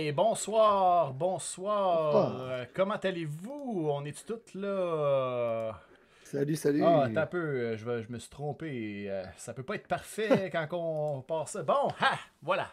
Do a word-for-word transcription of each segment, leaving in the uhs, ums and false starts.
Hey, bonsoir, bonsoir. Bonsoir. Euh, Comment allez-vous? On est tous là? Salut, Ah, t'as un salut. peu, euh, je, vais- je me suis trompé. Euh, Ça peut pas être parfait quand on part ça. Bon, ha, voilà.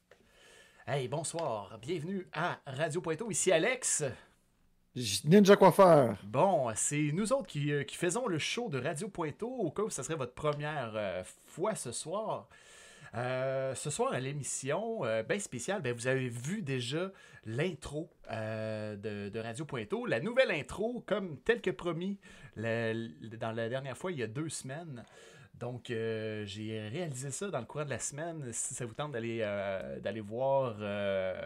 Hey, bonsoir. Bienvenue à Radio Pointeau. Ici Alex. J- Ninja coiffeur. Bon, c'est nous autres qui, euh, qui faisons le show de Radio Pointeau au cas où ça serait votre première euh, fois ce soir. Euh, ce soir à l'émission, euh, bien spéciale, ben, vous avez vu déjà l'intro euh, de, de Radio Pointeau. La nouvelle intro, comme tel que promis le- le- dans la dernière fois, il y a deux semaines. Donc, euh, j'ai réalisé ça dans le courant de la semaine. Si ça vous tente d'aller euh, d'aller voir euh,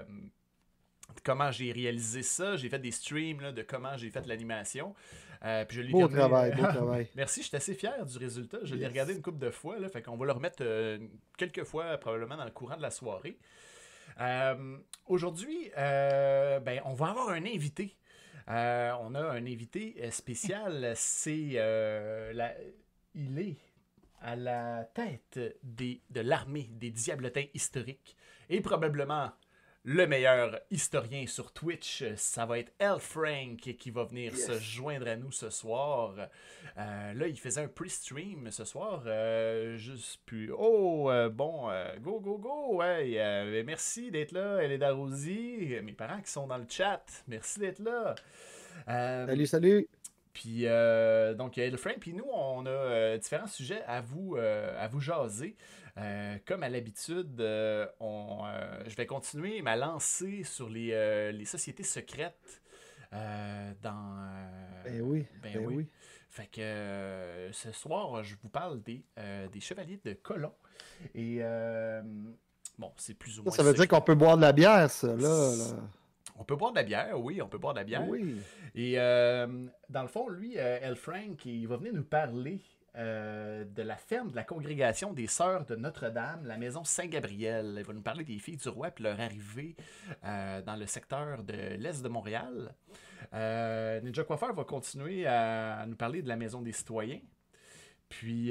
comment j'ai réalisé ça, j'ai fait des streams là, de comment j'ai fait l'animation. Euh, puis je l'ai Beau terminé. travail, euh, beau travail. Merci, je suis assez fier du résultat. Je l'ai regardé Yes. une couple de fois. Là, fait qu'on va le remettre euh, quelques fois, probablement dans le courant de la soirée. Euh, Aujourd'hui, euh, ben, on va avoir un invité. Euh, on a un invité euh, spécial. C'est euh, la... Il est à la tête des, de l'armée des Diablotins historiques et probablement le meilleur historien sur Twitch. Ça va être L. Frank qui va venir Yes. se joindre à nous ce soir. Euh, là, il faisait un pre-stream ce soir. Euh, juste plus. Oh, euh, bon, euh, go, go, go. Ouais, euh, merci d'être là, Eleda Rosie. Mes parents qui sont dans le chat, merci d'être là. Euh, Salut, salut. puis, euh, donc, il y a le Frank. Puis nous, on a euh, différents sujets à vous, euh, à vous jaser. Euh, comme à l'habitude, euh, on, euh, je vais continuer ma lancée sur les, euh, les sociétés secrètes euh, dans... euh, Ben oui, ben ben oui. oui. Fait que euh, ce soir, je vous parle des, euh, des chevaliers de Colomb. Et euh, bon, c'est plus ou Ça, moins ça veut dire secret. qu'on peut boire de la bière, ça, là. là. On peut boire de la bière, oui, on peut boire de la bière. Oui. Et euh, dans le fond, lui, euh, L. Frank, il va venir nous parler euh, de la ferme de la congrégation des Sœurs de Notre-Dame, la maison Saint-Gabriel. Il va nous parler des filles du roi et leur arrivée euh, dans le secteur de l'Est de Montréal. Euh, Ninja Coiffeur va continuer à nous parler de la maison des citoyens. Puis,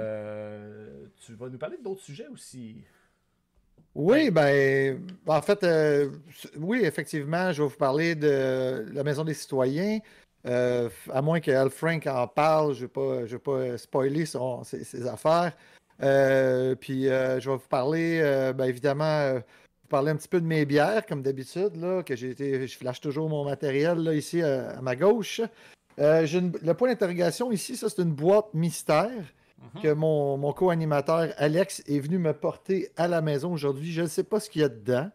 euh, tu vas nous parler d'autres sujets aussi. Oui, ben, en fait, euh, oui, effectivement, je vais vous parler de la Maison des citoyens. Euh, à moins que Al Frank en parle, je ne vais pas, je vais pas spoiler son- ses, ses affaires. Euh, puis, euh, je vais vous parler, euh, ben, évidemment, euh, vous parler un petit peu de mes bières, comme d'habitude, là, que j'ai été, je flash toujours mon matériel, là, ici, euh, à ma gauche. Euh, j'ai une- le point d'interrogation ici, ça, c'est une boîte mystère que Mhm. mon, mon co-animateur Alex est venu me porter à la maison aujourd'hui. Je ne sais pas ce qu'il y a dedans.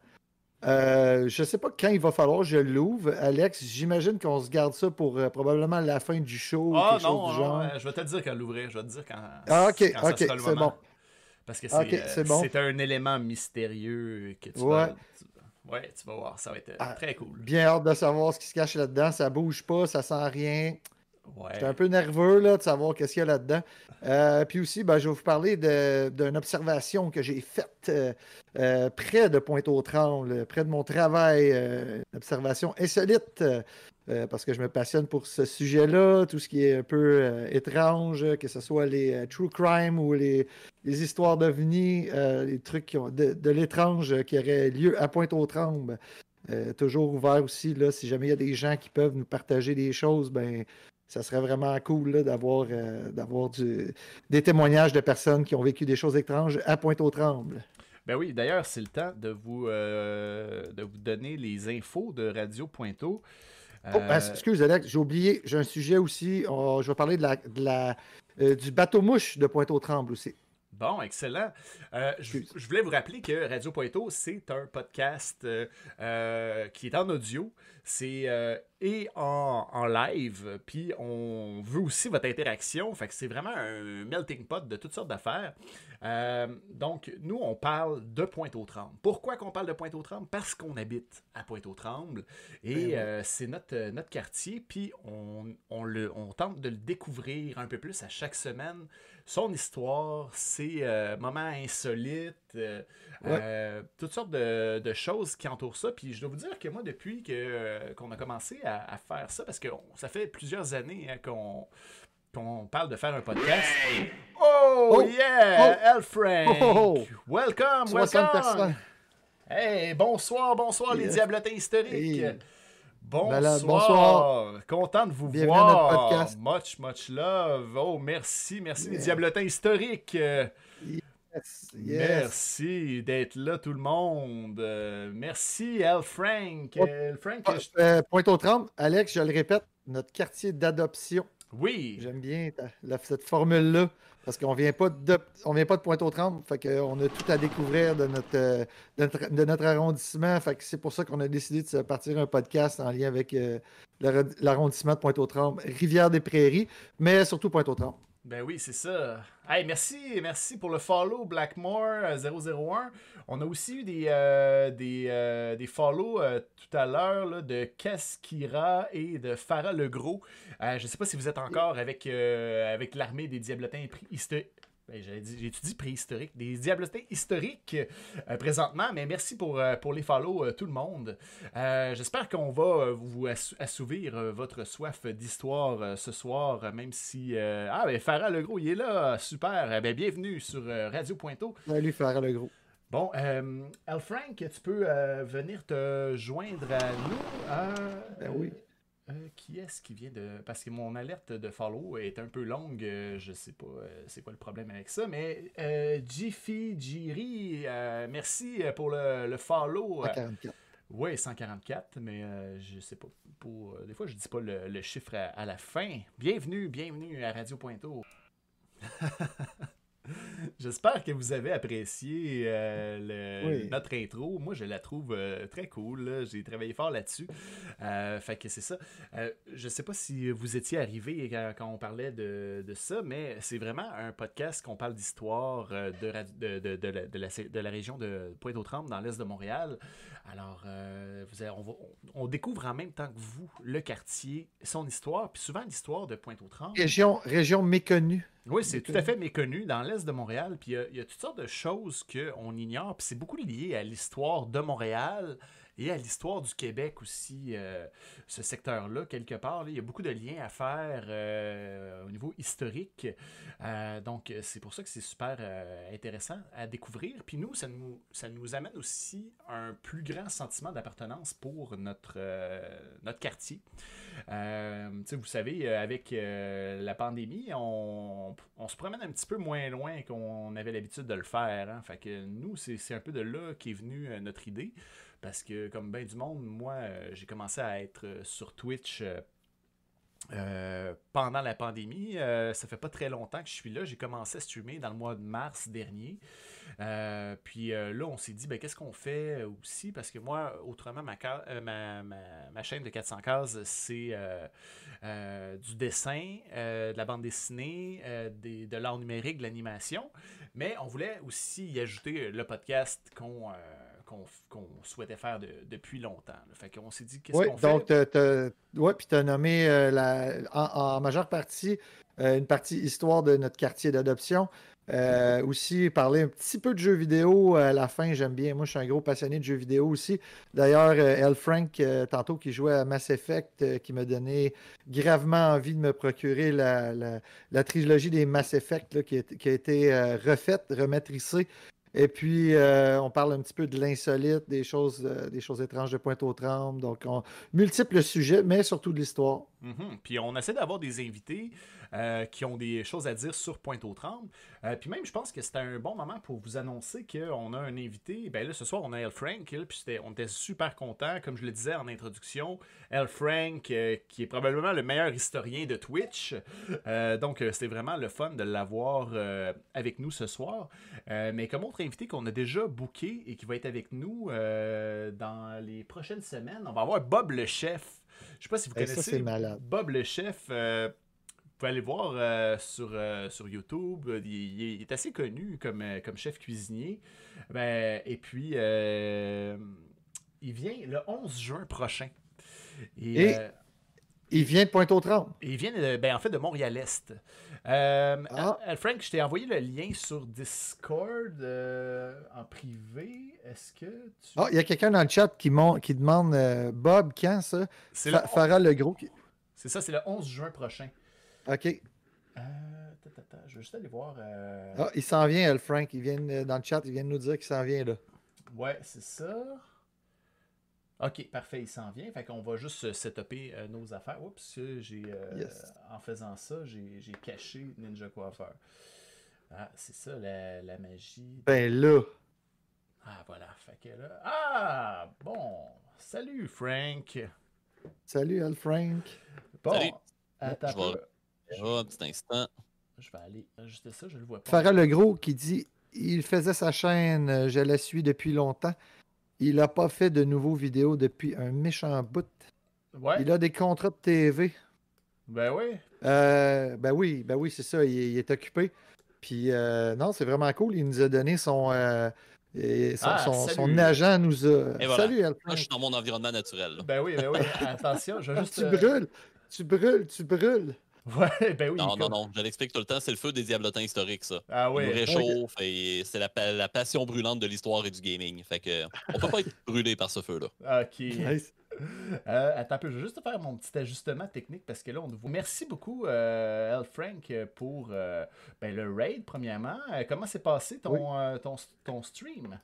Euh, je ne sais pas quand il va falloir que je l'ouvre. Alex, j'imagine qu'on se garde ça pour euh, probablement la fin du show ou Ah quelque chose non, du non, genre. euh, je vais te dire quand l'ouvrir, je vais te dire quand, Ah, ok, quand ça ok, sera le c'est moment. bon. Parce que Ok, c'est euh, c'est bon. c'est un élément mystérieux que tu Ouais. vas. tu- ouais, tu vas voir, ça va être euh, Ah, très cool. bien hâte de savoir ce qui se cache là-dedans. Ça bouge pas, ça sent rien. J'étais un Ouais. peu nerveux là, de savoir qu'est-ce qu'il y a là-dedans. Euh, puis aussi, ben, je vais vous parler de- d'une observation que j'ai faite euh, euh, près de Pointe-aux-Trembles, près de mon travail. Euh, une observation insolite, euh, euh, parce que je me passionne pour ce sujet-là, tout ce qui est un peu euh, étrange, que ce soit les euh, true crime ou les, les histoires d'ovnis, euh, les trucs qui ont, de, de l'étrange qui aurait lieu à Pointe-aux-Trembles. Euh, toujours ouvert aussi, là, si jamais il y a des gens qui peuvent nous partager des choses, ben ça serait vraiment cool là, d'avoir euh, d'avoir du- des témoignages de personnes qui ont vécu des choses étranges à Pointe-aux-Trembles. Ben oui, d'ailleurs, c'est le temps de vous, euh, de vous donner les infos de Radio Pointeau. Oh, ah, Euh, excuse Alex, j'ai oublié, j'ai un sujet aussi. Oh, je vais parler de la, de la, euh, du bateau-mouche de Pointe-aux-Trembles aussi. Bon, excellent. Euh, je, Excuse. je voulais vous rappeler que Radio Pointeau, c'est un podcast euh, euh, qui est en audio. C'est euh, et en, en live. Puis on veut aussi votre interaction. Fait que c'est vraiment un melting pot de toutes sortes d'affaires. Euh, donc, nous, on parle de Pointe-aux-Trembles. Pourquoi qu'on parle de Pointe-aux-Trembles? Parce qu'on habite à Pointe-aux-Trembles. Et Ben oui. euh, c'est notre, notre quartier. Puis on, on, le, on tente de le découvrir un peu plus à chaque semaine. Son histoire, ses euh, moments insolites, euh, Ouais. euh, toutes sortes de, de choses qui entourent ça. Puis je dois vous dire que moi, depuis que, euh, qu'on a commencé à, à faire ça, parce que on- ça fait plusieurs années hein, qu'on, qu'on parle de faire un podcast. Oh, Oh! yeah! Oh! L. Frank! Oh! Welcome, soixante welcome! personnes. Hey, bonsoir, bonsoir les Yes. diablotins historiques. Hey. Bonsoir. Malade. Bonsoir. Content de vous Bienvenue à notre voir. podcast. Much, much love. Oh, merci, merci les Yeah. diablotins historiques. Euh, Yes. Yes. Merci d'être là tout le monde. Euh, merci L. Frank. Oh. L. Frank, Ah, je- euh, Pointe-aux-Trembles, Alex, je le répète, notre quartier d'adoption. oui. J'aime bien ta- la- cette formule-là parce qu'on vient pas de, on vient pas de Pointe-aux-Trembles, fait qu'on a tout à découvrir de notre, euh, de notre, de notre arrondissement. Fait que c'est pour ça qu'on a décidé de se partir un podcast en lien avec euh, l'arro- l'arrondissement de Pointe-aux-Trembles, Rivière-des-Prairies, mais surtout Pointe-aux-trembles. Ben oui, c'est ça. Hey, merci, merci pour le follow, Blackmore euh, zéro zéro un. On a aussi eu des, euh, des, euh, des follows euh, tout à l'heure là, de Kaskira et de Farah Legros. Euh, je ne sais pas si vous êtes encore avec, euh, avec l'armée des diablotins historiques. Ben, j'allais dire- j'ai étudié préhistorique, des diablotins historiques euh, présentement, mais merci pour, euh, pour les follow, euh, tout le monde. Euh, J'espère qu'on va euh, vous assou- assouvir euh, votre soif d'histoire euh, ce soir, euh, même si... euh, Ah, ben Farah Legros, il est là, super. Euh, ben, bienvenue sur euh, Radio Pointeau. Salut, Farah le gros. Bon, euh, Al Frank, tu peux euh, venir te joindre à nous. Euh, Ben oui. euh, qui est-ce qui vient de... Parce que mon alerte de follow est un peu longue, euh, je sais pas euh, c'est quoi le problème avec ça, mais euh, Jiffy Jiri, euh, merci pour le, le follow. cent quarante-quatre. Oui, cent quarante-quatre, mais euh, je sais pas. Pour, euh, des fois, je dis pas le, le chiffre à, à la fin. Bienvenue, bienvenue à Radio Pointeau. J'espère que vous avez apprécié euh, le- Oui. notre intro. Moi, je la trouve euh, très cool. là. J'ai travaillé fort là-dessus. Euh, fait que c'est ça. Euh, je sais pas si vous étiez arrivé quand, quand on parlait de, de ça, mais c'est vraiment un podcast qu'on parle d'histoire euh, de, radi- de, de, de la, de, la, de la région de Pointe-aux-Trembles, dans l'est de Montréal. Alors, euh, vous avez- on, va- on- on découvre en même temps que vous le quartier, son histoire, puis souvent l'histoire de Pointe-aux-Trembles. Région, région méconnue. Oui, c'est Méconnu. tout à fait méconnu dans l'est de Montréal. Puis il y a- il y, a toutes sortes de choses qu'on ignore. Puis c'est beaucoup lié à l'histoire de Montréal et à l'histoire du Québec aussi, euh, ce secteur-là, quelque part. là. Il y a beaucoup de liens à faire euh, au niveau historique. Euh, donc euh, c'est pour ça que c'est super euh, intéressant à découvrir. Puis nous ça, nous, ça nous amène aussi un plus grand sentiment d'appartenance pour notre, euh, notre quartier. Euh, tu sais, vous savez, euh, avec euh, la pandémie, on, on se promène un petit peu moins loin qu'on avait l'habitude de le faire. Hein. Fait que nous, c'est c'est un peu de là qu'est venue euh, notre idée. Parce que, comme bien du monde, moi, euh, j'ai commencé à être euh, sur Twitch euh, euh, pendant la pandémie. Euh, ça fait pas très longtemps que je suis là. J'ai commencé à streamer dans le mois de mars dernier. Euh, puis euh, là, on s'est dit, ben, qu'est-ce qu'on fait aussi? Parce que moi, autrement, ma, ca- euh, ma, ma- ma chaîne de quatre cents cases, c'est euh, euh, du dessin, euh, de la bande dessinée, euh, des- de l'art numérique, de l'animation. Mais on voulait aussi y ajouter le podcast qu'on euh, qu'on qu'on souhaitait faire de- depuis longtemps. là. Fait qu'on s'est dit, qu'est-ce Oui, qu'on fait? donc, t'as- t'as- ouais, puis tu as nommé euh, la, en, en majeure partie euh, une partie histoire de notre quartier d'adoption. Euh, aussi, parler un petit peu de jeux vidéo à la fin, j'aime bien. Moi, je suis un gros passionné de jeux vidéo aussi. D'ailleurs, euh, L. Frank, euh, tantôt, qui jouait à Mass Effect, euh, qui m'a donné gravement envie de me procurer la, la- la trilogie des Mass Effect là, qui, a, qui a été euh, refaite, rematricée. Et puis, euh, on parle un petit peu de l'insolite, des choses, euh, des choses étranges de Pointe-aux-Trembles. Donc, on... multiples sujets, mais surtout de l'histoire. Mhm. Puis on essaie d'avoir des invités euh, qui ont des choses à dire sur Pointe-aux-Trembles. Euh, puis même, je pense que c'était un bon moment pour vous annoncer qu'on a un invité. Ben là, ce soir, on a L. Frank, là, puis c'était- on était super contents. Comme je le disais en introduction, L. Frank, euh, qui est probablement le meilleur historien de Twitch. Euh, donc, euh, c'était vraiment le fun de l'avoir euh, avec nous ce soir. Euh, mais comme autre invité qu'on a déjà booké et qui va être avec nous euh, dans les prochaines semaines, on va avoir Bob le chef. Je sais pas si vous Et ça, connaissez c'est malade. Bob le chef. euh, vous pouvez aller voir euh, sur, euh, sur YouTube. Il, il est- il est assez connu comme, euh, comme chef cuisinier. Ben, et puis, euh, il vient le onze juin prochain. Et, Et- euh, Il vient de Pointe-aux-Trembles. il vient de- ben, en fait de Montréal-Est. Euh, Ah. Al- Frank, je t'ai envoyé le lien sur Discord euh, en privé. Est-ce que tu. Ah, il y a quelqu'un dans le chat qui, mon- qui demande euh, Bob, quand ça? C'est Fa- le- Farah Legros. qui- c'est ça, c'est le onze juin prochain. OK. Euh, ta, ta, ta, je vais juste aller voir. euh, Ah, il s'en vient, L. Frank. Il vient, euh, dans le chat, il vient de nous dire qu'il s'en vient là. Ouais, c'est ça. Ok, parfait, il s'en vient. Fait qu'on va juste euh, setuper euh, nos affaires. Oups, j'ai, euh, Yes. en faisant ça, j'ai j'ai caché Ninja Coiffeur. Ah, c'est ça, la, la magie. Ben là, Ah, voilà. Fait que là. Ah, bon. Salut, Frank. salut Al Frank. Bon, Salut. attends un Je vais peu. Je, regarder un petit instant. je vais aller ajuster ça, je le vois pas. Farah Legros qui dit il faisait sa chaîne, euh, je la suis depuis longtemps. Il n'a pas fait de nouveaux vidéos depuis un méchant bout. Ouais, Il a des contrats de T V. ben oui. Euh, ben oui, ben oui, c'est ça, il, il est occupé. Puis euh, non, c'est vraiment cool. Il nous a donné son, euh, et son, Ah, son, son salut. agent nous a. Et voilà. Salut Al Là, je Frank. suis dans mon environnement naturel. là. Ben oui, ben oui. Attention, je vais Ah, juste. tu euh, brûles, tu brûles, tu brûles. Ouais, ben oui. Non, non, comme- non, je l'explique tout le temps, c'est le feu des diablotins historiques, ça. Ah Il nous ouais. réchauffe et c'est la, pa- la passion brûlante de l'histoire et du gaming. Fait que on peut pas être brûlé par ce feu-là. Ok. Nice. Euh, attends un peu, je vais juste faire mon petit ajustement technique parce que là, on nous voit. Merci beaucoup, euh, L. Frank, pour euh, ben, le raid, premièrement. Euh, comment s'est passé ton, Oui. euh, ton, ton stream?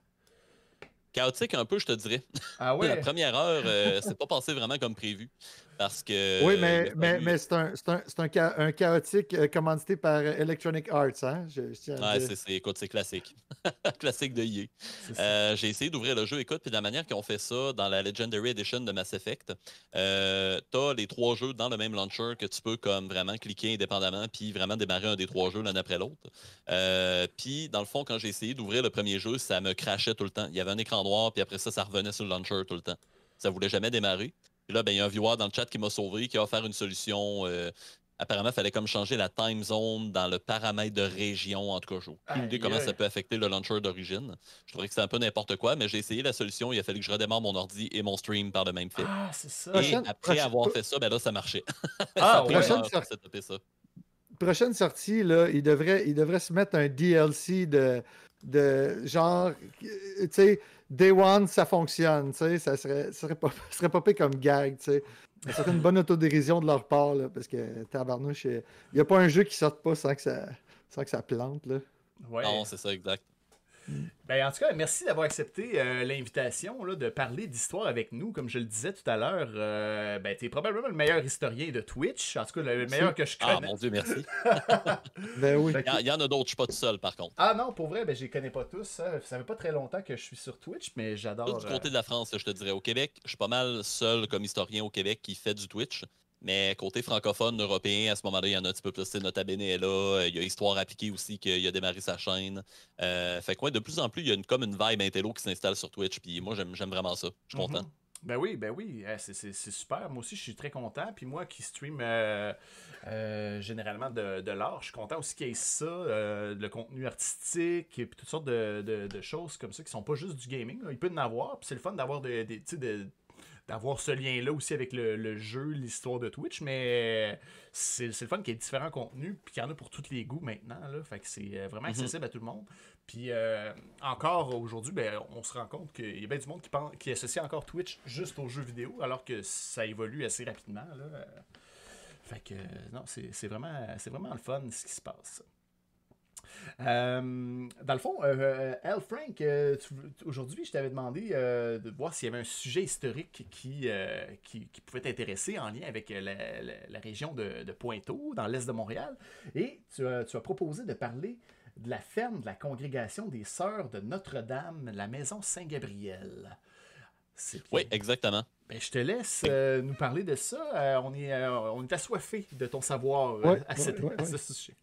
Chaotique un peu, je te dirais. Ah La ouais? première heure, euh, c'est pas passé vraiment comme prévu. Parce que. Oui, euh, mais, il a mais, fallu- mais c'est un, c'est un, c'est un, cha- un chaotique euh, commandité par Electronic Arts. Hein? Je, je tiens à Ouais, le dire. c'est, c'est, écoute, c'est classique. classique de I A. C'est ça. Euh, j'ai essayé d'ouvrir le jeu, écoute, puis de la manière qu'ils ont fait ça dans la Legendary Edition de Mass Effect, euh, t'as les trois jeux dans le même launcher que tu peux comme vraiment cliquer indépendamment puis vraiment démarrer un des trois jeux l'un après l'autre. Euh, puis dans le fond, quand j'ai essayé d'ouvrir le premier jeu, ça me crachait tout le temps. Il y avait un écran noir, puis après ça, ça revenait sur le launcher tout le temps. Ça voulait jamais démarrer. Puis là, ben, il y a un viewer dans le chat qui m'a sauvé, qui a offert une solution. euh, Apparemment, il fallait comme changer la time zone dans le paramètre de région. En tout cas, j'ai aucune idée Aïe, comment aïe. ça peut affecter le launcher d'origine. Je trouvais que c'était un peu n'importe quoi, mais j'ai essayé la solution. Il a fallu que je redémarre mon ordi et mon stream par le même fait. Ah, c'est ça. Et Prochaine- après prochaine- avoir fait ça, ben là, ça marchait. Ah, ça a pris ouais. une heure Prochaine pour setuper ça. Prochaine sortie, là, il devrait, il devrait se mettre un D L C de, de genre, euh, tu sais, Day One, ça fonctionne, tu sais, ça serait, ça serait pas, ça serait pas pire comme gag, tu sais. Ça serait une bonne autodérision de leur part, là, parce que tabarnouche, il n'y a pas un jeu qui sorte pas sans que ça, sans que ça plante, là. Ouais. Non, c'est ça, exact. Ben, en tout cas, merci d'avoir accepté euh, l'invitation là, de parler d'histoire avec nous. Comme je le disais tout à l'heure, euh, ben, tu es probablement le meilleur historien de Twitch. En tout cas, le meilleur que je Ah, connais. mon Dieu, merci. Ben oui. Fait que- Il y en- il y, en a d'autres, je suis pas tout seul, par contre. Ah non, pour vrai, ben, je les connais pas tous. Ça, ça fait pas très longtemps que je suis sur Twitch, mais Plus j'adore. du côté de la France, là, je te dirais. Au Québec, je suis pas mal seul comme historien au Québec qui fait du Twitch. Mais côté francophone, européen, à ce moment-là, il y en a un petit peu plus. C'est Nota Bene est là. Il y a Histoire appliquée aussi, qu'il a démarré sa chaîne. Euh, fait que ouais, de plus en plus, il y a une, comme une vibe intello qui s'installe sur Twitch. Puis moi, j'aime, j'aime vraiment ça. Je suis content. Mhm. Ben oui, ben oui, euh, c'est, c'est- c'est super. Moi aussi, je suis très content. Puis moi qui stream euh, euh, généralement de, de l'art, je suis content aussi qu'il y ait ça, euh, le contenu artistique, et puis toutes sortes de, de- de choses comme ça qui sont pas juste du gaming, là. Il peut y en avoir, puis c'est le fun d'avoir de, des- tu sais, de- d'avoir ce lien-là aussi avec le, le jeu, l'histoire de Twitch, mais c'est, c'est le fun qu'il y ait différents contenus, puis qu'il y en a pour tous les goûts maintenant, là. Fait que c'est euh, vraiment Mhm. accessible à tout le monde. Puis euh, encore aujourd'hui, ben, on se rend compte qu'il y a bien du monde qui, pense, qui associe encore Twitch juste aux jeux vidéo, alors que ça évolue assez rapidement, là. Euh, Fait que euh, non, c'est, c'est vraiment, c'est vraiment le fun ce qui se passe. Euh, dans le fond, euh, L. Frank, euh, tu- aujourd'hui, je t'avais demandé euh, de voir s'il y avait un sujet historique qui, euh, qui, qui pouvait t'intéresser en lien avec la, la- la région de, de Pointeau, dans l'est de Montréal. Et tu as, tu as proposé de parler de la ferme de la congrégation des Sœurs de Notre-Dame, la maison Saint-Gabriel. C'est- Oui, exactement. Ben, je te laisse euh, nous parler de ça. Euh, on, est, euh, on est assoiffé de ton savoir euh, Ouais, à, cette- ouais, ouais, à ouais. ce sujet.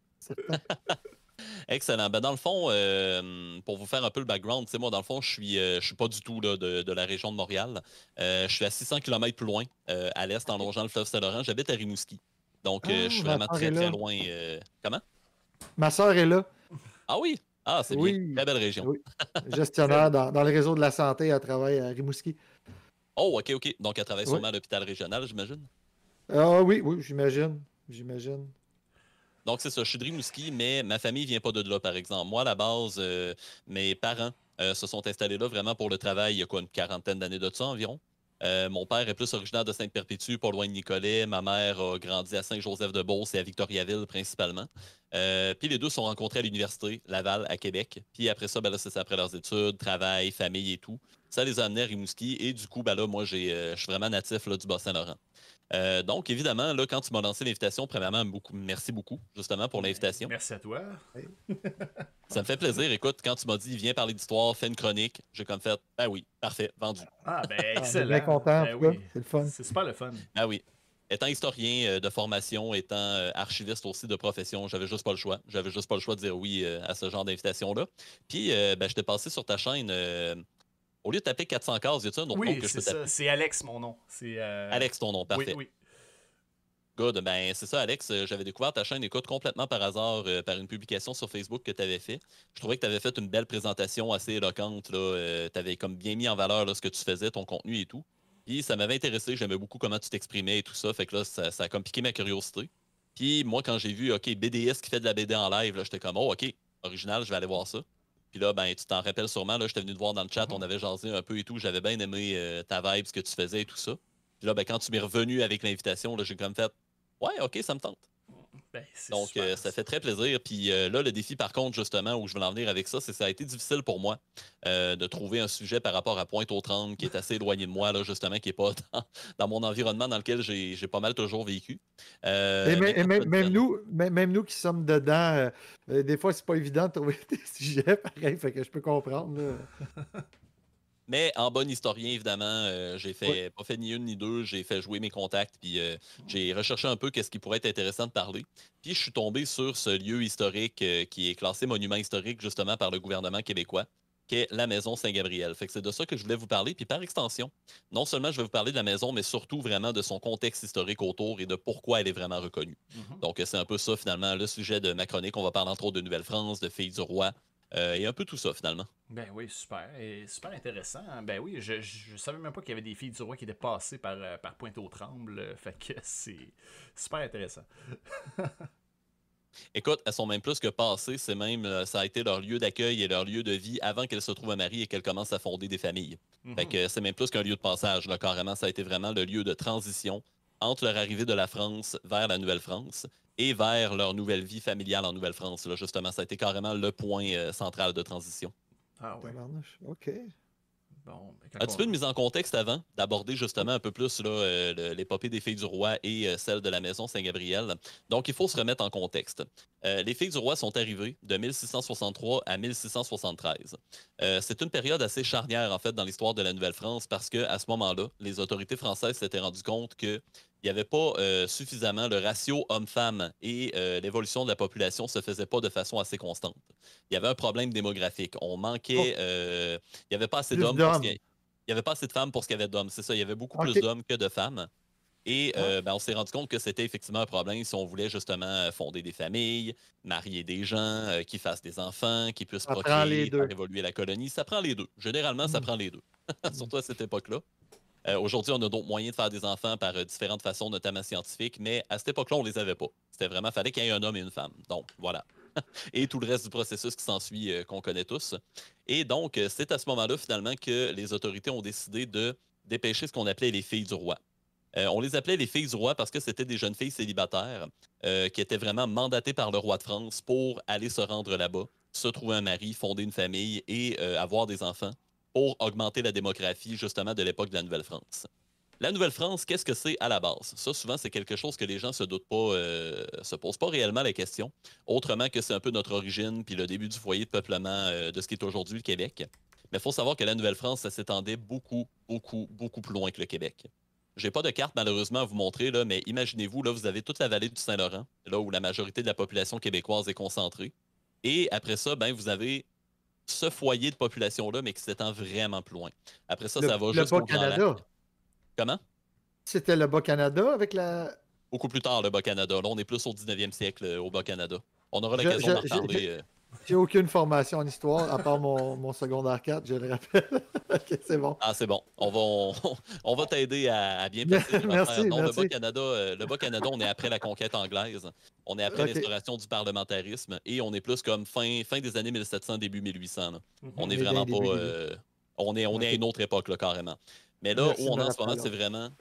Excellent. Ben, dans le fond, euh, pour vous faire un peu le background, tu sais, moi, dans le fond, je suis, euh, je suis pas du tout là, de, de la région de Montréal. Euh, je suis à six cents kilomètres plus loin, euh, à l'est, en longeant le fleuve Saint-Laurent. J'habite à Rimouski. Donc, euh, Ah, je suis ma vraiment sœur très, est très là. loin. euh, Comment? Ma sœur est là. Ah oui? Ah, c'est Oui. bien. Très belle région. Oui. Gestionnaire dans, dans le réseau de la santé, elle travaille à Rimouski. Oh, OK, OK. Donc, elle travaille Oui. sûrement à l'hôpital régional, j'imagine. Ah oui, oui, j'imagine. J'imagine. Donc, c'est ça. Je suis de Rimouski, mais ma famille vient pas de là, par exemple. Moi, à la base, euh, mes parents euh, se sont installés là vraiment pour le travail il y a quoi, une quarantaine d'années de ça environ. Euh, mon père est plus originaire de Sainte-Perpétue, pas loin de Nicolet. Ma mère a grandi à Saint-Joseph-de-Beauce et à Victoriaville principalement. Euh, puis les deux se sont rencontrés à l'université Laval à Québec. Puis après ça, ben là, c'est ça, après leurs études, travail, famille et tout. Ça les a amenés à Rimouski. Et du coup, ben là, moi, j'ai, euh, je suis vraiment natif là, du Bas-Saint-Laurent. Euh, donc, évidemment, là, quand tu m'as lancé l'invitation, premièrement, beaucoup, merci beaucoup, justement, pour Ben, l'invitation. merci à toi. Ça me fait plaisir. Écoute, quand tu m'as dit, viens parler d'histoire, fais une chronique, j'ai comme fait, ben oui, parfait, vendu. Ah, ben, Ah, on est excellent. bien content, en Ben tout cas. oui, C'est le fun. c'est super le fun. Ah oui. Étant historien euh, de formation, étant euh, archiviste aussi de profession, j'avais juste pas le choix. J'avais juste pas le choix de dire oui euh, à ce genre d'invitation-là. Puis, euh, ben, je t'ai passé sur ta chaîne. euh, au lieu de taper quatre cents cases, y a-tu un autre nom Oui, que je c'est peux ça. taper? C'est Alex, mon nom. C'est. euh, Alex, ton nom, Oui, parfait. oui. Good. Ben, c'est ça, Alex. euh, J'avais découvert ta chaîne, écoute, complètement par hasard, euh, par une publication sur Facebook que tu avais fait. Je trouvais que tu avais fait une belle présentation assez éloquente. Tu avais comme bien mis en valeur là, ce que tu faisais, ton contenu et tout. Puis ça m'avait intéressé. J'aimais beaucoup comment tu t'exprimais et tout ça. Fait que là, ça, ça a comme piqué ma curiosité. Puis moi, quand j'ai vu, OK, B D S qui fait de la B D en live, là, j'étais comme, oh, OK, original, je vais aller voir ça. Puis là, ben, tu t'en rappelles sûrement, là, j'étais venu te voir dans le chat, Mhm. on avait jasé un peu et tout. J'avais bien aimé euh, ta vibe, ce que tu faisais et tout ça. Puis là, ben, quand tu m'es revenu avec l'invitation, là, j'ai comme fait, ouais, OK, ça me tente. Ben, c'est Donc, super. euh, ça fait très plaisir. Puis euh, là, le défi, par contre, justement, où je veux en venir avec ça, c'est que ça a été difficile pour moi euh, de trouver un sujet par rapport à Pointe-aux-Trembles qui est assez éloigné de moi, là, justement, qui n'est pas dans, dans mon environnement dans lequel j'ai j'ai pas mal toujours vécu. Euh, Et, mais même, et quand tu même- m'as dit, même ben, nous, même, même nous qui sommes dedans, euh, euh, des fois, c'est pas évident de trouver des sujets pareils, fait que je peux comprendre. là. mais en bon historien, évidemment, euh, j'ai fait Ouais. pas fait ni une ni deux, j'ai fait jouer mes contacts, puis euh, j'ai recherché un peu qu'est-ce qui pourrait être intéressant de parler. Puis je suis tombé sur ce lieu historique euh, qui est classé monument historique justement par le gouvernement québécois, qui est la maison Saint-Gabriel. Fait que c'est de ça que je voulais vous parler, puis par extension, non seulement je vais vous parler de la maison, mais surtout vraiment de son contexte historique autour et de pourquoi elle est vraiment reconnue. Mhm. Donc euh, c'est un peu ça finalement le sujet de ma chronique. On va parler entre autres de Nouvelle-France, de Filles du Roi, euh, et un peu tout ça finalement. Ben oui, super. Et super intéressant. Ben oui, je, je, je savais même pas qu'il y avait des filles du roi qui étaient passées par, euh, par Pointe-aux-Trembles. euh, Fait que c'est super intéressant. Écoute, elles sont même plus que passées, c'est même, euh, ça a été leur lieu d'accueil et leur lieu de vie avant qu'elles se trouvent à Marie et qu'elles commencent à fonder des familles. Fait Mhm. que c'est même plus qu'un lieu de passage, là, carrément, ça a été vraiment le lieu de transition entre leur arrivée de la France vers la Nouvelle-France et vers leur nouvelle vie familiale en Nouvelle-France. Là, justement, ça a été carrément le point euh, central de transition. Ah oui. Tabarnouche. OK. Bon, ben, quand Un petit on- peu de mise en contexte avant, d'aborder justement un peu plus là, euh, le- l'épopée des Filles du Roi et euh, celle de la maison Saint-Gabriel. Donc, il faut se remettre en contexte. Euh, les Filles du Roi sont arrivées de mille six cent soixante-trois à mille six cent soixante-treize. Euh, c'est une période assez charnière, en fait, dans l'histoire de la Nouvelle-France parce qu'à ce moment-là, les autorités françaises s'étaient rendues compte que il n'y avait pas euh, suffisamment le ratio homme-femme et euh, l'évolution de la population ne se faisait pas de façon assez constante. Il y avait un problème démographique. On manquait, Oh, euh, il n'y avait pas assez plus d'hommes pour ce d'hommes. qu'il y il n'y avait pas assez de femmes pour ce qu'il y avait d'hommes. C'est ça, il y avait beaucoup plus OK. d'hommes que de femmes. Et Ah, euh, ben, on s'est rendu compte que c'était effectivement un problème si on voulait justement euh, fonder des familles, marier des gens, euh, qui fassent des enfants, qui puissent ça prend les procréer, faire deux. évoluer la colonie. Ça prend les deux. Généralement, ça Mm. prend les deux. Mm. Surtout à cette époque-là. Euh, Aujourd'hui, on a d'autres moyens de faire des enfants par euh, différentes façons, notamment scientifiques, mais à cette époque-là, on les avait pas. C'était vraiment, fallait qu'il y ait un homme et une femme. Donc, voilà. Et tout le reste du processus qui s'ensuit, euh, qu'on connaît tous. Et donc, euh, c'est à ce moment-là, finalement, que les autorités ont décidé de dépêcher ce qu'on appelait les filles du roi. Euh, on les appelait les filles du roi parce que c'était des jeunes filles célibataires euh, qui étaient vraiment mandatées par le roi de France pour aller se rendre là-bas, se trouver un mari, fonder une famille et euh, avoir des enfants pour augmenter la démographie, justement, de l'époque de la Nouvelle-France. La Nouvelle-France, qu'est-ce que c'est à la base? Ça, souvent, c'est quelque chose que les gens se doutent pas, euh, se posent pas réellement la question, autrement que c'est un peu notre origine puis le début du foyer de peuplement euh, de ce qui est aujourd'hui le Québec. Mais il faut savoir que la Nouvelle-France, ça s'étendait beaucoup, beaucoup, beaucoup plus loin que le Québec. J'ai pas de carte malheureusement à vous montrer, là, mais imaginez-vous, là, vous avez toute la vallée du Saint-Laurent, là où la majorité de la population québécoise est concentrée. Et après ça, ben, vous avez ce foyer de population-là, mais qui s'étend vraiment plus loin. Après ça, Le, ça va le jusqu'au Grand Lac. Bas-Canada. Comment? C'était le Bas-Canada avec la. Beaucoup plus tard, le Bas-Canada. Là, on est plus au dix-neuvième siècle euh, au Bas-Canada. On aura Je, l'occasion d'en je, reparler. je- euh. j'ai aucune formation en histoire, à part mon, mon secondaire quatre, je le rappelle. OK, c'est bon. Ah, c'est bon. On va, on, on va t'aider à, à bien placer tes affaires. Merci, Non, le merci. Bas-Canada, euh, le Bas-Canada, on est après la conquête anglaise. On est après OK. l'instauration du parlementarisme et on est plus comme fin, fin des années mille sept cents, début mille huit cents. Là. Mhm. On On n'est est dans vraiment les pas. débuts, début. euh, On est, on Ok. est à une autre époque, là, carrément. Mais là, Merci où de on me est en ce rappeler moment, c'est vraiment...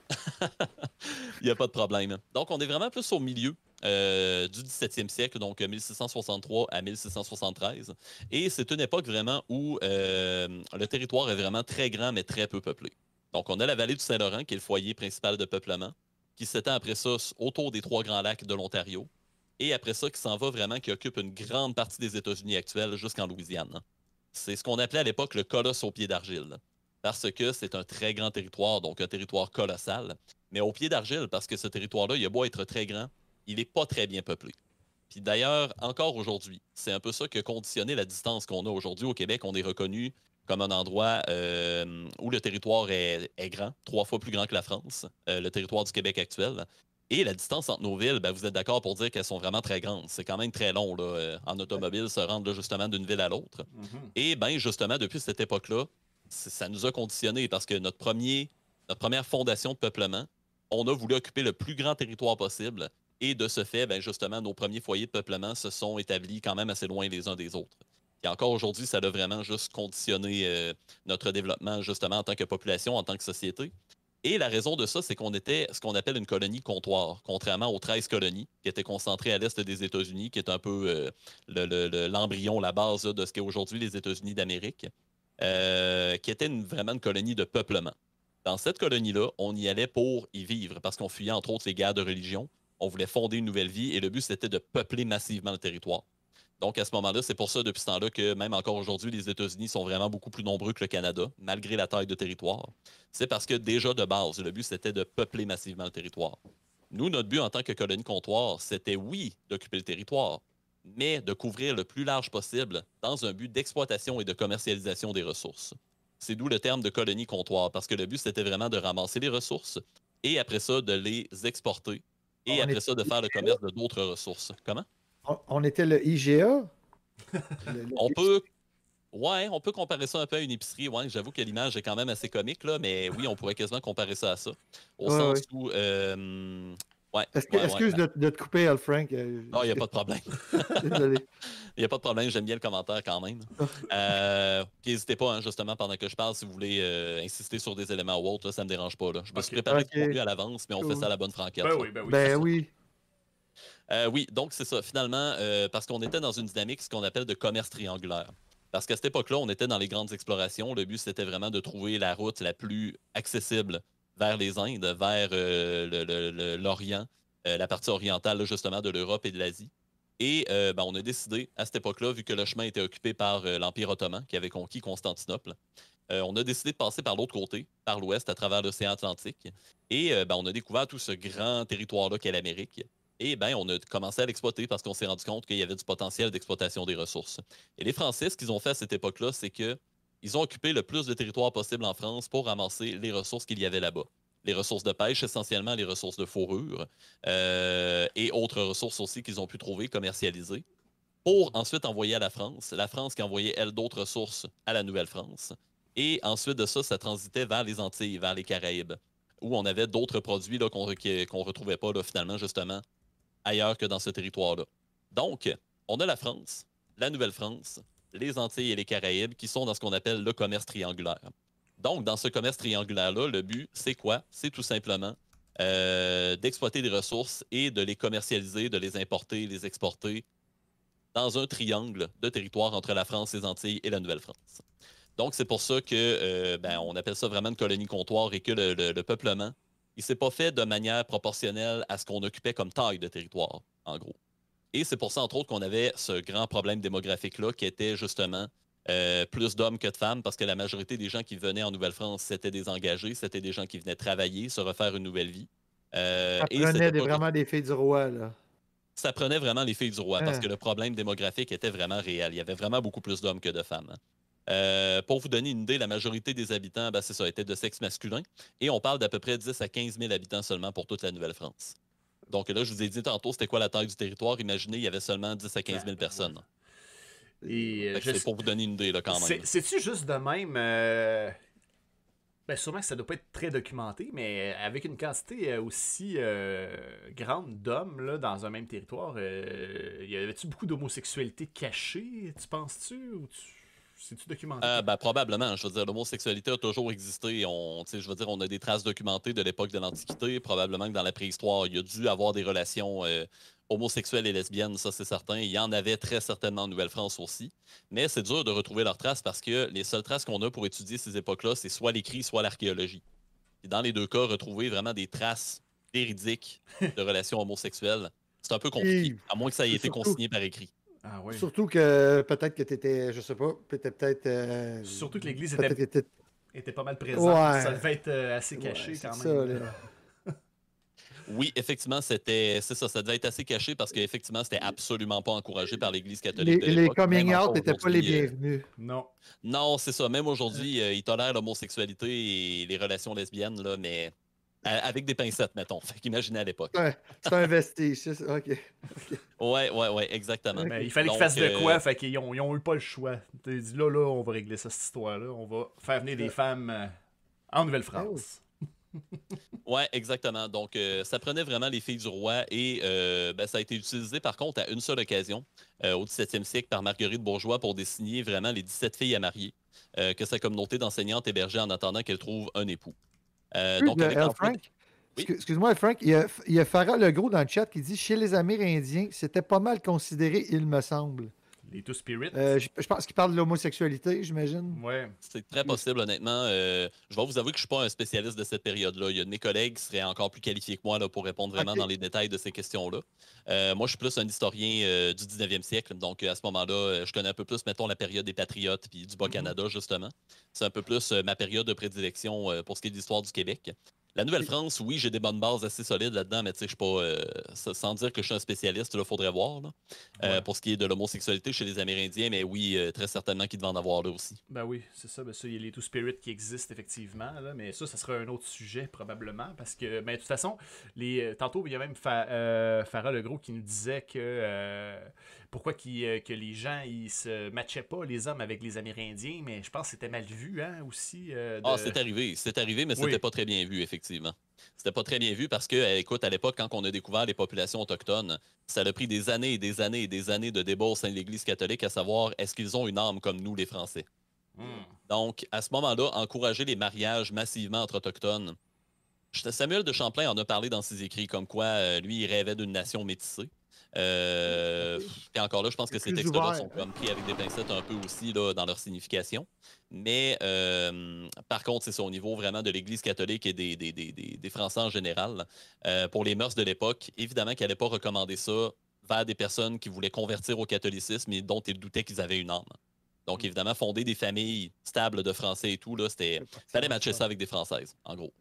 Il n'y a pas de problème. Donc, on est vraiment plus au milieu euh, du dix-septième siècle, donc mille six cent soixante-trois à mille six cent soixante-treize. Et c'est une époque vraiment où euh, le territoire est vraiment très grand, mais très peu peuplé. Donc, on a la vallée du Saint-Laurent, qui est le foyer principal de peuplement, qui s'étend après ça autour des trois grands lacs de l'Ontario. Et après ça, qui s'en va vraiment, qui occupe une grande partie des États-Unis actuels jusqu'en Louisiane. C'est ce qu'on appelait à l'époque le colosse au pied d'argile. Parce que c'est un très grand territoire, donc un territoire colossal. Mais au pied d'argile, parce que ce territoire-là, il a beau être très grand, il n'est pas très bien peuplé. Puis d'ailleurs, encore aujourd'hui, c'est un peu ça qui a conditionné la distance qu'on a aujourd'hui au Québec. On est reconnu comme un endroit euh, où le territoire est, est grand, trois fois plus grand que la France, euh, le territoire du Québec actuel. Et la distance entre nos villes, ben, vous êtes d'accord pour dire qu'elles sont vraiment très grandes. C'est quand même très long là, euh, en automobile, se rendre là, justement d'une ville à l'autre. Mhm. Et bien, justement, depuis cette époque-là, c- ça nous a conditionnés parce que notre, premier, notre première fondation de peuplement, on a voulu occuper le plus grand territoire possible. Et de ce fait, ben, justement, nos premiers foyers de peuplement se sont établis quand même assez loin les uns des autres. Et encore aujourd'hui, ça a vraiment juste conditionné euh, notre développement, justement, en tant que population, en tant que société. Et la raison de ça, c'est qu'on était ce qu'on appelle une colonie comptoir, contrairement aux treize colonies qui étaient concentrées à l'est des États-Unis, qui est un peu euh, le- le- le- l'embryon, la base là, de ce qu'est aujourd'hui les États-Unis d'Amérique, euh, qui était une- vraiment une colonie de peuplement. Dans cette colonie-là, on y allait pour y vivre, parce qu'on fuyait entre autres les guerres de religion. On voulait fonder une nouvelle vie et le but, c'était de peupler massivement le territoire. Donc, à ce moment-là, c'est pour ça, depuis ce temps-là, que même encore aujourd'hui, les États-Unis sont vraiment beaucoup plus nombreux que le Canada, malgré la taille de territoire. C'est parce que déjà de base, le but, c'était de peupler massivement le territoire. Nous, notre but en tant que colonie comptoir, c'était oui, d'occuper le territoire, mais de couvrir le plus large possible dans un but d'exploitation et de commercialisation des ressources. C'est d'où le terme de colonie comptoir, parce que le but, c'était vraiment de ramasser les ressources et après ça, de les exporter et On après était, ça, de faire le commerce de d'autres ressources. Comment? on, on était le I G A. Le- le- On peut Ouais, on peut comparer ça un peu à une épicerie. Ouais, j'avoue que l'image est quand même assez comique, là, mais oui, on pourrait quasiment comparer ça à ça. Au Ouais, sens ouais. où. euh, Ouais, Est-ce que- ouais, ouais. excuse de, de te couper, Al Frank. euh, Non, il n'y a j'ai- pas de problème. Désolé. Il n'y a pas de problème, j'aime bien le commentaire quand même. Euh, puis n'hésitez pas, hein, justement, pendant que je parle, si vous voulez euh, insister sur des éléments ou autres, là, ça ne me dérange pas. Là. Je me suis OK. préparé du Ok, contenu à l'avance, mais on fait ça cool. à la bonne franquette. Ben Là. oui, ben oui, c'est Ben ça. oui. Euh, oui, donc c'est ça. Finalement, euh, parce qu'on était dans une dynamique, ce qu'on appelle de commerce triangulaire. Parce qu'à cette époque-là, on était dans les grandes explorations. Le but, c'était vraiment de trouver la route la plus accessible vers les Indes, vers euh, le- le- le- l'Orient, euh, la partie orientale, là, justement, de l'Europe et de l'Asie. Et euh, ben, on a décidé, à cette époque-là, vu que le chemin était occupé par euh, l'Empire ottoman, qui avait conquis Constantinople, euh, on a décidé de passer par l'autre côté, par l'ouest, à travers l'océan Atlantique. Et euh, ben, on a découvert tout ce grand territoire-là qu'est l'Amérique. Et ben, on a commencé à l'exploiter parce qu'on s'est rendu compte qu'il y avait du potentiel d'exploitation des ressources. Et les Français, ce qu'ils ont fait à cette époque-là, c'est que ils ont occupé le plus de territoire possible en France pour ramasser les ressources qu'il y avait là-bas. Les ressources de pêche, essentiellement les ressources de fourrure, euh, et autres ressources aussi qu'ils ont pu trouver, commercialiser, pour ensuite envoyer à la France. La France qui envoyait, elle, d'autres ressources à la Nouvelle-France. Et ensuite de ça, ça transitait vers les Antilles, vers les Caraïbes, où on avait d'autres produits là, qu'on ne retrouvait pas là, finalement, justement, ailleurs que dans ce territoire-là. Donc, on a la France, la Nouvelle-France, les Antilles et les Caraïbes qui sont dans ce qu'on appelle le commerce triangulaire. Donc, dans ce commerce triangulaire-là, le but, c'est quoi? C'est tout simplement euh, d'exploiter des ressources et de les commercialiser, de les importer, les exporter dans un triangle de territoire entre la France, les Antilles et la Nouvelle-France. Donc, c'est pour ça que euh, ben, on appelle ça vraiment une colonie comptoir et que le, le, le peuplement, il s'est pas fait de manière proportionnelle à ce qu'on occupait comme taille de territoire, en gros. Et c'est pour ça, entre autres, qu'on avait ce grand problème démographique-là qui était justement euh, plus d'hommes que de femmes, parce que la majorité des gens qui venaient en Nouvelle-France, c'était des engagés, c'était des gens qui venaient travailler, se refaire une nouvelle vie. Euh, Ça et prenait c'était des- pas juste vraiment des filles du roi, là. ça prenait vraiment les filles du roi parce Hein. que le problème démographique était vraiment réel. Il y avait vraiment beaucoup plus d'hommes que de femmes. Euh, pour vous donner une idée, la majorité des habitants, ben, c'est ça, étaient de sexe masculin. Et on parle d'à peu près dix à quinze mille habitants seulement pour toute la Nouvelle-France. Donc là, je vous ai dit tantôt, c'était quoi la taille du territoire. Imaginez, il y avait seulement dix à quinze mille Ben, personnes. Et euh, Fait que je c'est pour vous donner une idée là, quand c'est- même. C'est-tu juste de même. euh, Ben, sûrement que ça doit pas être très documenté, mais avec une quantité euh, aussi euh, grande d'hommes là, dans un même territoire, euh, y avait-tu beaucoup d'homosexualité cachée, tu penses-tu? Ou tu... C'est-tu documenté? Euh, ben, probablement. Je veux dire, l'homosexualité a toujours existé. On, tu sais, je veux dire, on a des traces documentées de l'époque de l'Antiquité. Probablement que dans la préhistoire, il y a dû avoir des relations euh, homosexuelles et lesbiennes, ça c'est certain. Il y en avait très certainement en Nouvelle-France aussi. Mais c'est dur de retrouver leurs traces parce que les seules traces qu'on a pour étudier ces époques-là, c'est soit l'écrit, soit l'archéologie. Et dans les deux cas, retrouver vraiment des traces véridiques de relations homosexuelles, c'est un peu compliqué, Et à moins que ça ait été surtout, consigné par écrit. Ah oui. surtout que peut-être que tu étais, je sais pas, peut-être peut-être. euh, Surtout que l'Église peut-être était, que t'étais- était pas mal présente. Ça Ouais, devait être euh, assez ouais, caché c'est quand ça, même. là. Oui, effectivement, c'était, c'est ça, ça devait être assez caché parce qu'effectivement, c'était absolument pas encouragé par l'Église Les, catholique de les l'époque. Même coming encore out n'étaient pas les aujourd'hui, euh, bienvenus. Non. non, c'est ça. Même aujourd'hui, euh, ils tolèrent l'homosexualité et les relations lesbiennes, là, mais a- avec des pincettes, mettons. Fait qu'imaginez à l'époque. Ouais, c'est un vestige, c'est ça. Ok. Ouais, ouais, ouais, exactement. Mais Ok. il fallait qu'ils Donc, fassent de euh, quoi, fait qu'ils ont, ils ont eu pas le choix. T'as dit là, là, on va régler ça, cette histoire-là. On va faire venir des Ouais. femmes euh, en Ben oui. Nouvelle-France. ouais, exactement. Donc, euh, ça prenait vraiment les filles du roi et euh, ben, ça a été utilisé par contre à une seule occasion, euh, au dix-septième siècle, par Marguerite Bourgeois pour désigner vraiment les dix-sept filles à marier, euh, que sa communauté d'enseignantes hébergeait en attendant qu'elle trouve un époux. Euh, Excuse, donc, euh, avec L. l'emploi. Frank. de- Oui. Excuse- Excuse-moi, Frank. Il y, a, il y a Farah Legros dans le chat qui dit chez les Amérindiens, c'était pas mal considéré, il me semble. Les Two Spirits. Euh, je, je pense qu'il parle de l'homosexualité, j'imagine. Ouais. C'est très Plus. possible, honnêtement. Euh, je vais vous avouer que je ne suis pas un spécialiste de cette période-là. Il y a de mes collègues qui seraient encore plus qualifiés que moi là, pour répondre vraiment Ok. dans les détails de ces questions-là. Euh, moi, je suis plus un historien euh, du dix-neuvième siècle. Donc, à ce moment-là, euh, je connais un peu plus, mettons, la période des Patriotes puis du Bas-Canada, justement. C'est un peu plus euh, ma période de prédilection euh, pour ce qui est de l'histoire du Québec. La Nouvelle-France, oui, j'ai des bonnes bases assez solides là-dedans, mais tu sais, je suis pas. euh, ça- sans dire que je suis un spécialiste, il faudrait voir. Là. Euh, Ouais. pour ce qui est de l'homosexualité chez les Amérindiens, mais oui, euh, très certainement qu'il devait en avoir là aussi. Ben oui, c'est ça. Ben ça, il y a les Two Spirits qui existent effectivement, là, mais ça, ça sera un autre sujet probablement, parce que, ben, de toute façon, les, euh, tantôt, il y a même Fa- euh, Farah Legros qui nous disait que euh, pourquoi qu'il, euh, que les gens ils se matchaient pas, les hommes, avec les Amérindiens, mais je pense que c'était mal vu, hein, aussi. euh, Ah, de... c'est arrivé, c'est arrivé, mais Oui. c'était pas très bien vu, effectivement. C'était pas très bien vu parce que, euh, écoute, à l'époque, quand on a découvert les populations autochtones, ça a pris des années et des années et des années de débat au sein de l'Église catholique à savoir est-ce qu'ils ont une âme comme nous, les Français. Hmm. Donc, à ce moment-là, encourager les mariages massivement entre autochtones. Je- Samuel de Champlain en a parlé dans ses écrits, comme quoi euh, lui, il rêvait d'une nation métissée. Euh, Ok. et encore là, je pense que C'est ces plus textes-là ouvert. sont comme pris avec des pincettes un peu aussi là, dans leur signification. Mais euh, par contre, c'est ça, au niveau vraiment de l'Église catholique et des, des, des, des, des Français en général, euh, pour les mœurs de l'époque, évidemment qu'elle n'allait pas recommander ça vers des personnes qui voulaient convertir au catholicisme et dont ils doutaient qu'ils avaient une âme. Donc, Mm. évidemment, fonder des familles stables de Français et tout, là, c'était. Fallait matcher ça avec des Françaises, en gros.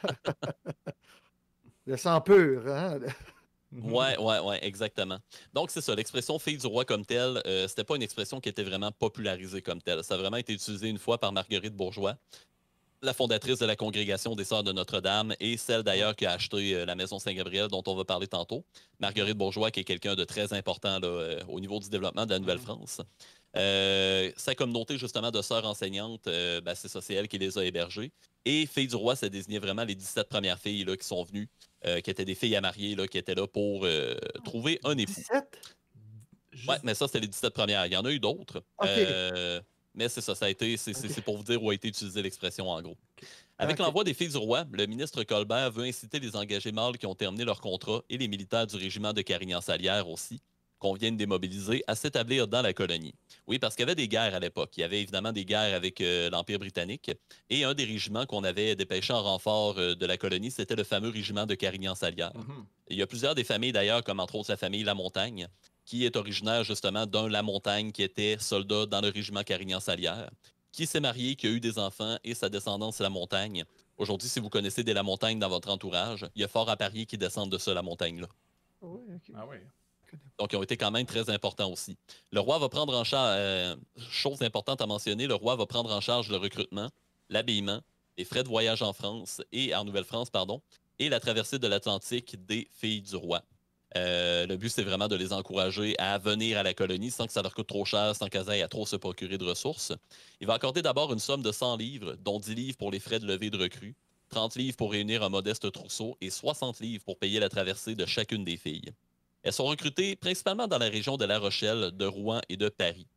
Le sang pur, hein? Ouais, ouais, ouais, exactement. Donc, c'est ça. L'expression fille du roi comme telle, euh, c'était pas une expression qui était vraiment popularisée comme telle. Ça a vraiment été utilisé une fois par Marguerite Bourgeois, la fondatrice de la congrégation des Sœurs de Notre-Dame et celle d'ailleurs qui a acheté euh, la maison Saint-Gabriel dont on va parler tantôt. Marguerite Bourgeois, qui est quelqu'un de très important là, euh, au niveau du développement de la Nouvelle-France. Euh, sa communauté, justement, de sœurs enseignantes, euh, ben, c'est ça, c'est elle qui les a hébergées. Et Filles du roi, ça désignait vraiment les dix-sept premières filles là, qui sont venues, euh, qui étaient des filles à marier, là, qui étaient là pour euh, trouver un époux. dix-sept? Juste- Ouais, mais ça, c'était les dix-sept premières. Il y en a eu d'autres. Ok. Euh, mais c'est ça, ça a été, c'est c'est- Ok. c'est pour vous dire où a été utilisée l'expression en gros. Avec Ok. l'envoi des filles du roi, le ministre Colbert veut inciter les engagés mâles qui ont terminé leur contrat et les militaires du régiment de Carignan-Salière aussi, qu'on vient de démobiliser, à s'établir dans la colonie. Oui, parce qu'il y avait des guerres à l'époque. Il y avait évidemment des guerres avec euh, l'Empire britannique. Et un des régiments qu'on avait dépêché en renfort euh, de la colonie, c'était le fameux régiment de Carignan-Salière. Mhm. Il y a plusieurs des familles d'ailleurs, comme entre autres la famille La Montagne, qui est originaire justement d'un La Montagne qui était soldat dans le régiment Carignan-Salière, qui s'est marié, qui a eu des enfants et sa descendance c'est La Montagne. Aujourd'hui, si vous connaissez des La Montagne dans votre entourage, il y a fort à parier qu'ils descendent de ce La Montagne-là. Ouais, ok. Ah oui. Donc, ils ont été quand même très importants aussi. Le roi va prendre en charge, euh, chose importante à mentionner, le roi va prendre en charge le recrutement, l'habillement, les frais de voyage en France et en Nouvelle-France, pardon, et la traversée de l'Atlantique des filles du roi. Euh, le but, c'est vraiment de les encourager à venir à la colonie sans que ça leur coûte trop cher, sans qu'elles aient à trop se procurer de ressources. Il va accorder d'abord une somme de cent livres, dont dix livres pour les frais de levée de recrues, trente livres pour réunir un modeste trousseau et soixante livres pour payer la traversée de chacune des filles. Elles sont recrutées principalement dans la région de La Rochelle, de Rouen et de Paris.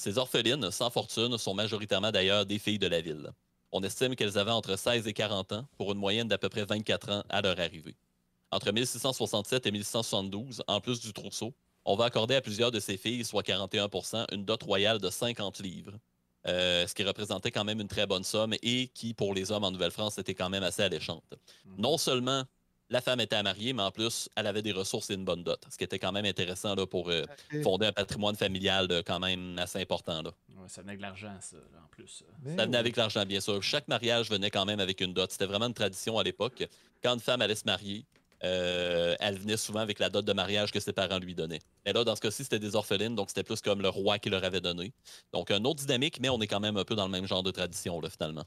Ces orphelines, sans fortune, sont majoritairement d'ailleurs des filles de la ville. On estime qu'elles avaient entre seize et quarante ans, pour une moyenne d'à peu près vingt-quatre ans à leur arrivée. Entre mille six cent soixante-sept et mille six cent soixante-douze, en plus du trousseau, on va accorder à plusieurs de ces filles, soit quarante et un pour cent, une dot royale de cinquante livres, euh, ce qui représentait quand même une très bonne somme et qui, pour les hommes en Nouvelle-France, était quand même assez alléchante. Mm-hmm. Non seulement la femme était à marier, mais en plus, elle avait des ressources et une bonne dot, ce qui était quand même intéressant là, pour euh, okay. fonder un patrimoine familial là, quand même assez important. Là. Ouais, ça venait avec l'argent, ça, là, en plus. Mais ça venait oui. avec l'argent, bien sûr. Chaque mariage venait quand même avec une dot. C'était vraiment une tradition à l'époque. Quand une femme allait se marier, euh, elle venait souvent avec la dot de mariage que ses parents lui donnaient. Et là, dans ce cas-ci, c'était des orphelines, donc c'était plus comme le roi qui leur avait donné. Donc, une autre dynamique, mais on est quand même un peu dans le même genre de tradition, là, finalement.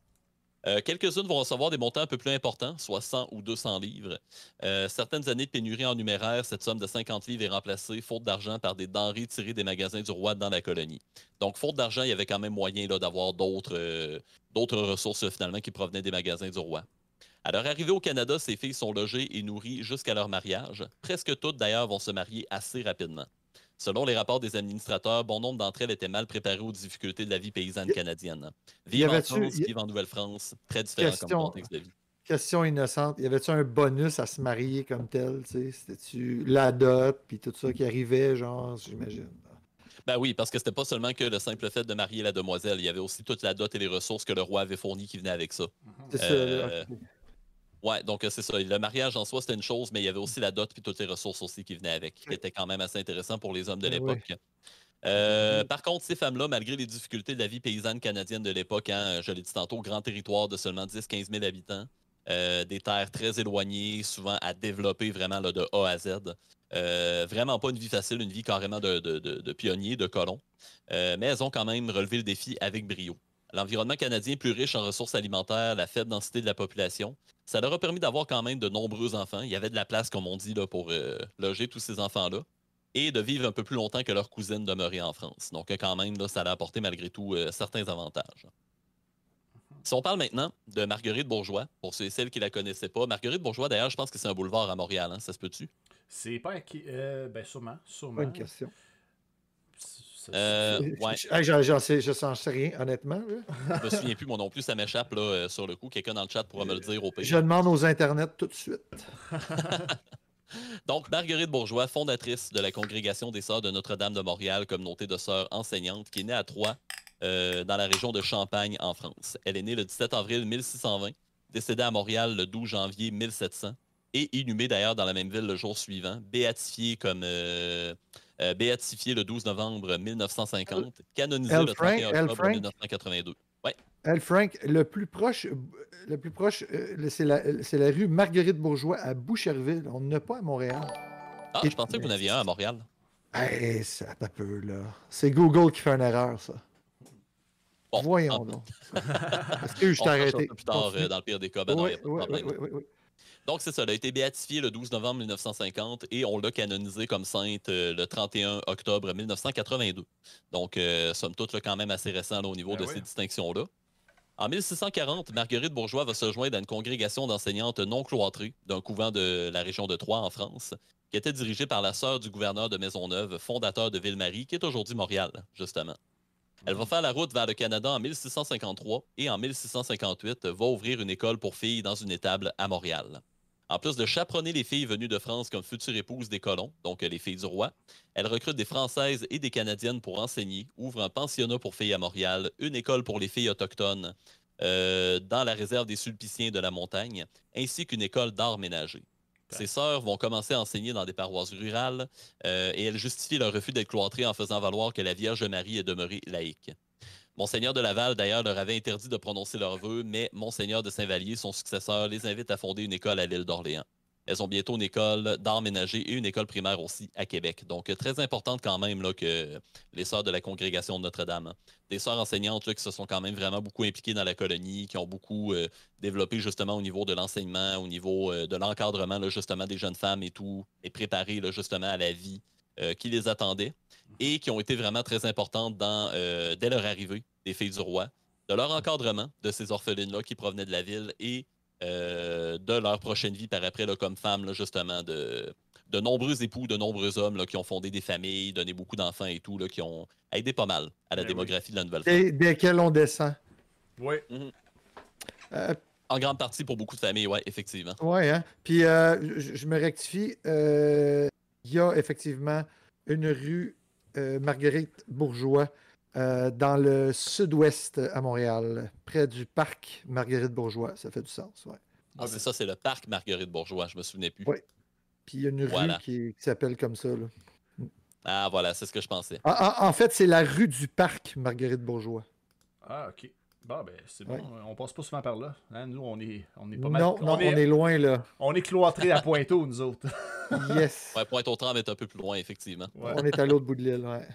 Euh, quelques-unes vont recevoir des montants un peu plus importants, soit cent ou deux cents livres. Euh, certaines années de pénurie en numéraire, cette somme de cinquante livres est remplacée, faute d'argent, par des denrées tirées des magasins du roi dans la colonie. Donc, faute d'argent, il y avait quand même moyen là, d'avoir d'autres, euh, d'autres ressources finalement qui provenaient des magasins du roi. À leur arrivée au Canada, ces filles sont logées et nourries jusqu'à leur mariage. Presque toutes, d'ailleurs, vont se marier assez rapidement. Selon les rapports des administrateurs, bon nombre d'entre elles étaient mal préparées aux difficultés de la vie paysanne canadienne. Vivre en France, vivre en Nouvelle-France, très différent question, comme contexte de vie. Question innocente, y avait-tu un bonus à se marier comme tel? C'était-tu la dot, puis tout ça qui arrivait, genre, j'imagine? Ben oui, parce que c'était pas seulement que le simple fait de marier la demoiselle, il y avait aussi toute la dot et les ressources que le roi avait fournies qui venaient avec ça. C'est euh, ça. Okay. Ouais, donc c'est ça. Le mariage en soi, c'était une chose, mais il y avait aussi la dot et toutes les ressources aussi qui venaient avec, qui était quand même assez intéressant pour les hommes de l'époque. Oui. Euh, par contre, ces femmes-là, malgré les difficultés de la vie paysanne canadienne de l'époque, hein, je l'ai dit tantôt, grand territoire de seulement dix à quinze mille habitants, euh, des terres très éloignées, souvent à développer vraiment là, de A à Z. Euh, vraiment pas une vie facile, une vie carrément de, de, de, de pionnier, de colon. Euh, mais elles ont quand même relevé le défi avec brio. L'environnement canadien plus riche en ressources alimentaires, la faible densité de la population, ça leur a permis d'avoir quand même de nombreux enfants. Il y avait de la place, comme on dit, là, pour euh, loger tous ces enfants-là et de vivre un peu plus longtemps que leurs cousines demeurées en France. Donc, quand même, là, ça a apporté malgré tout euh, certains avantages. Si on parle maintenant de Marguerite Bourgeois, pour ceux et celles qui ne la connaissaient pas, Marguerite Bourgeois, d'ailleurs, je pense que c'est un boulevard à Montréal, hein, ça se peut-tu? C'est pas acquis. Euh, ben, sûrement. sûrement. Pas une question. Euh, ouais. J'en sais, je n'en sais rien, honnêtement. Là. Je me souviens plus, moi non plus, ça m'échappe là, euh, sur le coup. Quelqu'un dans le chat pourra me le dire au pays. Je demande aux internets tout de suite. Donc, Marguerite Bourgeois, fondatrice de la Congrégation des Sœurs de Notre-Dame de Montréal, communauté de sœurs enseignantes, qui est née à Troyes, euh, dans la région de Champagne, en France. Elle est née le dix-sept avril mille six cent vingt, décédée à Montréal le douze janvier mille sept cents, et inhumée d'ailleurs dans la même ville le jour suivant, béatifiée comme... Euh, Euh, béatifié le douze novembre mille neuf cent cinquante, canonisé le trente et un octobre mille neuf cent quatre-vingt-deux. Ouais. L. Frank, le plus proche, le plus proche euh, c'est la, la rue Marguerite Bourgeois à Boucherville. On n'a pas à Montréal. Ah, et je pensais que vous en aviez un à Montréal. Hey, ça un peu, là. C'est Google qui fait une erreur, ça. Bon, voyons en... donc. Est-ce que je t'ai arrêté? Un peu plus tard, euh, dans le pire des cas, ben oui, non, il n'y a pas de oui, problème. Oui, oui, oui. Donc, c'est ça. Elle a été béatifiée le douze novembre mille neuf cent cinquante et on l'a canonisée comme sainte euh, le trente et un octobre mille neuf cent quatre-vingt-deux. Donc, euh, somme toute, là, quand même assez récent là, au niveau ben de oui. ces distinctions-là. En mille six cent quarante, Marguerite Bourgeois va se joindre à une congrégation d'enseignantes non cloîtrées d'un couvent de la région de Troyes, en France, qui était dirigée par la sœur du gouverneur de Maisonneuve, fondateur de Ville-Marie, qui est aujourd'hui Montréal, justement. Elle va faire la route vers le Canada en mille six cent cinquante-trois et en mille six cent cinquante-huit va ouvrir une école pour filles dans une étable à Montréal. En plus de chaperonner les filles venues de France comme futures épouses des colons, donc les filles du roi, elle recrute des Françaises et des Canadiennes pour enseigner, ouvre un pensionnat pour filles à Montréal, une école pour les filles autochtones euh, dans la réserve des Sulpiciens de la Montagne, ainsi qu'une école d'art ménager. Okay. Ces sœurs vont commencer à enseigner dans des paroisses rurales euh, et elles justifient leur refus d'être cloîtrées en faisant valoir que la Vierge Marie est demeurée laïque. Monseigneur de Laval, d'ailleurs, leur avait interdit de prononcer leurs vœux, mais Monseigneur de Saint-Vallier, son successeur, les invite à fonder une école à l'île d'Orléans. Elles ont bientôt une école d'art ménager et une école primaire aussi à Québec. Donc, très importante quand même là, que les sœurs de la Congrégation de Notre-Dame. Des sœurs enseignantes là, qui se sont quand même vraiment beaucoup impliquées dans la colonie, qui ont beaucoup euh, développé justement au niveau de l'enseignement, au niveau euh, de l'encadrement là, justement des jeunes femmes et tout, et préparées là, justement à la vie euh, qui les attendait. Et qui ont été vraiment très importantes dans, euh, dès leur arrivée des filles du roi, de leur encadrement de ces orphelines-là qui provenaient de la ville et euh, de leur prochaine vie par après là, comme femmes, là, justement, de, de nombreux époux, de nombreux hommes là, qui ont fondé des familles, donné beaucoup d'enfants et tout, là, qui ont aidé pas mal à la Ben démographie oui. de la Nouvelle-France. Dès, desquels on descend. Oui. Mhm. Euh, En grande partie pour beaucoup de familles, oui, effectivement. ouais, hein. Puis euh, je, je me rectifie. euh, Il y a effectivement une rue euh, Marguerite Bourgeois euh, dans le sud-ouest à Montréal, près du parc Marguerite Bourgeois. Ça fait du sens, ouais. Ah, Ouais, c'est ben, ça, c'est le parc Marguerite Bourgeois, je me souvenais plus. Ouais. Puis il y a une rue Voilà. qui, qui s'appelle comme ça, là. Ah, voilà, c'est ce que je pensais. En, en- en fait, c'est la rue du parc Marguerite Bourgeois. Ah, ok. Bon, ben, c'est bon. Ouais. On passe pas souvent par là. Hein, nous, on est, on est pas mal. Non, non, on, est, on est loin, là. on est cloîtrés à Pointeau, nous autres. Yes. Ouais, Pointe-aux-Trembles est un peu plus loin, effectivement. Ouais. On est à l'autre bout de l'île, ouais.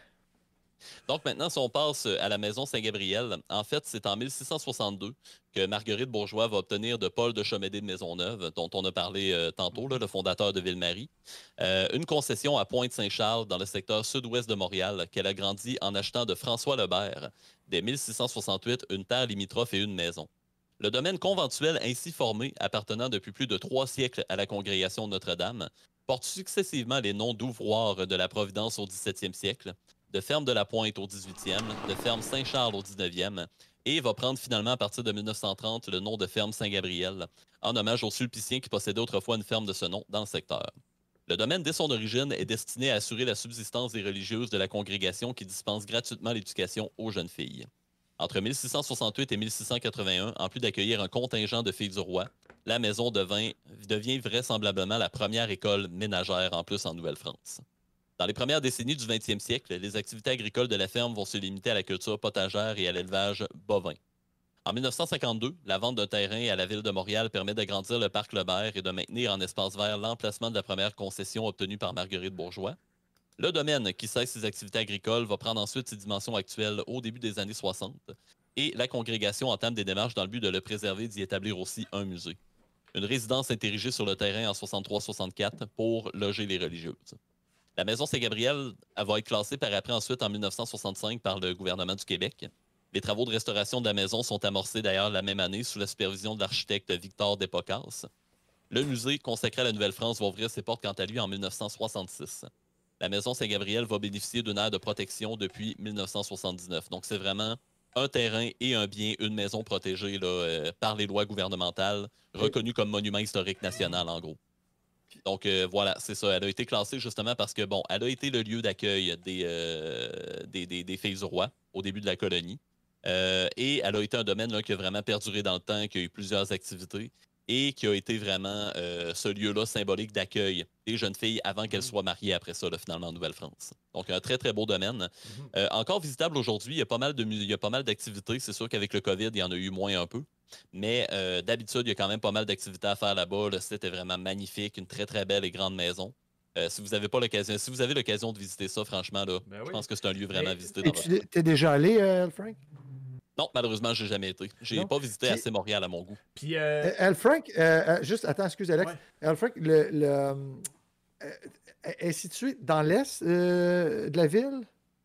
Donc maintenant, si on passe à la maison Saint-Gabriel, en fait, c'est en mille six cent soixante-deux que Marguerite Bourgeois va obtenir de Paul de Chomédé de Maisonneuve, dont on a parlé euh, tantôt, là, le fondateur de Ville-Marie, euh, une concession à Pointe-Saint-Charles, dans le secteur sud-ouest de Montréal, qu'elle a grandi en achetant de François Lebert, dès mille six cent soixante-huit, une terre limitrophe et une maison. Le domaine conventuel ainsi formé, appartenant depuis plus de trois siècles à la congrégation de Notre-Dame, porte successivement les noms d'ouvroirs de la Providence au dix-septième siècle, de ferme de la Pointe au dix-huitième, de ferme Saint-Charles au dix-neuvième, et va prendre finalement à partir de mille neuf cent trente le nom de ferme Saint-Gabriel, en hommage aux Sulpiciens qui possédaient autrefois une ferme de ce nom dans le secteur. Le domaine, dès son origine, est destiné à assurer la subsistance des religieuses de la congrégation qui dispense gratuitement l'éducation aux jeunes filles. Entre mille six cent soixante-huit et mille six cent quatre-vingt-un, en plus d'accueillir un contingent de filles du roi, la maison devint, devient vraisemblablement la première école ménagère en plus en Nouvelle-France. Dans les premières décennies du vingtième siècle, les activités agricoles de la ferme vont se limiter à la culture potagère et à l'élevage bovin. En mille neuf cent cinquante-deux, la vente d'un terrain à la ville de Montréal permet d'agrandir le parc Lebert et de maintenir en espace vert l'emplacement de la première concession obtenue par Marguerite Bourgeois. Le domaine, qui cesse ses activités agricoles, va prendre ensuite ses dimensions actuelles au début des années soixante, et la congrégation entame des démarches dans le but de le préserver et d'y établir aussi un musée. Une résidence est érigée sur le terrain en soixante-trois soixante-quatre pour loger les religieuses. La maison Saint-Gabriel va être classée par après ensuite en mille neuf cent soixante-cinq par le gouvernement du Québec. Les travaux de restauration de la maison sont amorcés d'ailleurs la même année sous la supervision de l'architecte Victor Despocasse. Le musée consacré à la Nouvelle-France va ouvrir ses portes quant à lui en mille neuf cent soixante-six. La maison Saint-Gabriel va bénéficier d'une aire de protection depuis mille neuf cent soixante-dix-neuf. Donc c'est vraiment un terrain et un bien, une maison protégée là, euh, par les lois gouvernementales, reconnue comme monument historique national en gros. Donc euh, voilà, c'est ça. Elle a été classée justement parce que, bon, elle a été le lieu d'accueil des, euh, des, des, des filles du roi au début de la colonie. Euh, et elle a été un domaine là, qui a vraiment perduré dans le temps, qui a eu plusieurs activités et qui a été vraiment euh, ce lieu-là symbolique d'accueil des jeunes filles avant qu'elles soient mariées après ça, là, finalement, en Nouvelle-France. Donc, un très, très beau domaine. Euh, encore visitable aujourd'hui, il y a pas mal de mu- il y a pas mal d'activités. C'est sûr qu'avec le COVID, il y en a eu moins un peu. Mais euh, d'habitude, il y a quand même pas mal d'activités à faire là-bas. Le site est vraiment magnifique, une très, très belle et grande maison. Euh, si vous avez pas l'occasion, si vous avez l'occasion de visiter ça, franchement, là, Ben je oui. pense que c'est un lieu vraiment Mais- à visiter dans votre... Et tu t'es déjà allé, euh, Frank? Non, malheureusement, j'ai jamais été. J'ai Non. pas visité Puis- assez Montréal à mon goût. Puis, euh, Euh, Al Frank, euh, euh, juste, attends, excuse Alex. ouais. Al Frank, le, le, euh, euh, est situé dans l'est euh, de la ville.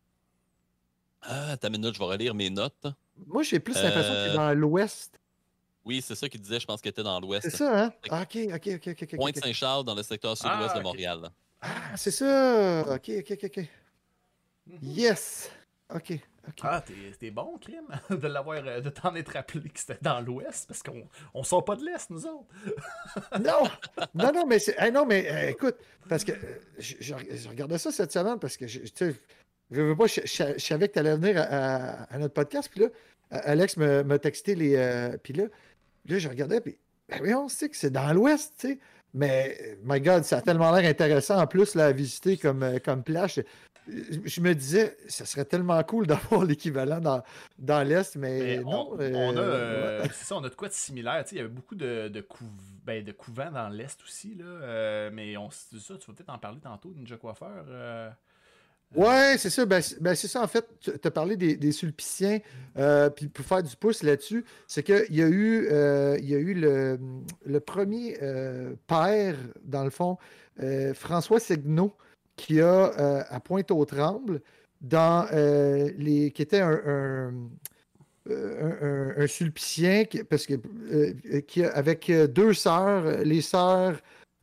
Ah, attends une minute, je vais relire mes notes. Moi, j'ai plus l'impression que c'est Euh, dans l'ouest. Oui, c'est ça qu'il disait, je pense qu'il était dans l'ouest. C'est ça, hein? Ah, ok, ok, ok, ok. ok, ok. Pointe-Saint-Charles, dans le secteur sud-ouest Ah, de ok. Montréal. Ah, c'est ça! Ok, ok, ok, ok. Mhm. Yes! Ok, ok. Ah, t'es t'es bon, Crime, de l'avoir, euh, de t'en être rappelé que c'était dans l'Ouest, parce qu'on on sort pas de l'Est, nous autres. Non! Non, non, mais c'est. eh, non, mais euh, écoute, parce que euh, je, je- je regardais ça cette semaine parce que je, tu sais, je veux pas, je, je- je savais que tu allais venir à, à- à notre podcast, puis là, euh, Alex me- m'a texté les. euh, puis là, là, je regardais, puis ben oui, on sait que c'est dans l'Ouest, tu sais. Mais, euh, my God, ça a tellement l'air intéressant en plus là, à visiter comme, euh, comme plage. Je, je me disais, ça serait tellement cool d'avoir l'équivalent dans, dans l'Est, mais, Mais non. on, euh, on a, euh, ouais. c'est ça, on a de quoi de similaire. Tu sais, il y avait beaucoup de, de, couv- ben, de couvents dans l'Est aussi, là. euh, mais on, c'est ça, tu vas peut-être en parler tantôt, Ninja Coiffeur. euh, Ouais, c'est ça. Ben, c'est ben, c'est ça, en fait. Tu as parlé des, des Sulpiciens. euh, puis pour faire du pouce là-dessus, c'est qu'il y a eu, euh, il y a eu le, le premier euh, père, dans le fond, euh, François Segnaud, qui a euh, à Pointe-aux-Trembles, dans euh, les, qui était un, un, euh, un- un- un Sulpicien, qui- parce que, euh, qui a- avec euh, deux sœurs, les sœurs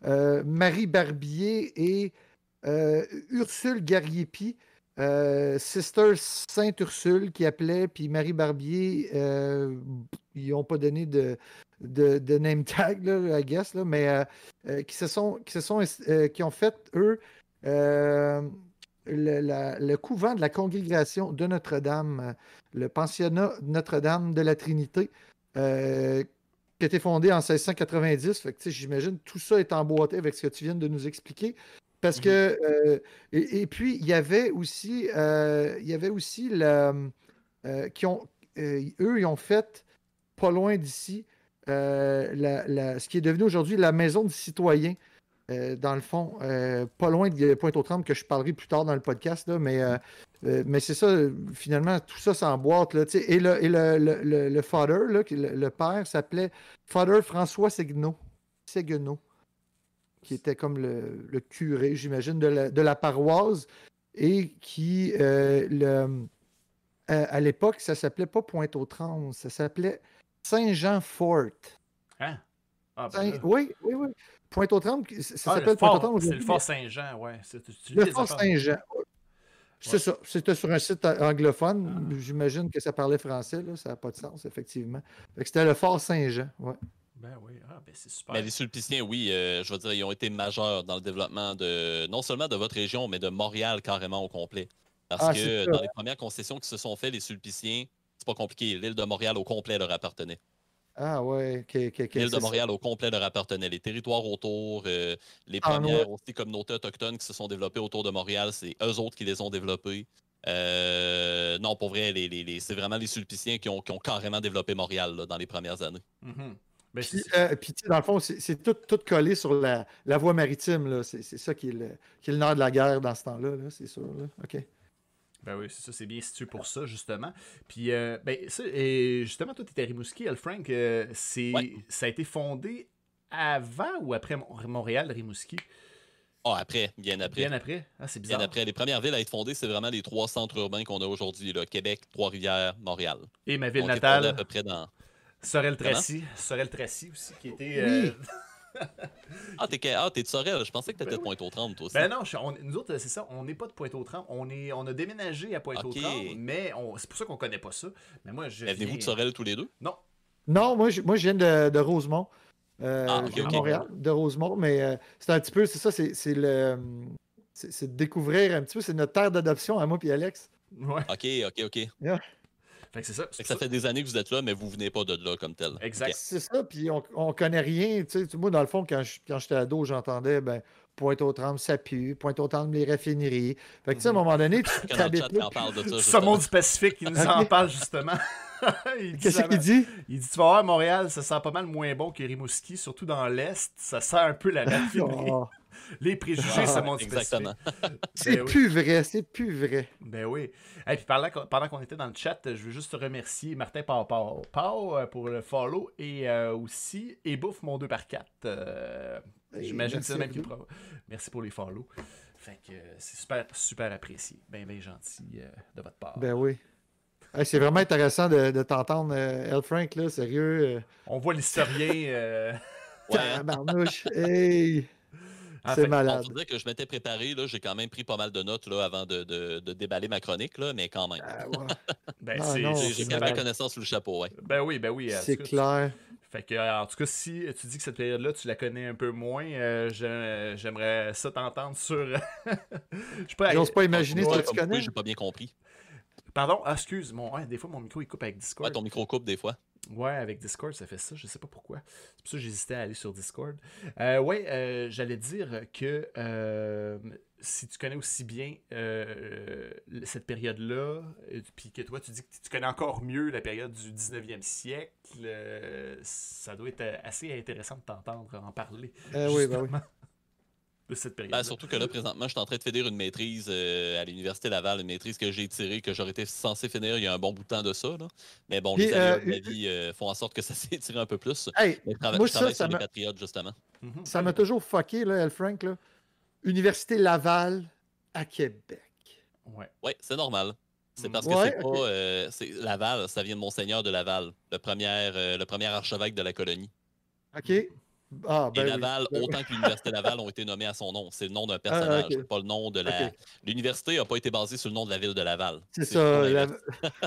euh, Marie Barbier et euh, Ursule Gariepi, euh, Sister Sainte-Ursule qui appelait, puis Marie Barbier, euh, ils n'ont pas donné de, de, de name tag, là, I guess, là, mais euh, euh, qui se sont, qui se sont, euh, qui ont fait, eux, euh, le, la- le couvent de la congrégation de Notre-Dame, euh, le pensionnat Notre-Dame de la Trinité, euh, qui a été fondé en seize cent quatre-vingt-dix. Fait que, tu sais, j'imagine tout ça est emboîté avec ce que tu viens de nous expliquer. Parce Mhm. que euh, et, et puis il y avait aussi euh, il y avait aussi le, euh, qui ont euh, eux ils ont fait pas loin d'ici euh, la- la- ce qui est devenu aujourd'hui la maison du citoyen. Euh, dans le fond, euh, pas loin de Pointe-aux-Trembles, que je parlerai plus tard dans le podcast, là, mais, euh, euh, mais c'est ça, euh, finalement, tout ça s'emboîte. Là, tu sais. Et le, et le, le, le, le father, là, qui- le, le père, s'appelait Father François Séguenot, Séguenot, qui était comme le, le curé, j'imagine, de la, de la paroisse, et qui, euh, le, à, à l'époque, ça s'appelait pas Pointe-aux-Trembles, ça s'appelait Saint-Jean-Fort. Hein? Ah, ben Saint- là. Oui, oui, oui. Pointe-aux-Trembles, ça Ah, le s'appelle fort, Pointe-aux-Trembles c'est le aujourd'hui, mais fort Saint-Jean, ouais. C'est- Tu, tu lis le des Fort affaires. Saint-Jean. Ouais. C'est ça. C'était sur un site a- anglophone. Ah, J'imagine que ça parlait français, là. Ça n'a pas de sens, effectivement. Fait que c'était le Fort Saint-Jean. Ouais. ben oui. Ah, ben c'est Mais super. les Sulpiciens, oui, euh, je veux dire, ils ont été majeurs dans le développement de non seulement de votre région, mais de Montréal carrément au complet. Parce Ah, c'est que ça. dans les premières concessions qui se sont faites, les Sulpiciens, c'est pas compliqué, l'île de Montréal au complet leur appartenait. Ah, ouais. ok, ok, ok, L'île de c'est ça. Montréal au complet leur appartenait. Les territoires autour, euh, les En premières ouest. aussi communautés autochtones qui se sont développées autour de Montréal, c'est eux autres qui les ont développées. Euh, non, pour vrai, les, les- les- c'est vraiment les Sulpiciens qui ont, qui ont carrément développé Montréal là, dans les premières années. Mhm. Ben, Puis, c'est- euh, puis, tu sais, dans le fond, c'est c'est tout, tout collé sur la, la voie maritime, là. C'est c'est ça qui est, le, qui est le nerf de la guerre dans ce temps-là, là, c'est sûr, là. OK. ben oui, c'est ça, c'est bien situé pour ça, justement. Puis, euh, ben, ça, et justement, toi, tu étais à Rimouski, L. Frank. euh, c'est, Ouais. ça a été fondé avant ou après Mon- Montréal, Rimouski? Ah, après, bien après. Bien après? Ah, c'est Bien bizarre. après. Les premières villes à être fondées, c'est vraiment les trois centres urbains qu'on a aujourd'hui, là, Québec, Trois-Rivières, Montréal. Et ma Ils ville ont été fondés à natale, peu près dans. Sorel-Tracy. Sorel-Tracy aussi, qui était... Oui. euh, Ah, t'es ah, t'es de Sorel. Je pensais que t'étais Ben de Pointe-aux-Trembles, toi aussi. Ben non, je- on- nous autres, c'est ça, on n'est pas de Pointe-aux-Trembles. On, est, on a déménagé à Pointe-aux-Trembles, Ok. mais on- c'est pour ça qu'on connaît pas ça. Mais moi, je Mais venez-vous viens- de Sorel tous les deux? Non. Non, moi, je, moi, je viens de, de Rosemont. Euh, Ah, je ok, viens de ok. Montréal, de Rosemont, mais euh, c'est un petit peu, c'est ça, c'est c'est le. C'est c'est de découvrir un petit peu, c'est notre terre d'adoption à moi et Alex. Ouais. Ok, ok, ok. Fait que c'est ça. Fait c'est que ça pour fait des années que vous êtes là, mais vous venez pas de là comme tel. Exact. Ok. C'est ça, puis on, on connaît rien. Tu sais, moi, dans le fond, quand je- quand j'étais ado, j'entendais ben, Pointe-aux-Trembles, ça pue, Pointe-aux-Trembles, les raffineries. Fait que, tu sais, à un moment donné, tu Que dans le t'habites chat, là. on parle de ça. ça. justement. Saumon du Pacifique, il nous Ok. en parle justement. il, dit Qu'est-ce ça- qu'il dit? il dit tu vas voir, Montréal, ça sent pas mal moins bon que Rimouski, surtout dans l'Est. Ça sent un peu la raffinerie. Oh, Les préjugés, Ah, ça monte du exactement. Pacifique. c'est Ben oui. plus vrai, c'est plus vrai. Ben oui. Et puis pendant qu'on pendant qu'on était dans le chat, je veux juste te remercier Martin Pau Pau Pau, euh, pour le follow et euh, aussi Ebouffe mon deux par quatre. Euh, Hey, J'imagine que c'est le même merci qui à pro- Merci pour les follow. Fait que euh, c'est super, super apprécié. Ben, ben gentil euh, de votre part. Ben oui. Hey, c'est vraiment intéressant de, de t'entendre, euh, L. Frank, là, sérieux. euh, On voit l'historien. euh, Ouais. Tabarnouche. Hey! Ah, C'est fait- Bon, malade. faut dire que je m'étais préparé, là, j'ai quand même pris pas mal de notes là, avant de, de- de déballer ma chronique, là, mais quand même. Ah, ouais. Ben, Ah, c'est- non, J'ai c'est j'ai c'est quelques malade. connaissances sous le chapeau, ouais. Ben oui, ben oui. en C'est tout cas, clair. Fait que, euh, en tout cas, si tu dis que cette période-là, tu la connais un peu moins, euh, je- j'aimerais ça t'entendre sur. Je sais pas. J'ose pas imaginer ce Ouais, que tu Comme connais. oui, j'ai pas bien compris. Pardon, ah, excuse, mon, ouais, des fois mon micro il coupe avec Discord. Ouais, ton micro coupe des fois. Ouais, avec Discord, ça fait ça, je sais pas pourquoi. C'est pour ça que j'hésitais à aller sur Discord. Euh, ouais, euh, j'allais dire que euh, si tu connais aussi bien euh, cette période-là, euh, puis que toi tu dis que tu connais encore mieux la période du dix-neuvième siècle, euh, ça doit être assez intéressant de t'entendre en parler. Euh, oui, ben oui. justement, de cette période. Ben, surtout que là, présentement, je suis en train de finir une maîtrise euh, à l'Université Laval, une maîtrise que j'ai tirée, que j'aurais été censé finir il y a un bon bout de temps de ça. Là. Mais bon, Puis, les aléas de euh, la vie euh, font en sorte que ça s'est tiré un peu plus. Hey, Mais je trava- moi, je ça, travaille ça sur les m'a- Patriotes, justement. Mhm. ça m'a toujours fucké, là, L. Frank, là. Université Laval à Québec. Ouais. Oui, c'est normal. C'est Mm. parce que Ouais, c'est ok. pas. euh, c'est Laval, ça vient de Monseigneur de Laval, le premier, euh, le premier archevêque de la colonie. OK. Ah, Et ben Laval, oui. autant que l'Université Laval, ont été nommés à son nom. C'est le nom d'un personnage, Ah, ok. pas le nom de la... Ok. L'université n'a pas été basée sur le nom de la ville de Laval. C'est C'est plutôt ça. La... l'inverse.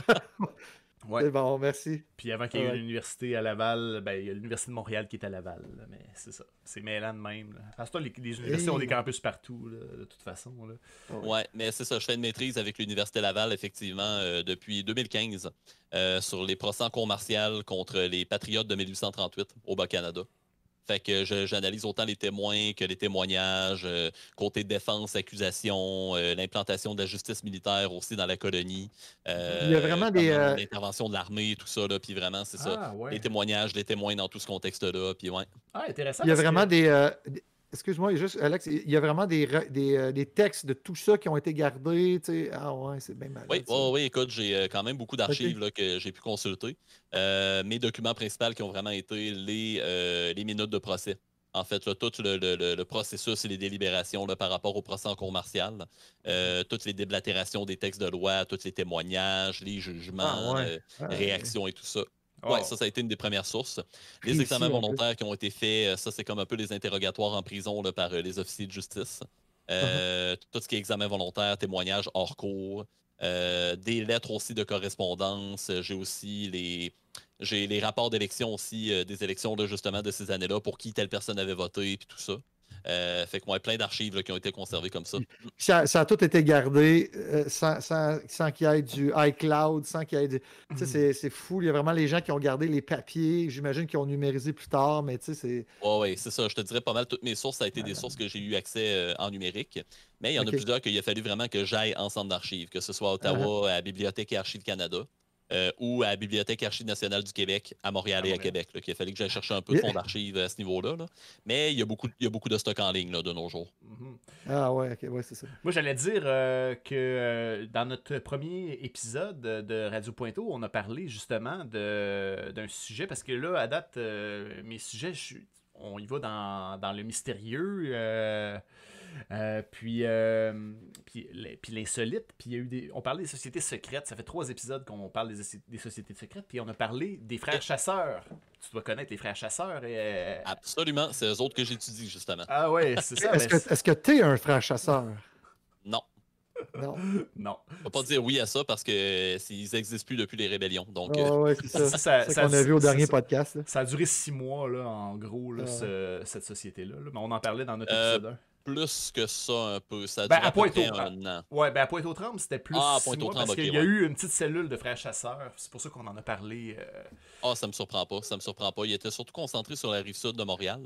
Ouais. C'est bon, merci. Puis avant qu'il y ait Alright. l'université à Laval, ben, il y a l'Université de Montréal qui est à Laval. Là, mais c'est ça. C'est mêlant de même. Là. À ce temps, les, les universités ont des Hey. campus partout, là, de toute façon. Là. Ah oui. Ouais, mais c'est ça. Je fais une maîtrise avec l'Université Laval, effectivement, euh, depuis deux mille quinze, euh, sur les procès en cour martiale contre les Patriotes de mille huit cent trente-huit au Bas-Canada. Fait que je- j'analyse autant les témoins que les témoignages, euh, côté défense, accusation, euh, l'implantation de la justice militaire aussi dans la colonie, euh, Il y a vraiment des, comment euh, l'intervention de l'armée, tout ça, là, puis vraiment, c'est ça. Ah, ouais. Les témoignages, les témoins dans tout ce contexte-là, puis ouais. Ah, intéressant. Il y a parce vraiment que... des. euh, des- Excuse-moi, juste, Alex, il y a vraiment des, re- des, euh, des textes de tout ça qui ont été gardés. Tu sais. Ah ouais, c'est bien malade. Oui, ça. ouais, ouais, écoute, j'ai euh, quand même beaucoup d'archives là, que j'ai pu consulter. Euh, mes documents principaux qui ont vraiment été les, euh, les minutes de procès. En fait, là, tout le, le- le- le processus et les délibérations là, par rapport au procès en cour martiale, euh, toutes les déblatérations des textes de loi, tous les témoignages, les jugements, Ah ouais. euh, Ah, réactions et tout ça. Oh. Ouais, ça, ça a été une des premières sources. Les Précis, examens en plus. volontaires qui ont été faits, euh, ça, c'est comme un peu les interrogatoires en prison là, par euh, les officiers de justice. Uh-huh. Euh, Tout ce qui est examen volontaire, témoignages hors cours, euh, des lettres aussi de correspondance. J'ai aussi les, j'ai les rapports d'élection aussi, euh, des élections là, justement de ces années-là, pour qui telle personne avait voté, puis tout ça. Euh, fait que moi, plein d'archives là, qui ont été conservées comme ça. Ça, ça a tout été gardé euh, sans, sans, sans qu'il y ait du iCloud, sans qu'il y ait du. Tu sais, c'est- c'est fou. Il y a vraiment les gens qui ont gardé les papiers. J'imagine qu'ils ont numérisé plus tard, mais tu sais, c'est. Ouais, ouais, c'est ça. Je te dirais pas mal. Toutes mes sources, ça a été des Malade. sources que j'ai eu accès euh, en numérique. Mais il y en Ok. a plusieurs qu'il a fallu vraiment que j'aille en centre d'archives, que ce soit à Ottawa, à la Bibliothèque et Archives Canada, euh, ou à la Bibliothèque et Archives nationales du Québec, à Montréal À et à Montréal. Québec. Là, qu'il a fallu que j'aille chercher un peu de fonds d'archives à ce niveau-là. Là. Mais il y a beaucoup, il y a beaucoup de stock en ligne là, de nos jours. Mhm. Ah ouais, ok, ouais, c'est ça. Moi, j'allais dire euh, que euh, dans notre premier épisode de Radio Pointeau, on a parlé justement de- d'un sujet, parce que là, à date, euh, mes sujets, je suis- on y va dans, dans le mystérieux, euh, euh, puis, euh, puis, les- puis l'insolite, puis il y a eu des... On parlait des sociétés secrètes, ça fait trois épisodes qu'on parle des, des sociétés secrètes, puis on a parlé des frères chasseurs. Tu dois connaître les frères chasseurs. Et, euh, Absolument. C'est eux autres que j'étudie, justement. Ah ouais, c'est ça. Est-ce ben, que est-ce que t'es un frère chasseur? Non. Non. Non. On va pas dire oui à ça parce que euh, ils n'existent plus depuis les rébellions. Donc, euh, Ah ouais, c'est ça. Ça, ça- C'est ça- ça qu'on a vu au ça- dernier ça- podcast. là. Ça a duré six mois, là, en gros, là, Ah. ce- cette société-là. là. Mais on en parlait dans notre Euh, épisode un. plus que ça un peu. Ça a Ben, duré à à peu près Pointe-aux-Trembles. un an. Ouais, ben à Pointe-aux-Trembles, c'était plus Ah, à six mois Pointe-aux-Trembles, parce ok, qu'il y a ouais. eu une petite cellule de frères chasseurs. C'est pour ça qu'on en a parlé. euh, Ah, ça me surprend pas, ça me surprend pas. Il était surtout concentré sur la rive sud de Montréal.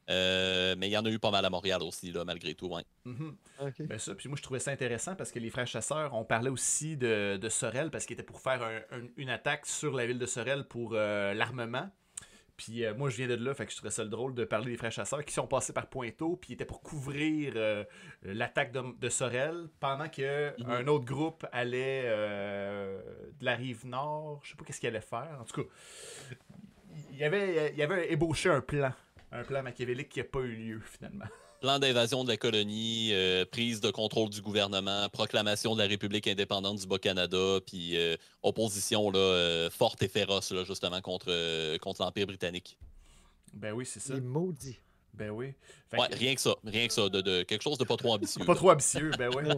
Euh, mais il y en a eu pas mal à Montréal aussi, là, malgré tout. Ouais. mhm. Ok. Ben ça, puis moi je trouvais ça intéressant parce que les frères chasseurs, on parlait aussi de, de Sorel parce qu'ils étaient pour faire un- un- une attaque sur la ville de Sorel pour euh, l'armement. Puis euh, moi je viens de là, fait que je trouvais ça drôle de parler des frères chasseurs qui sont passés par Pointeau, puis ils étaient pour couvrir euh, l'attaque de, de Sorel pendant que Mhm. un autre groupe allait euh, de la rive nord. Je sais pas qu'est-ce qu'il allait faire. En tout cas, il y avait, il y avait ébauché un plan. Un plan machiavélique qui n'a pas eu lieu finalement. Plan d'invasion de la colonie, euh, prise de contrôle du gouvernement, proclamation de la République indépendante du Bas-Canada, puis euh, opposition là, euh, forte et féroce là, justement contre, euh, contre l'Empire britannique. Ben oui, c'est ça. Les maudits. Ben oui. Fait Ouais, que- rien que ça, rien que ça, de, de- quelque chose de pas trop ambitieux. Pas là. trop ambitieux, ben oui.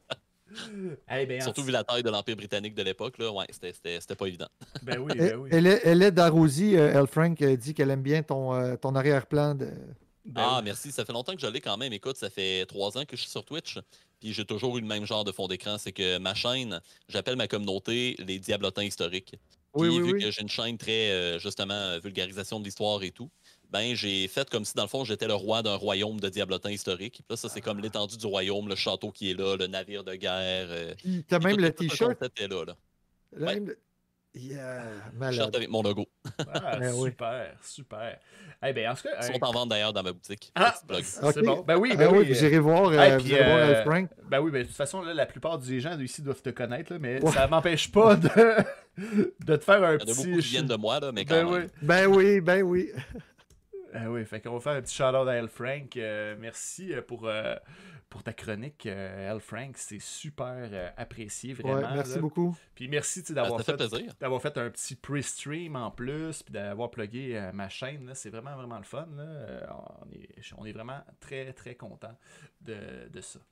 Eh ben, Surtout en- vu la taille de l'Empire britannique de l'époque, là, ouais, c'était- c'était c'était pas évident. Ben oui, Elle, ben oui. elle est, elle est d'Arrosie, euh, Elle Frank euh, dit qu'elle aime bien ton, euh, ton arrière-plan. De... Ben Ah, oui. merci. Ça fait longtemps que je l'ai quand même. Écoute, ça fait trois ans que je suis sur Twitch. Puis j'ai toujours eu le même genre de fond d'écran. C'est que ma chaîne, j'appelle ma communauté les Diablotins historiques. Puis Oui, oui, vu oui. que j'ai une chaîne très, euh, justement, euh, vulgarisation de l'histoire et tout, ben j'ai fait comme si, dans le fond, j'étais le roi d'un royaume de Diablotins historiques. Puis là, ça, c'est comme l'étendue du royaume, le château qui est là, le navire de guerre. euh, Puis t'as puis même tout- le tout t-shirt. concept est là, là. là, même le- Yeah, T-shirt malade. avec mon logo. Ah, Ben oui. super, super. Eh ben, en tout cas, Ils un- sont en vente d'ailleurs dans ma boutique. Ah, Petit plug. c'est Ok. bon. Ben oui, Ah ben oui, oui. puis j'irai voir, euh, Hey, vous puis, irez voir euh, Elle Frank. Ben oui, ben de toute façon, là, la plupart des gens d'ici doivent te connaître, là, mais Ouais. ça m'empêche pas de... de te faire un Il y en a beaucoup qui petit... viennent de moi, là, mais quand Ben même. oui. Ben oui, ben oui. Ah oui, fait qu'on va faire un petit shout-out à Elle Frank. Euh, merci euh, pour, euh, pour ta chronique, euh, L. Frank. C'est super euh, apprécié, vraiment. Ouais, merci là. beaucoup. Puis merci Ah, d'avoir ça fait, fait plaisir. d'avoir fait un petit pre-stream en plus, puis d'avoir plugué euh, ma chaîne. Là. C'est vraiment, vraiment le fun. Là. Euh, on, est, on est vraiment très, très content de, de ça.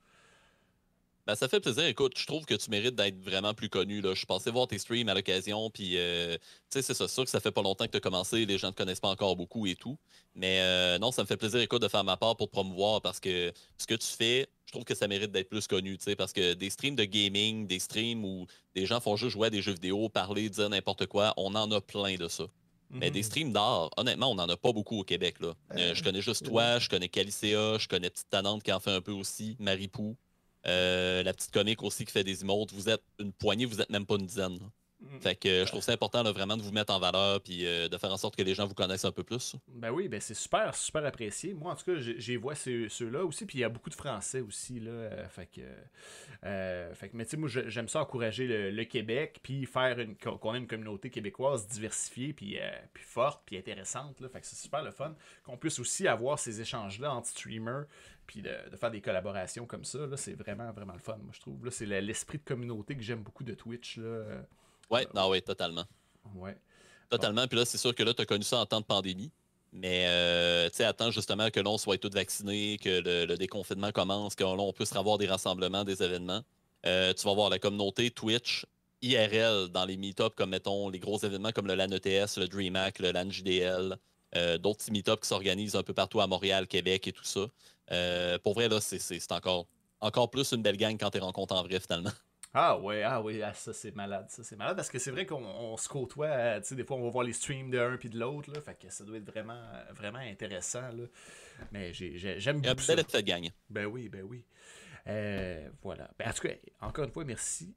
Ben, ça fait plaisir. Écoute, je trouve que tu mérites d'être vraiment plus connu. Là. Je suis passé voir tes streams à l'occasion, puis euh, tu sais, c'est ça, sûr que ça fait pas longtemps que tu as commencé, les gens ne te connaissent pas encore beaucoup et tout. Mais euh, non, ça me fait plaisir, écoute, de faire ma part pour te promouvoir parce que ce que tu fais, je trouve que ça mérite d'être plus connu, tu sais, parce que des streams de gaming, des streams où des gens font juste jouer à des jeux vidéo, parler, dire n'importe quoi, on en a plein de ça. Mais des Mhm. streams d'art, honnêtement, on n'en a pas beaucoup au Québec. Là. Euh, je connais juste toi, je connais Calicea, je connais Petite Tanante qui en fait un peu aussi, Marie-Pou. Euh, la petite comique aussi qui fait des emotes. Vous êtes une poignée, vous êtes même pas une dizaine. Là. Mhm. Fait que euh, je trouve ça important là, vraiment de vous mettre en valeur puis euh, de faire en sorte que les gens vous connaissent un peu plus. Ben oui, ben c'est super, super apprécié. Moi, en tout cas, j'ai- j'ai vois ceux- ceux-là aussi, puis il y a beaucoup de Français aussi, là. euh, fait que, euh, fait que, mais tu sais, moi, je- j'aime ça encourager le, le Québec, puis faire une, qu'on qu'on ait une communauté québécoise diversifiée, puis, euh, puis forte, puis intéressante, là. Fait que c'est super le fun. Qu'on puisse aussi avoir ces échanges-là entre streamers, puis de, de faire des collaborations comme ça, là, c'est vraiment, vraiment le fun, moi, je trouve. Là, c'est le- l'esprit de communauté que j'aime beaucoup de Twitch, là. euh, Ouais, non, ouais, totalement. Ouais. Totalement. Puis là, c'est sûr que là, tu as connu ça en temps de pandémie. Mais euh, tu sais, attends justement que l'on soit tous vaccinés, que le, le déconfinement commence, que l'on puisse avoir des rassemblements, des événements. Euh, tu vas voir la communauté Twitch, I R L, dans les meet-ups, comme mettons les gros événements comme le LAN E T S, le DreamHack, le LAN J D L, euh, d'autres petits meet-ups qui s'organisent un peu partout à Montréal, Québec et tout ça. Euh, pour vrai, là, c'est c'est- c'est encore, encore plus une belle gang quand tu les rencontres en vrai, finalement. Ah ouais, ah oui, ah, ça c'est malade, ça c'est malade parce que c'est vrai qu'on on se côtoie, euh, tu sais, des fois on va voir les streams de un puis de l'autre, là, fait que ça doit être vraiment, euh, vraiment intéressant, là. Mais j'ai- j'ai- j'aime Il y a un beaucoup ça. bel effet de gang. Ben oui, ben oui. Euh, voilà. Ben, en tout cas, encore une fois, merci.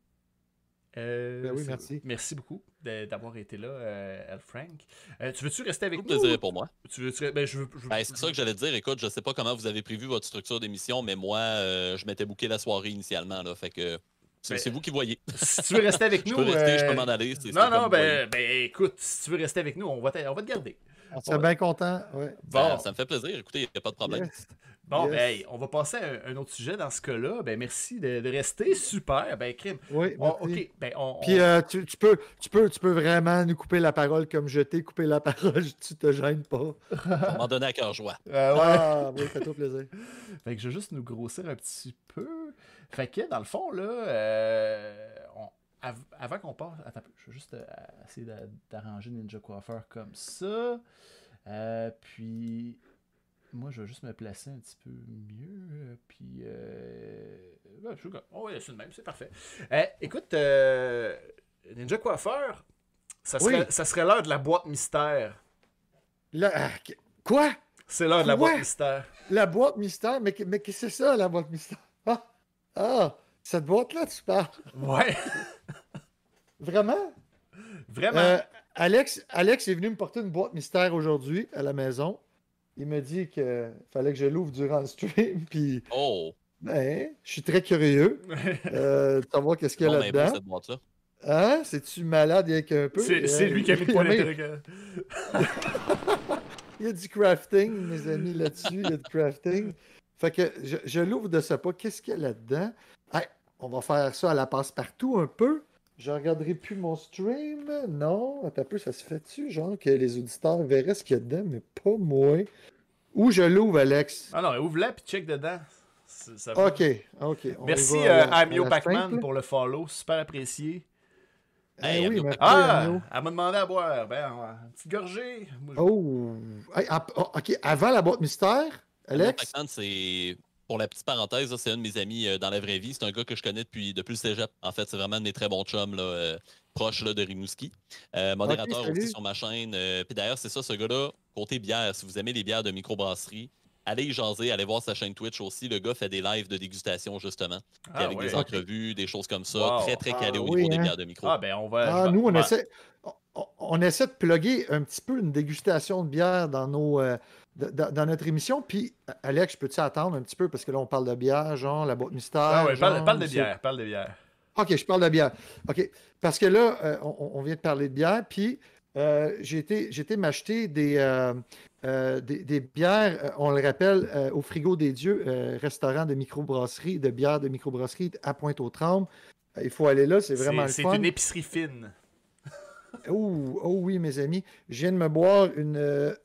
Euh, Ben oui, c'est- merci. Merci beaucoup de- d'avoir été là, euh, L. Frank. Euh, tu veux-tu rester avec Tout nous? plaisir pour moi. Tu veux ben, je veux, je veux- Ben, c'est ça que j'allais te dire. Écoute, je sais pas comment vous avez prévu votre structure d'émission, mais moi, euh, je m'étais booké la soirée initialement. Là, fait que c'est Ben, c'est vous qui voyez. Si tu veux rester avec Je nous. peux rester, je peux euh, m'en aller. c'est- c'est Non, comme non, vous ben, ben écoute, si tu veux rester avec nous, on va te, on va te garder. On serait bien content. Ouais. Bon, Ça, ça me fait plaisir. Écoutez, il n'y a pas de problème. Yes. bon Yes. ben, hey, on va passer à un, un autre sujet dans ce cas-là. Ben, merci de, de rester. Super. Ben, crime. Oui, On- merci. ok, ben, on. Puis on- euh, tu, tu peux, tu, peux, tu peux vraiment nous couper la parole comme je t'ai coupé la parole. Tu te gênes pas. Je vais m'en donner à cœur joie. Euh, ouais. Ah, oui, fais-toi plaisir. Fait que je vais juste nous grossir un petit peu. Fait que, dans le fond, là, euh, on- av- avant qu'on passe. Attends un peu, je vais juste euh, essayer d'a- d'arranger Ninja Coiffeur comme ça. Euh, puis, moi, je vais juste me placer un petit peu mieux. Puis, euh... ouais, je suis comme- oh, ouais, c'est le même, c'est parfait. Euh, écoute, euh, Ninja Coiffeur, ça serait, Oui. ça serait l'heure de la boîte mystère. Là, ah, qu- quoi? C'est l'heure de la Quoi? boîte mystère. La boîte mystère? Mais, que- mais qu'est-ce que c'est ça, la boîte mystère? Ah, ah cette boîte-là, tu parles. Ouais, Vraiment? vraiment. Euh, Alex, Alex est venu me porter une boîte mystère aujourd'hui à la maison. Il m'a dit qu'il fallait que je l'ouvre durant le stream. Puis, Oh! ben, je suis très curieux euh, de savoir qu'est-ce qu'il y a Bon, ben, là-dedans. cette boîte-là. Hein? C'est-tu malade il y a qu'un peu? C'est c'est Euh, lui qui a mis le point d'interrogation. Il y a du crafting, mes amis, là-dessus. Il y a du crafting. Fait que je, je l'ouvre de ce pas. Qu'est-ce qu'il y a là-dedans? Hey, on va faire ça à la passe-partout un peu. Je regarderai plus mon stream. Non, attends un peu, ça se fait-tu? Genre que les auditeurs verraient ce qu'il y a dedans, mais pas moi. Où je l'ouvre, Alex? Ah non, ouvre-la puis check dedans. C'est- ça va. Ok, ok. on Merci y va à euh, la- à à Mio la Pacman simple. pour le follow, super apprécié. Eh Hey, oui, Amio merci, Ah, Amio. elle m'a demandé à boire. Ben, une petite gorgée. Moi, je- Oh! Hey, ah, oh, ok, avant la boîte mystère, Alex? Pac-Man, c'est. Pour la petite parenthèse, là, c'est un de mes amis euh, dans la vraie vie. C'est un gars que je connais depuis, depuis le cégep. En fait, c'est vraiment un de mes très bons chums, là, euh, proche là, de Rimouski. Euh, modérateur Ok, salut. aussi sur ma chaîne. Euh, Puis d'ailleurs, c'est ça, ce gars-là, côté bière, si vous aimez les bières de microbrasserie, allez y jaser, allez voir sa chaîne Twitch aussi. Le gars fait des lives de dégustation, justement. Puis Ah, avec ouais. des entrevues, des choses comme ça. Wow. Très, très calé Ah, au oui, niveau hein. des bières de micro. Ah, ben, on va. Ah, je vais- nous, on ouais. essaie, on, on essaie de plugger un petit peu une dégustation de bière dans, nos, euh, de- dans, dans notre émission. Puis, Alex, peux-tu attendre un petit peu? Parce que là, on parle de bière, genre, la boîte mystère. Ah, ouais, parle, genre, parle de c'est- bière. Parle de bière. OK, je parle de bière. OK. Parce que là, euh, on, on vient de parler de bière. Puis, Euh, j'ai été, j'ai été m'acheter des, euh, euh, des, des bières, euh, on le rappelle, euh, au Frigo des Dieux, euh, restaurant de microbrasserie, de bières de microbrasserie à Pointe-aux-Trembles. Euh, il faut aller là, c'est vraiment C'est le c'est fun. une épicerie fine. Oh, oh oui, mes amis, je viens de me boire une, euh,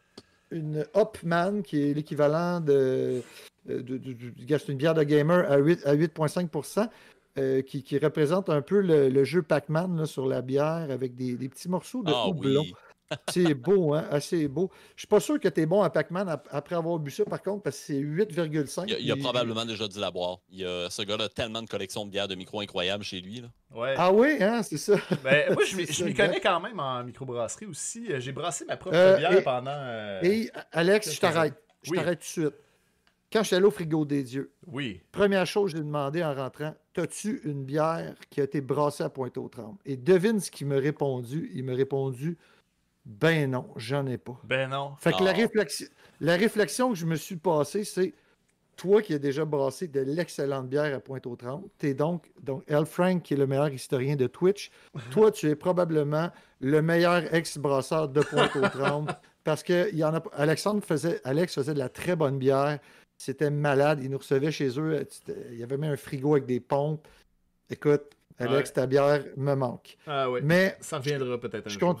une Hopman, qui est l'équivalent de, de, de, de- de- c'est une bière de gamer à huit à huit virgule cinq pour cent, euh, qui, qui représente un peu le, le jeu Pac-Man là, sur la bière avec des, des petits morceaux de Ah houblon. oui. C'est beau, hein? Assez beau. Je suis pas sûr que tu es bon à Pac-Man ap- après avoir bu ça, par contre, parce que c'est huit virgule cinq. Il a, il a puis- probablement déjà dû la boire. Il a, ce gars-là a tellement de collections de bières de micro incroyables chez lui. Là. Ouais. Ah oui, hein? C'est ça. Ben, moi, je m'y C'est je ça, m'y exact. connais quand même en microbrasserie aussi. Euh, J'ai brassé ma propre Euh, bière et- pendant. euh, Et Alex, je quelques années. t'arrête. Je Oui. t'arrête tout de suite. Quand je suis allé au Frigo des Dieux, Oui. première chose que j'ai demandé en rentrant, t'as-tu une bière qui a été brassée à Pointe-aux-Trembles? Et devine ce qu'il m'a répondu. Il m'a répondu, ben non, j'en ai pas. Ben non. Fait que la, Ah. réflexion, la réflexion que je me suis passée, c'est toi qui as déjà brassé de l'excellente bière à Pointe-aux-Trembles, t'es donc, donc L. Frank, qui est le meilleur historien de Twitch. Toi, tu es probablement le meilleur ex-brasseur de Pointe-aux-Trembles parce que il y en a, Alexandre faisait, Alex faisait de la très bonne bière. C'était malade. Il nous recevait chez eux. Il y avait même un frigo avec des pompes. Écoute, Alex, Ouais. ta bière me manque. Ah ouais. Mais Ça reviendra peut-être un je jour. compte.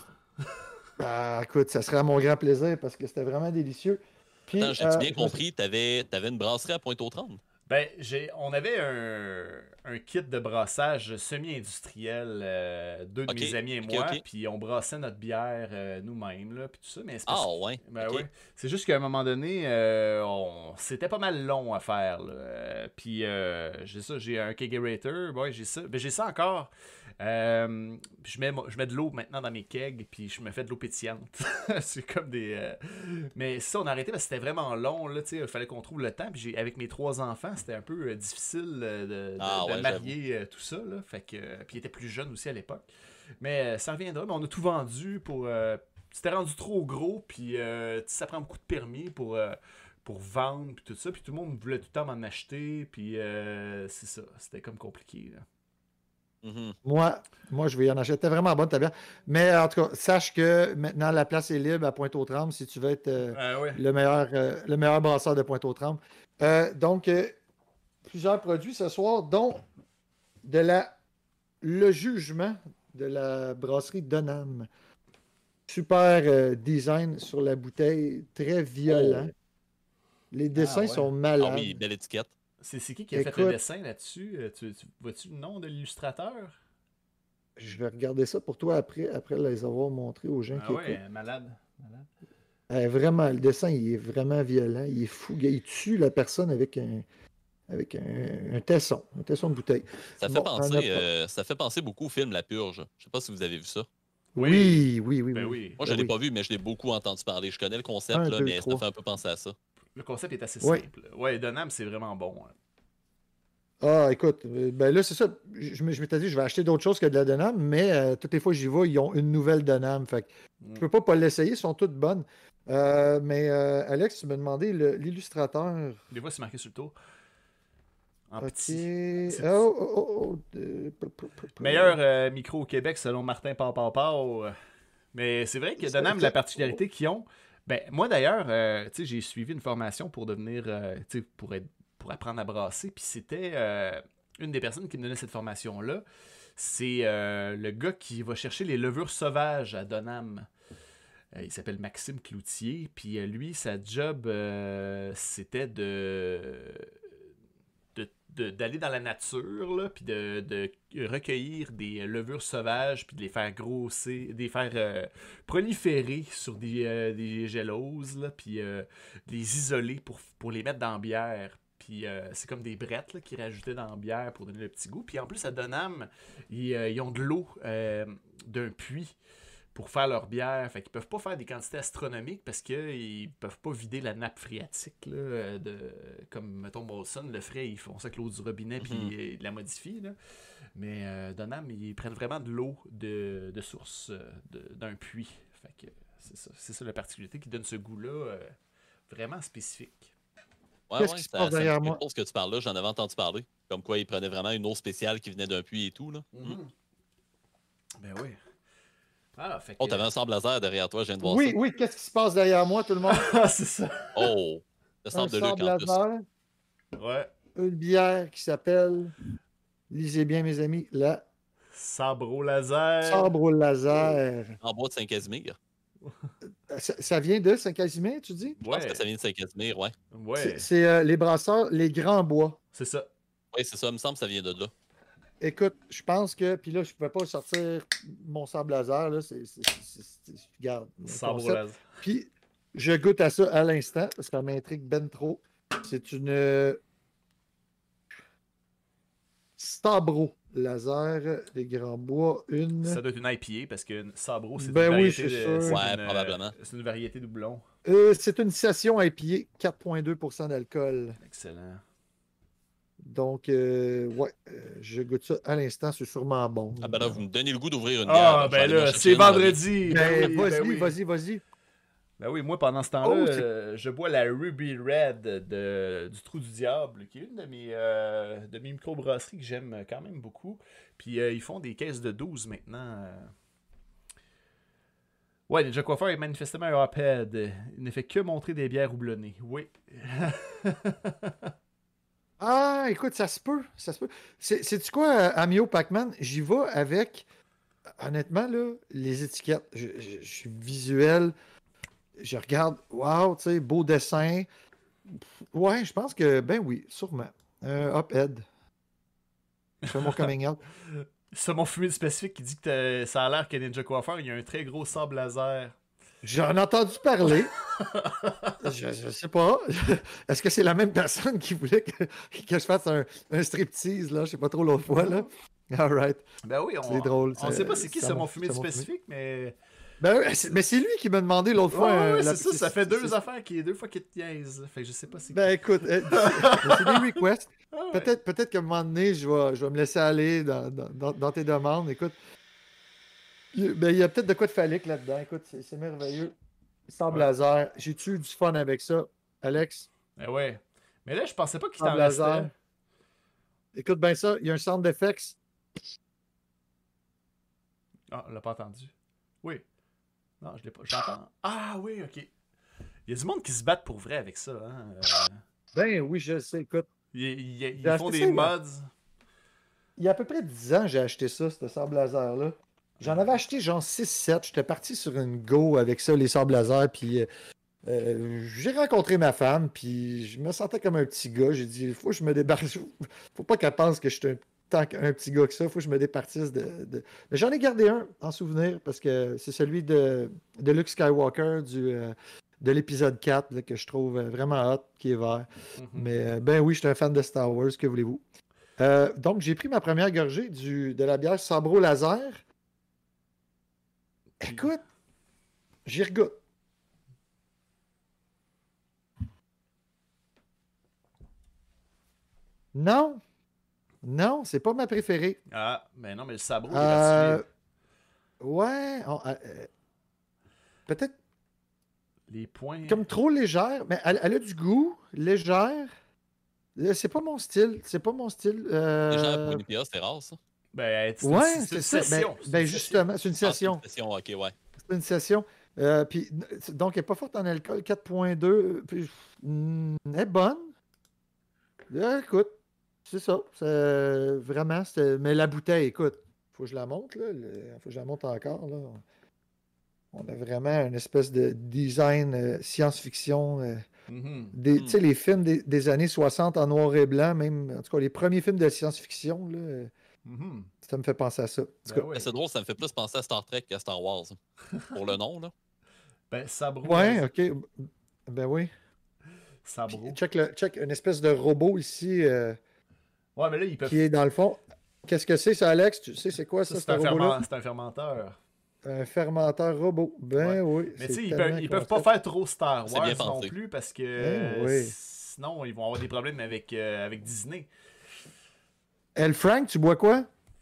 Ah, écoute, ça serait à mon grand plaisir parce que c'était vraiment délicieux. Puis, Attends, j'ai euh, bien je me suis- compris, t'avais avais une brasserie à Pointe-aux-Trembles. Ben, j'ai, on avait un, un kit de brassage semi-industriel, euh, deux de Ok, mes amis et ok, moi, ok. puis on brassait notre bière euh, nous-mêmes, là, puis tout ça. Mais c'est Ah parce- ouais. Ben ok. ouais. C'est juste qu'à un moment donné, euh, on... c'était pas mal long à faire. Là. Euh, Puis euh, j'ai ça, j'ai un kegerator, ouais, j'ai ça. Ben, j'ai ça encore. Euh, puis je mets, mo- je mets de l'eau maintenant dans mes kegs, puis je me fais de l'eau pétillante. C'est comme des. euh, Mais ça, on a arrêté parce que c'était vraiment long. Là, tu sais, il fallait qu'on trouve le temps. Puis j'ai- avec mes trois enfants, c'était un peu euh, difficile euh, de, de- Ah de ouais, marier euh, tout ça. Là. Fait que, euh, puis il était plus jeune aussi à l'époque. Mais euh, ça reviendra. Mais on a tout vendu pour. euh, C'était rendu trop gros, puis euh, tu sais, ça prend beaucoup de permis pour, euh, pour vendre, puis tout ça. Puis tout le monde voulait tout le temps m'en acheter, puis euh, c'est ça. C'était comme compliqué. Là. Mhm. Moi, moi, je vais y en acheter. C'était vraiment bonne ta bière. Mais en tout cas, sache que maintenant, la place est libre à Pointe-aux-Trembles si tu veux être euh, Ah ouais. le meilleur, euh, le meilleur brasseur de Pointe-aux-Trembles. Euh, donc, euh, plusieurs produits ce soir, dont de la, le jugement de la brasserie Donham. Super euh, design sur la bouteille, très violent. Oh. Les dessins ouais. sont Ah malades. oui, belle étiquette. C'est c'est qui qui a fait Écoute. le dessin là-dessus? Euh, Tu, tu- vois-tu le nom de l'illustrateur? Je vais regarder ça pour toi après, après les avoir montrés aux gens Ah qui ouais, écoutent. malade. malade. Euh, vraiment, le dessin, il est vraiment violent. Il est fou. Il tue la personne avec un, avec un, un tesson, un tesson de bouteille. Ça fait, Bon, on penser, a pas- euh, ça fait penser beaucoup au film La Purge. Je sais pas si vous avez vu ça. Oui, oui, oui. Ben oui. oui. Moi, je Ben l'ai oui. pas vu, mais je l'ai beaucoup entendu parler. Je connais le concept, Un, là, deux, mais trois. ça fait un peu penser à ça. Le concept est assez Ouais. simple. Ouais, Donham, c'est vraiment bon. hein. Ah, écoute, euh, ben là, c'est ça. Je, me- je m'étais dit, je vais acheter d'autres choses que de la Donham, mais euh, toutes les fois que j'y vais, ils ont une nouvelle Donham. Fait que Mm. je peux pas pas l'essayer, elles sont toutes bonnes. Euh, mais euh, Alex, tu m'as demandé le- l'illustrateur. Des fois, c'est marqué sur le tour. En Ok. petit. C'est- Oh, oh, oh, oh, de- p- p- p- p- Meilleur euh, micro au Québec selon Martin Pau. Mais c'est vrai que Ça, Donham, ça- la particularité qu'ils ont. Ben, moi d'ailleurs, euh, tu sais, j'ai suivi une formation pour devenir. euh, tu sais, pour, être, pour apprendre à brasser. Puis c'était euh, une des personnes qui me donnait cette formation-là. C'est euh, le gars qui va chercher les levures sauvages à Donham. Euh, il s'appelle Maxime Cloutier. Puis euh, lui, sa job, euh, c'était de. de- de- d'aller dans la nature, là, puis de, de recueillir des levures sauvages, puis de les faire grossir, de les faire euh, proliférer sur des, euh, des géloses, là, puis euh, de les isoler pour, pour les mettre dans la bière. Puis euh, c'est comme des brettes là, qu'ils rajoutaient dans la bière pour donner le petit goût. Puis en plus, à Donham, ils, euh, ils ont de l'eau euh, d'un puits pour faire leur bière. Fait qu'ils peuvent pas faire des quantités astronomiques parce qu'ils peuvent pas vider la nappe phréatique. Là, euh, de, comme, mettons, Molson, le frais, ils font ça avec l'eau du robinet puis Mhm. ils la modifient. Là. Mais euh, Donham, ils prennent vraiment de l'eau de, de source, euh, de- d'un puits. Fait que c'est ça, c'est ça la particularité qui donne ce goût-là euh, vraiment spécifique. Ouais, Qu'est-ce ouais, qui se ça, passe ça me derrière dit moi? quelque chose que tu parles là, j'en avais entendu parler. Comme quoi, ils prenaient vraiment une eau spéciale qui venait d'un puits et tout. Là. Ben oui. Ah, fait que... Oh, t'avais un sable laser derrière toi, je viens de voir Oui, ça. oui, qu'est-ce qui se passe derrière moi, tout le monde? Ah, c'est ça. Oh! Le Un sable de Luc sable en plus. laser, Ouais. une bière qui s'appelle, lisez bien mes amis, la Sabro laser. sabre au laser. En bois de Saint-Casimir. Ça, ça vient de Saint-Casimir, tu dis? Je pense Ouais. que ça vient de Saint-Casimir, ouais. Ouais. C'est euh, les brasseurs, les grands bois. C'est ça. Oui, c'est ça, il me semble que ça vient de là. Écoute, je pense que, puis là, je ne pouvais pas sortir mon sable laser, là, c'est, c'est, c'est, c'est- c'est- regarde, le Sabro concept. laser. Puis, je goûte à ça à l'instant, parce que ça m'intrigue ben trop. C'est une euh, Sabro laser, les grands bois, une... Ça doit être une I P A parce que Sabro, c'est Ben une oui, variété c'est de. sûr. c'est Ouais, une, euh, probablement. C'est une variété doublon. Euh, c'est une session I P A, quatre virgule deux pour cent d'alcool. Excellent. Donc, euh, ouais, euh, je goûte ça à l'instant, c'est sûrement bon. Ah ben là, vous me donnez le goût d'ouvrir une Ah, bière. Je vais ben aller m'en là, chercher c'est une dans la vie. vendredi. Ben, oui, vas-y, ben oui. vas-y, vas-y. Ben oui, moi, pendant ce temps-là, Oh, c'est- euh, je bois la Ruby Red de, du Trou du Diable, qui est une de mes, euh, de mes microbrasseries que j'aime quand même beaucoup. Puis euh, ils font des caisses de douze maintenant. euh. Ouais, Ninja Coiffeur est manifestement un hophead. Il ne fait que montrer des bières houblonnées. Oui. Ah, écoute, ça se peut, ça se peut. C'est, sais-tu quoi, euh, Amio Pac-Man? J'y vais avec, honnêtement, là, les étiquettes. Je, je- je suis visuel, je regarde, wow, tu sais, beau dessin. Ouais, je pense que, ben oui, sûrement. Un up-head. Je fais mon coming out. C'est mon fumé spécifique qui dit que t'as- ça a l'air que Ninja Coiffeur, il y a un très gros sable laser. J'en ai entendu parler. Je, je sais pas. Est-ce que c'est la même personne qui voulait que, que je fasse un, un striptease, là? Je sais pas trop l'autre fois, là. All right. Ben oui, on, C'est drôle, On ça- sait pas c'est qui ça c'est m'a- mon fumé ça m'a fumé. spécifique, mais. Ben, ouais, c'est- mais c'est lui qui m'a demandé l'autre Ouais, fois. ouais, euh, ouais, la- c'est ça, ça fait deux c'est- affaires qui deux fois qu'il te niaise. Fait que je sais pas c'est qui. Ben écoute, euh, c'est des requests. Ah ouais. Peut-être peut qu'à un moment donné, je vais, je vais me laisser aller dans, dans- dans- dans tes demandes. Écoute, il ben, il y a peut-être de quoi de phallique là-dedans. Écoute, c'est c'est merveilleux. Sable Ouais. laser. J'ai-tu eu du fun avec ça, Alex? Ben ouais. Mais là, je pensais pas qu'il t'en Sable laser. restait. Écoute bien ça, il y a un sound d'effects. Ah, on l'a pas entendu. Oui. Non, je l'ai pas. Je l'entends. Ah oui, ok. Il y a du monde qui se battent pour vrai avec ça. Hein. Euh, Ben oui, je sais. Écoute, ils, ils- ils J'ai font acheté des ça, mods. il y a à peu près dix ans, j'ai acheté ça, ce sable laser-là. J'en avais acheté genre six sept. J'étais parti sur une go avec ça, les sables laser. Puis euh, euh, j'ai rencontré ma femme. Puis je me sentais comme un petit gars. J'ai dit, il faut que je me débarrasse. Faut pas qu'elle pense que je suis un, tant qu'un petit gars que ça. Faut que je me départisse de. de- Mais j'en ai gardé un en souvenir parce que c'est celui de, de Luke Skywalker du, euh, de l'épisode quatre là, que je trouve vraiment hot, qui est vert. Mhm. Mais euh, ben oui, je suis un fan de Star Wars, que voulez-vous. Euh, donc, j'ai pris ma première gorgée du, de la bière Sabro Laser. Écoute, j'y regoute. Non, non, c'est pas ma préférée. Ah, ben non, mais le sabot, il est Euh, particulier. ouais, on- euh, euh, peut-être Les points. comme trop légère, mais elle, elle a du goût, légère. Euh, C'est pas mon style, c'est pas mon style. euh, Déjà, pour une I P A, c'est rare, ça. Ben, c'est Ouais, une, c'est une ça. Ben, session. c'est ben une justement, c'est une Ah, c'est session. une session, ok, ouais. C'est une session. Euh, puis, donc, elle n'est pas forte en alcool, quatre virgule deux. Puis, mm, elle est bonne. Euh, écoute, c'est ça. C'est vraiment, c'est- mais la bouteille, écoute, faut que je la monte, là. Le- faut que je la monte encore, là. On a vraiment une espèce de design euh, science-fiction. euh, Mhm. des- Hmm. Tu sais, les films des, des années soixante en noir et blanc, même, en tout cas, les premiers films de science-fiction, là, euh, Mhm. ça me fait penser à ça. En tout Ben cas, ouais. Mais c'est drôle, ça me fait plus penser à Star Trek qu'à Star Wars. Pour le nom, là. Ben, sabro. ouais, euh, ok. Ben oui. Sabro. Puis, check, le, check une espèce de robot ici euh, Ouais, mais là, ils peuvent. qui est dans le fond. Qu'est-ce que c'est, ça, Alex? Tu sais, c'est quoi ça, Ça, ce c'est un, robot-là? ferment- c'est un fermenteur. Un fermenteur robot. Ben oui. Mais c'est tu sais, ils tellement peuvent, ils peuvent pas concept. faire trop Star C'est Wars bien non pensé. plus parce que Ben oui. sinon, ils vont avoir des problèmes avec, euh, avec Disney. Elle, Frank, tu bois quoi?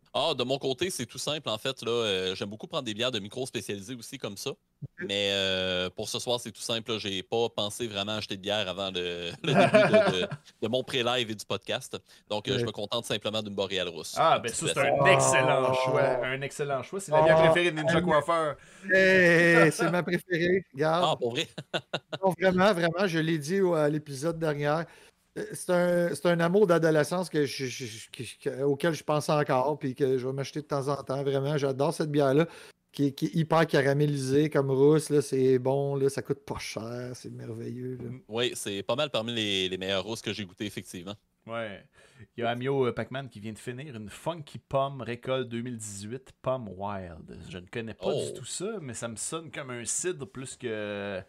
Ah, de mon côté, c'est tout simple. En fait, là, euh, j'aime beaucoup prendre des bières de micro spécialisées aussi comme ça. Mais euh, pour ce soir, c'est tout simple. Là. J'ai pas pensé vraiment acheter de bière avant le, le début de, de- de mon pré-live et du podcast. Donc, euh, je Ouais. me contente simplement d'une boréale rousse. Ah, Une ben petite ça, c'est classique. un excellent choix. Oh, Un excellent choix. C'est la bière oh, préférée de Ninja Coiffeur. hey, c'est ma préférée. Ah, Regarde. pour vrai? Non, vraiment, vraiment, je l'ai dit au- à l'épisode dernier. Euh, C'est un, c'est un amour d'adolescence que je- je- je- que- que- auquel je pense encore puis que je vais m'acheter de temps en temps. Vraiment, j'adore cette bière-là qui, est- qui est hyper caramélisée comme rousse. Là, c'est bon, là, ça coûte pas cher, c'est merveilleux. Là. Oui, c'est pas mal parmi les, les meilleures rousses que j'ai goûtées, effectivement. Ouais. Il y a Amio euh, Pac-Man qui vient de finir une Funky Pomme Récolte deux mille dix-huit Pomme Wild. Je ne connais pas Oh. du tout ça, mais ça me sonne comme un cidre plus que.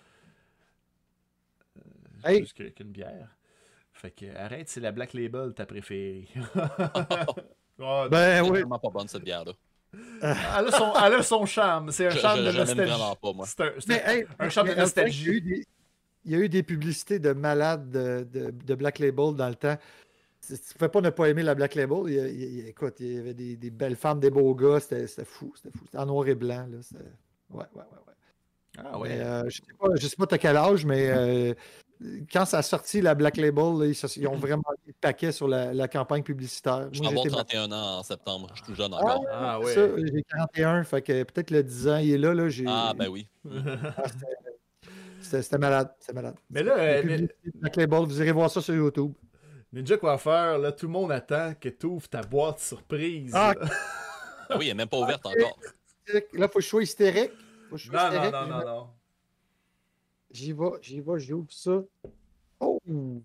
Hey, plus que- qu'une bière. Fait que arrête, c'est la Black Label ta préférée. Oh, ben C'est oui. vraiment pas bonne, cette bière-là. elle, a son, elle a son charme. C'est un Je, charme je- de je l'aime nostalgie. vraiment pas, moi. C'est un, c'est Mais, un- hey, un charme de mais, Alfred, il y a eu nostalgie. des, il y a eu des publicités de malades de, de- de Black Label dans le temps. Tu ne pouvais pas ne pas aimer la Black Label. Il y a- il y a- écoute, il y avait des, des belles femmes, des beaux gars. C'était c'était fou. C'était fou. C'était en noir et blanc. Là. C'était- Ouais, ouais, ouais, ouais. Ah Mais, ouais. euh, je sais pas, je sais pas t'as quel âge, mais euh, quand ça a sorti la Black Label, là, ils, se- ils ont vraiment mis le paquet sur la, la campagne publicitaire. Je Moi, vais avoir j'étais trente et un ans en septembre. Je suis tout jeune Ah, encore. Ah c'est ouais. ça, j'ai quarante et un, fait que peut-être le dix ans, il est là. là j'ai... Ah, ben oui. Ah, c'était- c'était c'était malade. C'était malade. Mais là, Les euh, publicités de Black Label, vous irez voir ça sur YouTube. Ninja Coiffeur, là, tout le monde attend que tu ouvres ta boîte surprise. Ah, là. Ben oui, elle n'est même pas ouverte encore. Là, faut que je sois hystérique. Faut que je sois Non, non, hystérique. non, non, non. J'y vais, j'y vais, j'ouvre ça. Oh!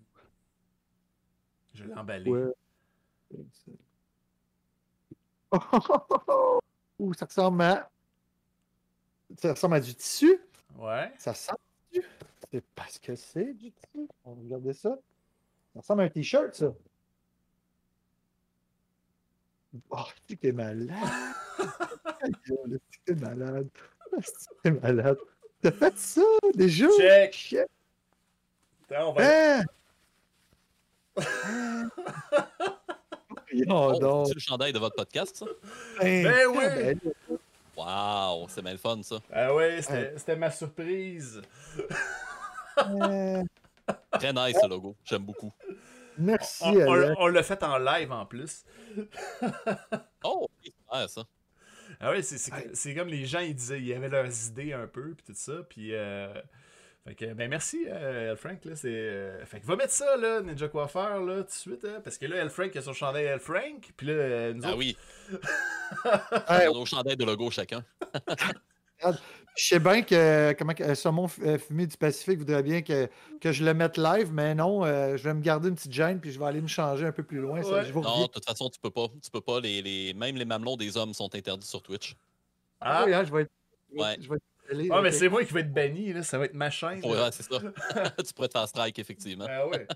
Je l'ai emballé. Ouais. Ouh, ça ressemble à. Ça ressemble à du tissu. Ouais. Ça ressemble à du tissu. C'est parce que c'est du tissu. On va regarder ça. Ça ressemble à un t-shirt, ça. Oh, tu es malade. Tu es malade. Tu es malade. T'as fait ça déjà? Check. Check. Attends, on va... Hein? Hein? Voyons Oh, donc. c'est le chandail de votre podcast, ça? Ben, Ben oui. ben, Wow, c'est bien le fun, ça. Ah ouais, c'était c'était ma surprise. euh, Très nice, ce logo. J'aime beaucoup. Merci, On, on- Alex. on l'a fait en live en plus. Oh, c'est super, ça. Ah ouais, c'est- c'est c'est comme les gens, ils disaient, ils avaient leurs idées un peu, puis tout ça, puis... euh, Fait que, ben merci, euh, El Frank, là, c'est... euh, Fait que va mettre ça, là, Ninja Coiffeur, là, tout de suite, hein, parce que là, El Frank a son chandail El Frank, puis là, euh, nous Ah autres... oui, Hey, on a nos chandails de logo chacun. je sais bien que comment que, euh, Saumon F- euh, Fumé du Pacifique voudrait bien que, que je le mette live, mais non, euh, je vais me garder une petite gêne puis je vais aller me changer un peu plus loin. Ça, Ouais. je vous Non, reviens. de toute façon, tu peux pas. Tu peux pas. Les, les... Même les mamelons des hommes sont interdits sur Twitch. Ah, oui, hein, je vais être. je vais- Ouais. je vais être allé, ah mais ok. c'est moi qui vais être banni, là, ça va être ma chaîne. Ouais, là. c'est ça. Tu pourrais te faire strike, effectivement. Ah ouais.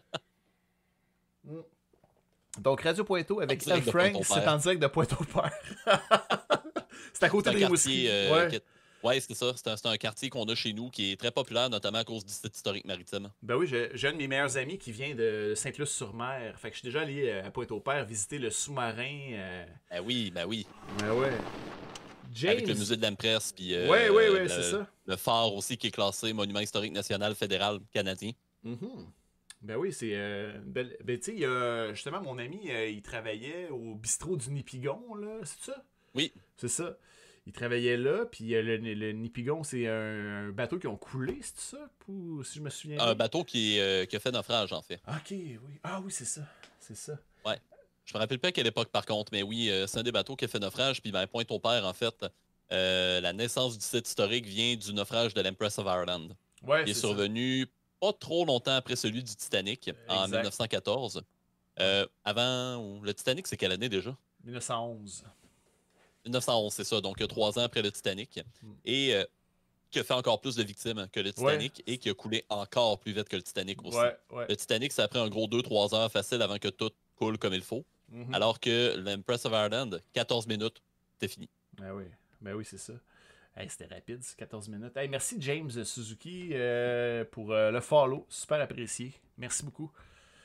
Mm. Donc, Radio Pointeau avec En direct El de Frank, Pointe-au-Père. c'est en direct de Pointe-au-Père. c'est à côté C'est un des quartier. Rimouski. euh, Ouais. qui est- Ouais, c'est ça. C'est un, c'est un quartier qu'on a chez nous qui est très populaire, notamment à cause du site historique maritime. Ben oui, j'ai j'ai un de mes meilleurs amis qui vient de Sainte-Luce-sur-Mer. Fait que je suis déjà allé euh, à Pointe-au-Père visiter le sous-marin. euh, Ben oui, ben oui. Ben ouais. James. Avec le musée de l'Empress, puis euh, Ouais, ouais, ouais, le, c'est ça. le phare aussi qui est classé monument historique national fédéral canadien. Mhm. Ben oui, c'est euh, une belle. Ben tu sais, il y a- justement, mon ami, euh, il travaillait au bistrot du Nipigon, là, c'est ça? Oui. C'est ça. Il travaillait là, puis euh, le, le Nipigon, c'est un, un bateau qui ont coulé, c'est ça? Ou, si je me souviens bien? Un bateau qui, est, euh, qui a fait naufrage, en fait. Ok, oui. Ah oui, c'est ça. C'est ça. Je me rappelle pas à quelle époque, par contre, mais oui, euh, c'est un des bateaux qui a fait naufrage. Puis, ben, Pointe-au-Père, en fait, euh, la naissance du site historique vient du naufrage de l'Empress of Ireland. Ouais, qui est c'est ça. survenu pas trop longtemps après celui du Titanic, en Exact. mille neuf cent quatorze. Euh, avant, ou- le Titanic, c'est quelle année déjà? mille neuf cent onze. mille neuf cent onze, c'est ça, donc euh, trois ans après le Titanic. Mm. Et euh, qui a fait encore plus de victimes que le Titanic et qui a coulé encore plus vite que le Titanic aussi. Ouais, ouais. Le Titanic, ça a pris un gros deux trois heures facile avant que tout coule comme il faut. Mhm. Alors que l'Empress of Ireland, quatorze minutes, c'était fini. Ben oui, ben oui, c'est ça. Hey, c'était rapide, c'est quatorze minutes. Hey, merci James Suzuki euh, pour euh, le follow. Super apprécié. Merci beaucoup.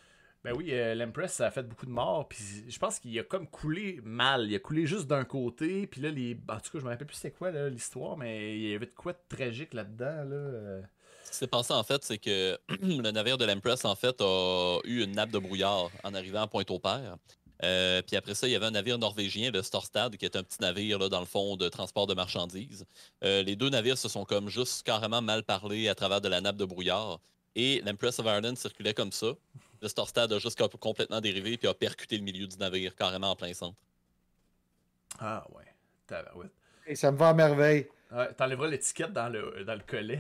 Ben oui, euh, l'Empress, ça a fait beaucoup de morts, puis je pense qu'il a comme coulé mal. Il a coulé juste d'un côté, puis là, les... en tout cas, je me rappelle plus c'était quoi là, l'histoire, mais il y avait de quoi de tragique là-dedans. Là. euh. Ce qui s'est passé, en fait, c'est que le navire de l'Empress, en fait, a eu une nappe de brouillard en arrivant à Pointe-au-Père. Euh, puis après ça, il y avait un navire norvégien, le Storstad, qui est un petit navire, là, dans le fond, de transport de marchandises. Euh, les deux navires se sont comme juste carrément mal parlé à travers de la nappe de brouillard. Et l'Empress of Ireland circulait comme ça. Le Storstad a juste com- complètement dérivé puis a percuté le milieu du navire, carrément en plein centre. Ah ouais, tabarouette. Et ça me va à merveille. Ouais, t'enlèveras l'étiquette dans le, dans le collet.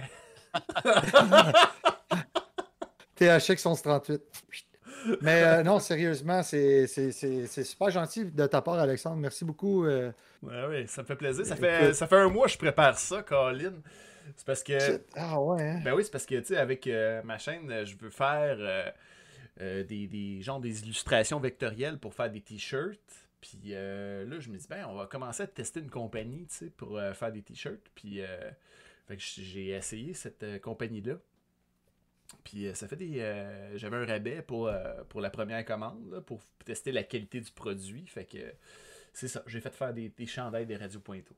T H X onze trente-huit. Mais euh, non, sérieusement, c'est c'est- c'est- c'est super gentil de ta part, Alexandre. Merci beaucoup. euh, Ouais, ouais, ça me fait plaisir. Ça Écoute. fait, ça fait un mois que je prépare ça, Colin. C'est parce que... c'est- Ah ouais, hein? Ben oui, c'est parce que, tu sais, avec euh, ma chaîne, euh, je veux faire euh, euh, des, des, genre des illustrations vectorielles pour faire des t-shirts. Puis euh, là, je me dis, ben, on va commencer à tester une compagnie, tu sais, pour euh, faire des t-shirts. Puis, euh, fait que j'ai essayé cette euh, compagnie-là. Puis euh, ça fait des... euh, j'avais un rabais pour, euh, pour la première commande, là, pour tester la qualité du produit. Fait que c'est ça, j'ai fait faire des, des chandails des Radio Pointeau.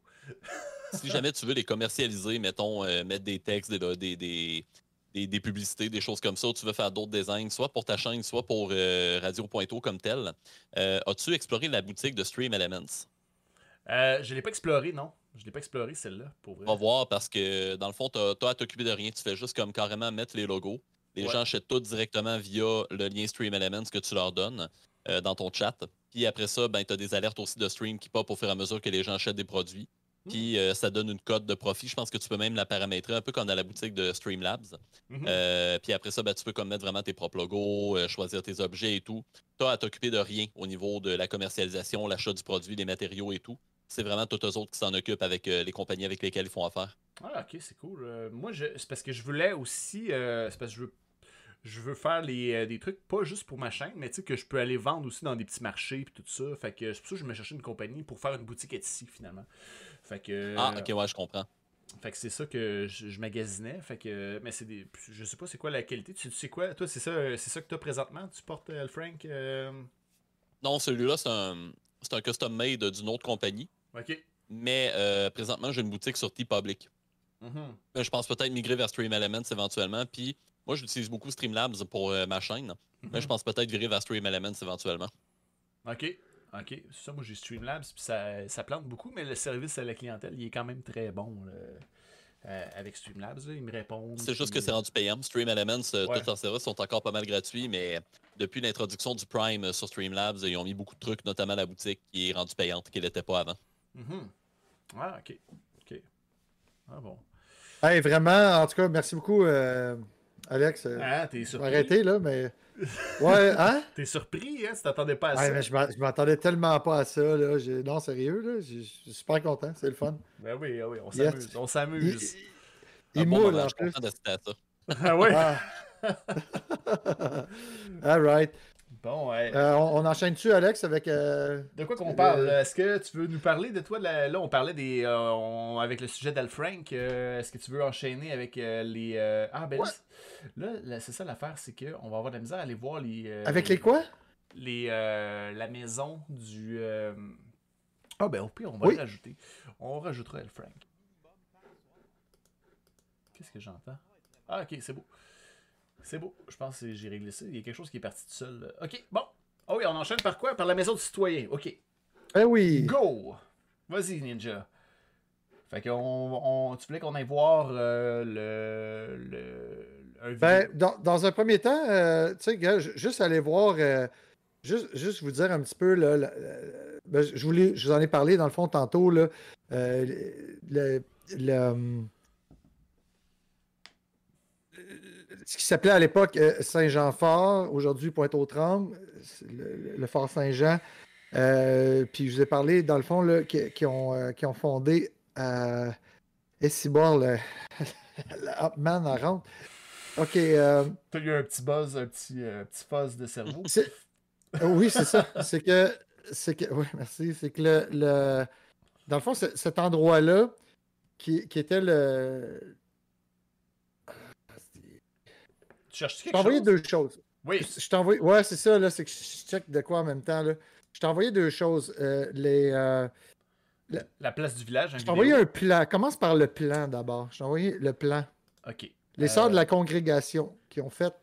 Si jamais tu veux les commercialiser, mettons, euh, mettre des textes, des, des, des, des, des publicités, des choses comme ça, ou tu veux faire d'autres designs, soit pour ta chaîne, soit pour euh, Radio Pointeau comme tel, euh, as-tu exploré la boutique de Stream Elements? Euh, je l'ai pas exploré, non. Je l'ai pas exploré, celle-là, pour vrai. On va voir parce que dans le fond, tu as à t'occuper de rien. Tu fais juste comme carrément mettre les logos. Les Ouais. gens achètent tout directement via le lien Stream Elements que tu leur donnes euh, dans ton chat. Puis après ça, ben, tu as des alertes aussi de stream qui pop au fur et à mesure que les gens achètent des produits. Puis euh, ça donne une cote de profit. Je pense que tu peux même la paramétrer un peu comme dans la boutique de Streamlabs. Mhm. Euh, puis après ça, ben, tu peux comme mettre vraiment tes propres logos, euh, choisir tes objets et tout. Tu as à t'occuper de rien au niveau de la commercialisation, l'achat du produit, les matériaux et tout. C'est vraiment tous eux autres qui s'en occupent avec euh, les compagnies avec lesquelles ils font affaire. Ah, ok, c'est cool. Euh, moi, je... c'est parce que je voulais aussi. euh, c'est parce que je veux, je veux faire les, euh, des trucs pas juste pour ma chaîne, mais tu sais, que je peux aller vendre aussi dans des petits marchés et tout ça. Fait que c'est pour ça que je me cherchais une compagnie pour faire une boutique Etsy finalement. Fait que. Ah, ok, ouais, je comprends. Fait que c'est ça que je, je magasinais. Fait que. Mais c'est des. Je sais pas c'est quoi la qualité. Tu, tu sais quoi? Toi, c'est ça, c'est ça que t'as présentement? Tu portes euh, le Frank? euh, Non, celui-là, c'est un, c'est un custom made d'une autre compagnie. Ok. Mais euh, présentement, j'ai une boutique sur TeePublic. Mhm. Ben, je pense peut-être migrer vers Stream Elements éventuellement. Puis moi, j'utilise beaucoup Streamlabs pour euh, ma chaîne. Mais je pense peut-être virer vers Stream Elements éventuellement. Ok. Ok. C'est ça, moi j'ai Streamlabs, puis ça, ça plante beaucoup, mais le service à la clientèle, il est quand même très bon. Là. Euh, avec Streamlabs, là, ils me répondent. C'est juste puis- que c'est rendu payant. Stream Elements, euh, Ouais. tous leurs services sont encore pas mal gratuits, mais depuis l'introduction du Prime euh, sur Streamlabs, ils ont mis beaucoup de trucs, notamment la boutique qui est rendue payante, qui l'était pas avant. Mhm. Ah, ok. Ok. Ah bon. Hey, vraiment, en tout cas, merci beaucoup, euh, Alex. Euh, Ah, t'es je vais surpris. arrêter, là, mais. Ouais, hein? T'es surpris, hein? Tu t'attendais pas à Ouais, ça. mais je m'en- je m'attendais tellement pas à ça, là. J'ai- Non, sérieux, là. Je je suis super content, c'est le fun. Ben oui, ah oui, on Yes. s'amuse. On Il, s'amuse. il Un bon moule, moment, en je suis plus. content d'assister à ça. Ah ouais? Ah. All right. Bon, ouais. Euh, on, on enchaîne dessus, Alex, avec. euh, De quoi qu'on le- parle? là? Est-ce que tu veux nous parler de toi? de la- Là, on parlait des. euh, on- Avec le sujet d'Al Frank. euh, Est-ce que tu veux enchaîner avec euh, les. euh, Ah, ben là, Ouais. c'est- là, là, c'est ça l'affaire, c'est qu'on va avoir de la misère à aller voir les. euh, Avec les quoi? les euh, La maison du. euh, Ah, ben au pire, on va Oui. le rajouter. On rajoutera Al Frank. Qu'est-ce que j'entends? Ah, ok, c'est beau. C'est beau. Je pense que j'ai réglé ça. Il y a quelque chose qui est parti tout seul. là. Ok, bon. Ah oui, on enchaîne par quoi? Par la maison du citoyen. Ok. Eh oui. Go! Vas-y, Ninja. Fait qu'on, on, tu voulais qu'on aille voir euh, le, le, un Ben, vidéo. dans, dans un premier temps, euh, tu sais, gars, ju- juste aller voir, euh, juste, juste vous dire un petit peu, là, la- la- ben, je, voulais, je vous en ai parlé dans le fond tantôt, là, euh, le, le- hum, ce qui s'appelait à l'époque euh, Saint-Jean-Fort, aujourd'hui Pointe-aux-Trembles, c'est le, le- le Fort Saint-Jean. Euh, puis je vous ai parlé, dans le fond, là, qui, qui ont, euh, qui ont fondé euh, Essibor, le, le Hopman en rentre. OK. euh, T'as eu un petit buzz, un petit, euh, petit fuzz de cerveau. c'est- euh, oui, c'est ça. C'est que. C'est que. Oui, merci. C'est que le. le- dans le fond, c'est- cet endroit-là, qui, qui était le. Tu cherches Je quelque t'ai envoyé chose? deux choses. Oui. Je, je t'ai envoyé... Ouais, c'est ça, là, c'est que je check de quoi en même temps, là. Je t'ai envoyé deux choses. Euh, les... Euh... La... la place du village, Je t'ai envoyé un plan. Commence par le plan, d'abord. Je t'ai envoyé le plan. OK. Les euh... sœurs de la congrégation qui ont fait...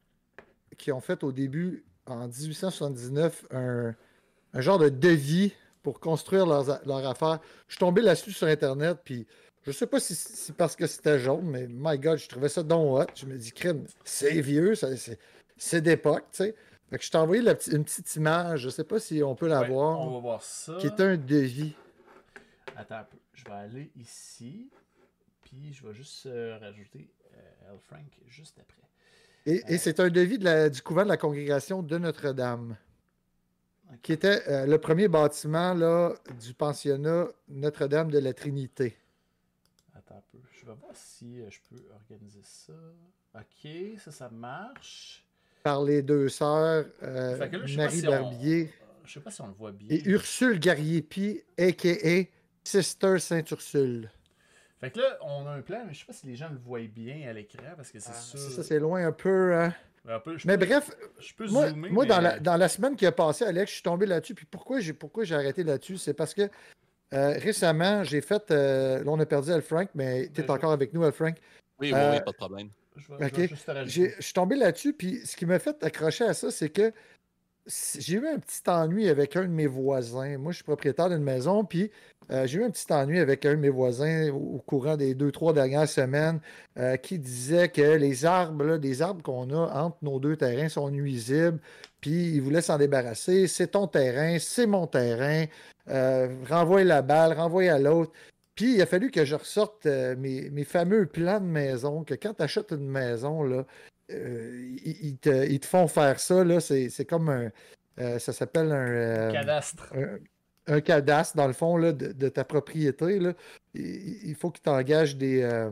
qui ont fait au début, en dix-huit cent soixante-dix-neuf, un, un genre de devis pour construire leurs, leurs affaires. Je suis tombé là-dessus sur Internet, puis je sais pas si c'est parce que c'était jaune, mais my God, je trouvais ça donc hot. Je me dis, crime, c'est vieux, ça, c'est, c'est d'époque, tu sais. Fait que je t'ai envoyé la, une petite image, je sais pas si on peut la ouais, voir. On va voir ça. Qui est un devis. Attends un peu. Je vais aller ici, puis je vais juste euh, rajouter euh, L. Frank juste après. Et, euh... et c'est un devis de la, du couvent de la congrégation de Notre-Dame. Okay. Qui était euh, le premier bâtiment là, du pensionnat Notre-Dame de la Trinité. Attends un peu. Je vais voir si euh, je peux organiser ça. OK, ça, ça marche. Par les deux sœurs, euh, là, Marie si Barbier on... je sais pas si on le voit bien. Et Ursule Gariepi, a k a. Sister Sainte-Ursule. Fait que là, on a un plan, mais je sais pas si les gens le voient bien à l'écran, parce que c'est ah, sûr... C'est ça, c'est loin un peu... Hein? Un peu je mais peux, bref, je peux moi, zoomer, moi mais... dans, la, dans la semaine qui a passé, Alex, je suis tombé là-dessus. Puis pourquoi j'ai, pourquoi j'ai arrêté là-dessus? C'est parce que euh, récemment, j'ai fait... Euh, là, on a perdu L. Frank, mais tu es encore je... avec nous, L. Frank. Oui, oui, euh, oui, pas de problème. Je vais, okay. je vais juste j'ai, je suis tombé là-dessus, puis ce qui m'a fait accrocher à ça, c'est que j'ai eu un petit ennui avec un de mes voisins. Moi, je suis propriétaire d'une maison, puis euh, j'ai eu un petit ennui avec un de mes voisins au, au courant des deux, trois dernières semaines euh, qui disait que les arbres, là, les arbres qu'on a entre nos deux terrains sont nuisibles, puis il voulait s'en débarrasser. C'est ton terrain, c'est mon terrain. Euh, renvoie la balle, renvoie à l'autre. Puis il a fallu que je ressorte euh, mes, mes fameux plans de maison, que quand tu achètes une maison, là, Euh, ils, ils, te, ils te font faire ça, là, c'est, c'est comme un... Euh, ça s'appelle un... Euh, cadastre. Un, un cadastre, dans le fond, là, de, de ta propriété. Là. Il, il faut qu'ils t'engagent des... Euh,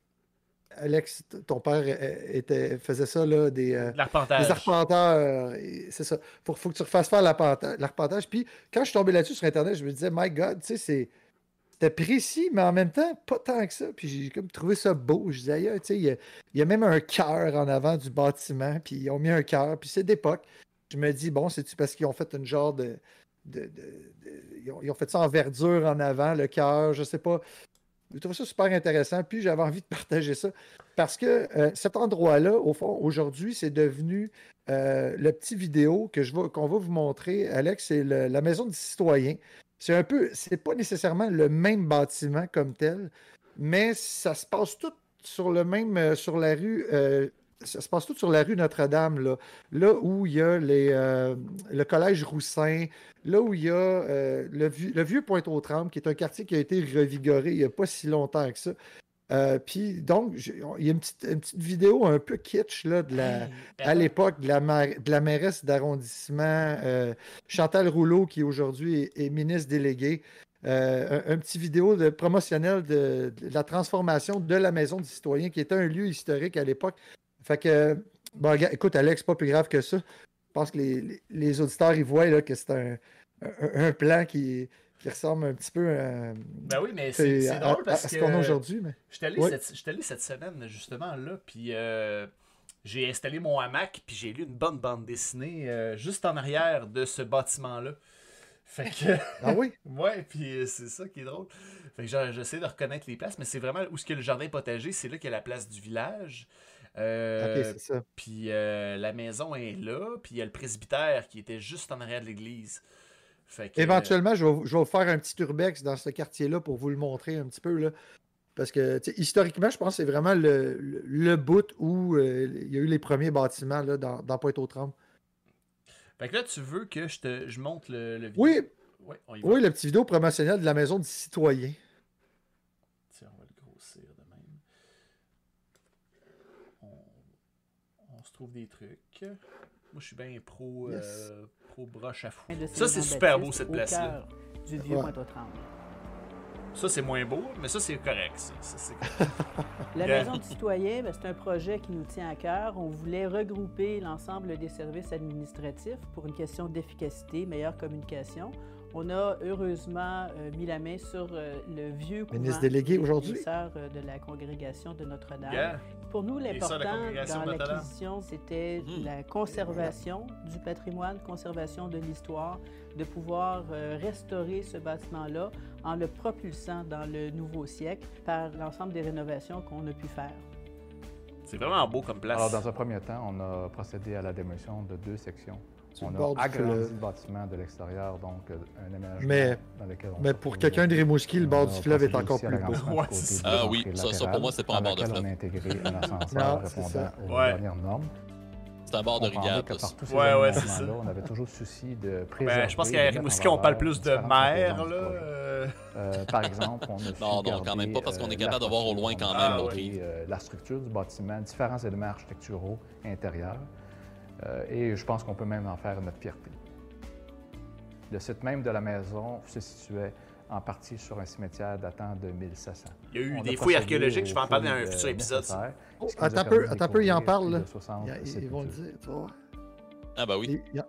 Alex, ton père était, faisait ça, là, des, euh, l'arpentage. des arpenteurs. Euh, c'est ça. Il faut, faut que tu refasses faire l'arpentage. Puis quand je suis tombé là-dessus sur Internet, je me disais, my God, tu sais, c'est... C'était précis, mais en même temps, pas tant que ça. Puis j'ai comme trouvé ça beau. Je disais, tu sais, il y, il y a même un cœur en avant du bâtiment, puis ils ont mis un cœur, puis c'est d'époque. Je me dis, bon, c'est-tu parce qu'ils ont fait une genre de. de, de, de ils, ont, ils ont fait ça en verdure en avant, le cœur, je sais pas. Je trouve ça super intéressant, puis j'avais envie de partager ça. Parce que euh, cet endroit-là, au fond, aujourd'hui, c'est devenu euh, le petit vidéo que je vais, qu'on va vous montrer, Alex, c'est le, la maison du citoyen. C'est un peu, c'est pas nécessairement le même bâtiment comme tel, mais ça se passe tout sur le même, euh, sur la rue, euh, ça se passe tout sur la rue Notre-Dame, là, là où il y a les, euh, le collège Roussin, là où il y a euh, le, vieux, le vieux Pointe-aux-Trembles, qui est un quartier qui a été revigoré il n'y a pas si longtemps que ça. Euh, puis donc, il y a une petite, une petite vidéo un peu kitsch là, de la, à l'époque de la, de la mairesse d'arrondissement euh, Chantal Rouleau, qui aujourd'hui est, est ministre déléguée. Euh, un, un petit vidéo de, promotionnel de, de la transformation de la Maison du Citoyen, qui était un lieu historique à l'époque. Fait que, bon, écoute, Alex, pas plus grave que ça. Je pense que les, les, les auditeurs, ils voient là, que c'est un, un, un plan qui qui ressemble un petit peu à, ben oui, mais c'est, c'est drôle parce à, à ce que qu'on a aujourd'hui. Mais... Je suis allé, oui. cette, allé cette semaine, justement, là, puis euh, j'ai installé mon hamac, puis j'ai lu une bonne bande dessinée euh, juste en arrière de ce bâtiment-là. Fait que... ah oui? Ouais, puis c'est ça qui est drôle. Fait que genre, j'essaie de reconnaître les places, mais c'est vraiment où est-ce que le jardin potager, c'est là qu'il y a la place du village. Euh, ok, c'est ça. Puis euh, la maison est là, puis il y a le presbytère qui était juste en arrière de l'église. Fait que, éventuellement, je vais, je vais vous faire un petit urbex dans ce quartier-là pour vous le montrer un petit peu. Là. Parce que historiquement, je pense que c'est vraiment le, le, le bout où euh, il y a eu les premiers bâtiments là, dans, dans Pointe-aux-Trembles. Fait que là, tu veux que je te je montre le, le vidéo? Oui, ouais, on y va. Oui, le petit vidéo promotionnel de la Maison du Citoyen. Tiens, on va le grossir de même. On, on se trouve des trucs. Moi, je suis bien pro, yes. euh, pro broche à fou. Ça, c'est super beau, cette place-là. Du vieux ouais. Pointe-aux-Trembles. Ça, c'est moins beau, mais ça, c'est correct. Ça. Ça, c'est correct. La Maison du citoyen, ben, c'est un projet qui nous tient à cœur. On voulait regrouper l'ensemble des services administratifs pour une question d'efficacité, meilleure communication. On a heureusement euh, mis la main sur euh, le vieux couvent Ministre délégué des- aujourd'hui. des sœurs euh, de la congrégation de Notre-Dame. Yeah. Pour nous, Les sœurs de la l'important congrégation dans de Notre-Dame. l'acquisition, c'était Hmm. la conservation du patrimoine, conservation de l'histoire, de pouvoir euh, restaurer ce bâtiment-là en le propulsant dans le nouveau siècle par l'ensemble des rénovations qu'on a pu faire. C'est vraiment beau comme place. Alors, dans un premier temps, on a procédé à la démolition de deux sections. Sur le On bord a du agrandi fleuve. le bâtiment de l'extérieur, donc euh, un aménagement Mais- dans lequel on Mais se pour retrouve. quelqu'un de Rimouski, le On bord a du fleuve est procédé encore aussi à plus beau. l'agrandissement du Ouais, côté c'est de ça. Ah oui, l'entrée ça- ça, pour latérale, moi, c'est pas un dans bord de lequel fleuve. on a intégré un ascenseur Non, c'est répondant ça. aux Ouais. dernières normes. C'est un bord de On pensait rivière, que plus. par tous ces Ouais, ouais, c'est aménagements-là, ça. on avait toujours souci de préserver. Ben, je pense de qu'à mettre en Rimouski, on parle valeur plus de différentes mer, composantes là. du projet. euh, Euh, par exemple, on a su Non, non, garder, quand même pas, parce qu'on est euh, capable la de voir au loin toiture, quand on a même, gardé, notre rive. euh, la structure du bâtiment, différents éléments architecturaux intérieurs. Euh, et je pense qu'on peut même en faire notre fierté. Le site même de la maison se situait en partie sur un cimetière datant de mille sept cents. Il y a eu On des a fouilles procédé archéologiques, je vais en aux parler dans un fouilles, futur euh, épisode. ça. nécessaires, Oh, ce qui nous a attends un permis peu, de attends un peu, il en découvrir parle, plus là. de soixante Ils, ils vont le sépultures. dire, tu vois. Ah bah oui. Il- il y a-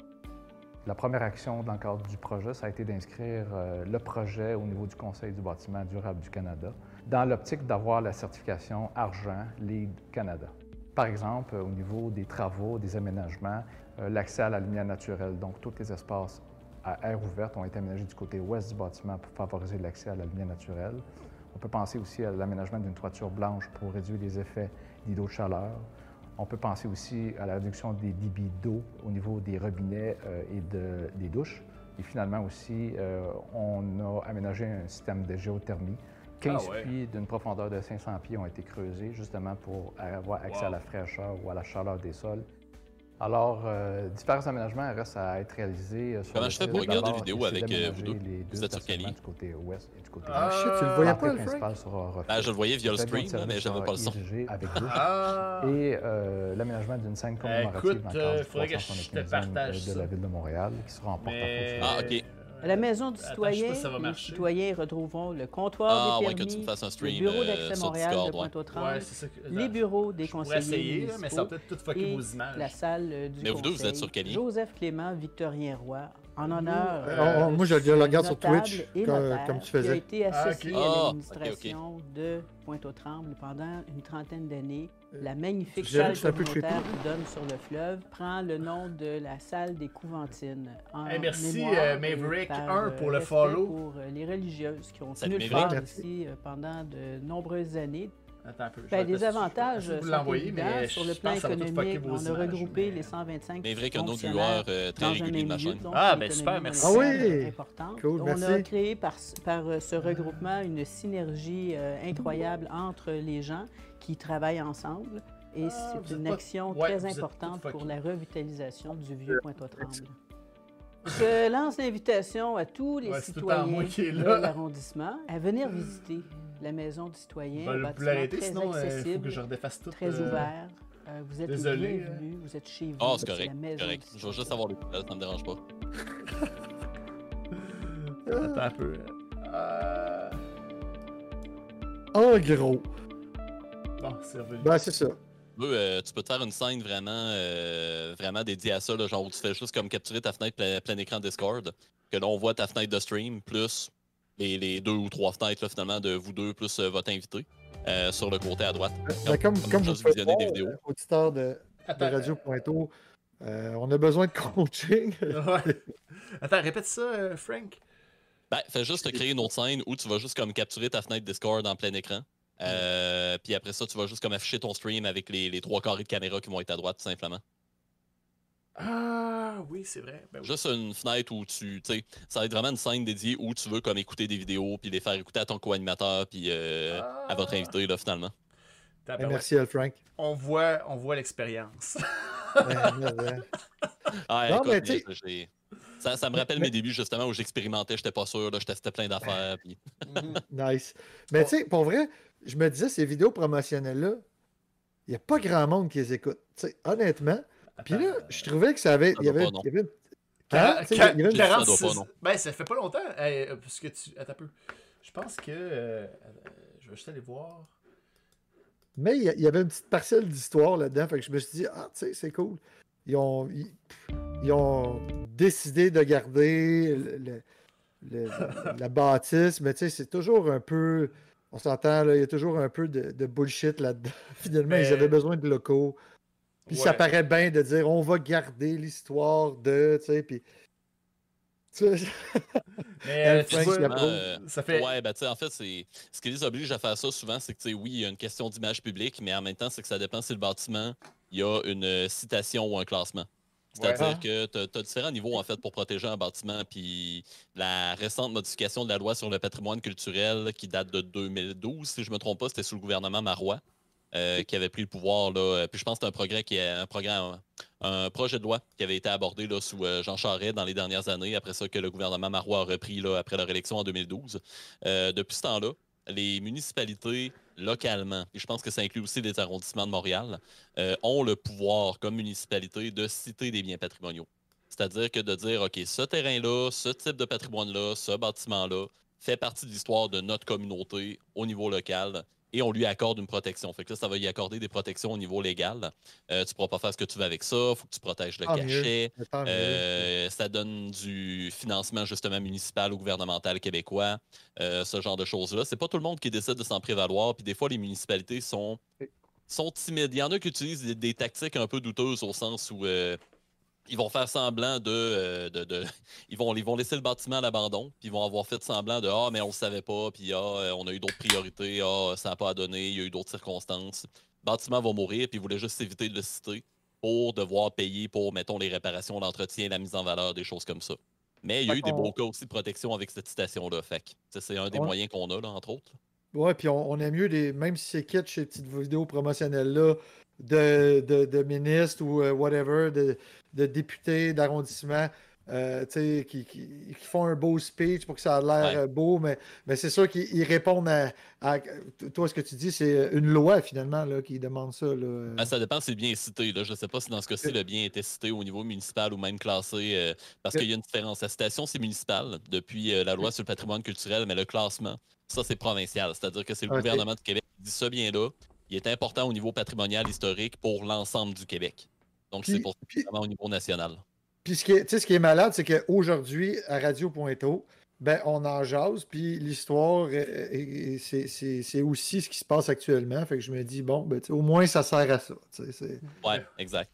La première action dans le cadre du projet, ça a été d'inscrire euh, le projet au niveau du Conseil du bâtiment durable du Canada, dans l'optique d'avoir la certification Argent LEED Canada. Par exemple, euh, au niveau des travaux, des aménagements, euh, l'accès à la lumière naturelle, donc tous les espaces à air ouverte ont été aménagés du côté ouest du bâtiment pour favoriser l'accès à la lumière naturelle. On peut penser aussi à l'aménagement d'une toiture blanche pour réduire les effets d'îlots de chaleur. On peut penser aussi à la réduction des débits d'eau au niveau des robinets euh, et de, des douches. Et finalement aussi, euh, on a aménagé un système de géothermie. quinze Ah ouais. puits d'une profondeur de cinq cents pieds ont été creusés justement pour avoir accès Wow. à la fraîcheur ou à la chaleur des sols. Alors, euh, différents aménagements restent à être réalisés. euh, sur Comment le je fais site. pour regarder D'abord, vidéo essayer avec, euh, d'aménager vous deux? les Vous deux êtes sur quel stationnements lien? du côté ouest et du côté Ah, est. shit, tu le voyais L'entrée pas, le Frank? principale sera refaite. Ah, je le voyais via le Le pavillon de stream, là, mais service j'avais sera pas le son. érigé avec douche. Ah! Et euh, l'aménagement d'une scène commémorative écoute, dans le euh, cadre du faudrait que trois cent je te soixante-quinzième partage de ça. la Ville de Montréal, qui sera en porte-à-faux Mais... sur Ah, ok. À la maison du Attends, je sais citoyen, pas si ça va les marcher. citoyens retrouveront le comptoir Ah, des ouais, que permis, tu me fasses un le stream bureau euh, d'accès sur Montréal Discord, de ouais. Pointe-aux-Trembles, Ouais, c'est ça que... les bureaux des Je pourrais conseillers essayer, là, mais ça va municipaux peut-être tout fucker et vos images. la salle euh, du Mais vous deux, vous conseil. êtes sur quel lien? Joseph Clément, Victorien Roy, en honneur. Euh, euh, on- moi, je de le regarde sur notable Twitch, et comme- notaire comme tu Qui faisais. a été associé Ah, ok. à Ah, l'administration de Pointe-aux-Trembles pendant une trentaine d'années. La Euh, magnifique je dirais salle que c'est un peu communautaire trippy. qui donne sur le fleuve prend le nom de la salle des Couventines. En Hey, merci, mémoire euh, et Maverick par, un euh, pour le respect follow. Pour euh, les religieuses qui ont Salut, tenu le Maverick. fort Merci. ici euh, pendant de nombreuses années. Attends un peu. je Ben, vais les essayer- avantages je vais vous sont l'envoyer, évidents. mais Sur le je plan pense que ça va tout fucker économique, vos on a images, regroupé mais- les cent vingt-cinq Mais vrai que nos fonctionnaires viewers euh, très dans un réguliers, même ma lieu, chaîne. donc Ah, une ben, super, économie merci. monétaire, Ah oui! euh, importante. Cool, On merci. a créé par, par euh, ce regroupement une synergie euh, incroyable entre les gens qui travaillent ensemble. Et Ah, c'est vous une êtes pas- action ouais, très vous êtes importante pas pour fuckés. la revitalisation du vieux Pointe-aux-Trembles. Je lance l'invitation à tous les Ouais, c'est tout le temps citoyens moi qui est de là. l'arrondissement à venir visiter la maison du citoyen, Ben, un vous bâtiment l'arrêter, très sinon euh, il faut accessible, que je redéfasse tout. très euh, ouvert. Euh, vous êtes les désolé, bienvenus, vous êtes chez vous. Ah, c'est correct. la maison correct. du Je veux citoyen. juste avoir les couleurs, ça me dérange pas. Attends un peu. Euh... En gros. Bon, c'est revenu. Ben, c'est ça. Tu peux, euh, tu peux te faire une scène vraiment, euh, vraiment dédiée à ça, là, genre où tu fais juste comme capturer ta fenêtre plein, plein écran Discord, que là on voit ta fenêtre de stream, plus les, les deux ou trois fenêtres là, finalement de vous deux, plus euh, votre invité, euh, sur le côté à droite. Ben, comme, comme comme vous juste pouvez visionner des voir, vidéos. euh, auditeurs de, de Attends, Radio Pointeau, euh, on a besoin de coaching. Ouais. Attends, répète ça, euh, Frank. Ben, fais juste te créer une autre scène où tu vas juste comme capturer ta fenêtre Discord en plein écran. Euh, puis après ça, tu vas juste comme afficher ton stream avec les, les trois carrés de caméra qui vont être à droite, tout simplement. Ah, oui, c'est vrai. Ben, oui. Juste une fenêtre où tu, tu sais, ça va être vraiment une scène dédiée où tu veux comme écouter des vidéos, puis les faire écouter à ton co-animateur, puis euh, Ah. à votre invité, là, finalement. Attends, Ben, ben, ouais. merci, Al Frank. On voit, on voit l'expérience. Ben, mais, euh, Ah, Non, écoute, mais tu sais- j'ai- j'ai- ça, ça me rappelle Mais- mes débuts, justement, où j'expérimentais, j'étais pas sûr, là, je testais plein d'affaires, puis... nice. Mais tu sais, pour vrai, je me disais, ces vidéos promotionnelles-là, il n'y a pas grand monde qui les écoute. Tu sais, honnêtement. Puis là, je trouvais que ça avait. Ça Il y doit avait, pas, non. il y avait- Quar- Hein? Tu sais, quar- il y avait une- J'ai- ça doit quarante-six pas, non. Ben, ça fait pas longtemps. Hey, euh, parce que tu. Attends un peu. Je pense que. euh, je vais juste aller voir. Mais il y a- il y avait une petite parcelle d'histoire là-dedans. Fait que je me suis dit, ah, tu sais, c'est cool. ils ont, ils, ils ont décidé de garder le, le- le- la bâtisse, mais tu sais, c'est toujours un peu. On s'entend, là, il y a toujours un peu de, de bullshit là-dedans. Finalement, ils avaient Mais, besoin de locaux. Puis ça ouais. paraît bien de dire on va garder l'histoire de, tu sais, puis. tu sais, Mais Anne euh, tu Frank qui vois, Effectivement, approuve. euh, ça fait. ouais, ben, tu sais, en fait, c'est ce qui les oblige à faire ça souvent, c'est que, tu sais, oui, il y a une question d'image publique, mais en même temps, c'est que ça dépend si le bâtiment, il y a une euh, citation ou un classement. Ouais. C'est-à-dire Ah, que tu as, différents niveaux, en fait, pour protéger un bâtiment. Puis la récente modification de la loi sur le patrimoine culturel, qui date de deux mille douze, si je ne me trompe pas, c'était sous le gouvernement Marois, euh, qui avait pris le pouvoir. Là. Puis je pense que c'est un progrès qui est un programme, un projet de loi qui avait été abordé là, sous euh, Jean Charest dans les dernières années, après ça que le gouvernement Marois a repris là, après leur élection en deux mille douze. Euh, depuis ce temps-là, les municipalités localement, et je pense que ça inclut aussi les arrondissements de Montréal, euh, ont le pouvoir comme municipalité de citer des biens patrimoniaux. C'est-à-dire que de dire, OK, ce terrain-là, ce type de patrimoine-là, ce bâtiment-là fait partie de l'histoire de notre communauté au niveau local et on lui accorde une protection. Fait que là, ça va y accorder des protections au niveau légal. Euh, tu ne pourras pas faire ce que tu veux avec ça, il faut que tu protèges le tant mieux. cachet. Mais tant mieux. Euh, ça donne du financement justement municipal ou gouvernemental québécois, euh, ce genre de choses-là. C'est pas tout le monde qui décide de s'en prévaloir, puis des fois, les municipalités sont, sont timides. Il y en a qui utilisent des, des tactiques un peu douteuses au sens où euh, ils vont faire semblant de, euh, de, de- ils vont, ils vont laisser le bâtiment à l'abandon, puis ils vont avoir fait semblant de ah mais on le savait pas, puis ah euh, on a eu d'autres priorités, ah ça n'a pas à donner, il y a eu d'autres circonstances. Le bâtiment va mourir, puis ils voulaient juste éviter de le citer pour devoir payer pour mettons les réparations, l'entretien, la mise en valeur, des choses comme ça. Mais il y a Fait eu des beaux qu'on- cas aussi de protection avec cette citation-là, fait que, ça, c'est un des on- moyens qu'on a là entre autres. Ouais, puis on, on aime mieux, les, même si c'est kitsch, ces petites vidéos promotionnelles-là de, de, de ministres ou euh, whatever, de, de députés d'arrondissement, euh, tu sais, qui, qui, qui font un beau speech pour que ça a l'air Ouais. euh, beau, mais, mais c'est sûr qu'ils ils répondent à, à- Toi, ce que tu dis, c'est une loi, finalement, là, qui demande ça. Là. Ben, ça dépend si le bien est cité. Là. Je ne sais pas si dans ce cas-ci, Ok. le bien était cité au niveau municipal ou même classé, euh, parce qu'il y a une différence. La citation, c'est municipal depuis euh, la loi sur le patrimoine culturel, mais le classement, ça, c'est provincial. C'est-à-dire que c'est le Ok. gouvernement de Québec qui dit ce bien-là, il est important au niveau patrimonial historique pour l'ensemble du Québec. Donc, c'est Puis, pour puis, vraiment au niveau national. puis ce qui est, tu sais, ce qui est malade, c'est qu'aujourd'hui, à Radio Pointeau, ben, on en jase, puis l'histoire, euh, euh, c'est c'est- c'est aussi ce qui se passe actuellement. Fait que je me dis, bon, ben, tu sais, au moins, ça sert à ça. tu sais, c'est- Ouais, exact.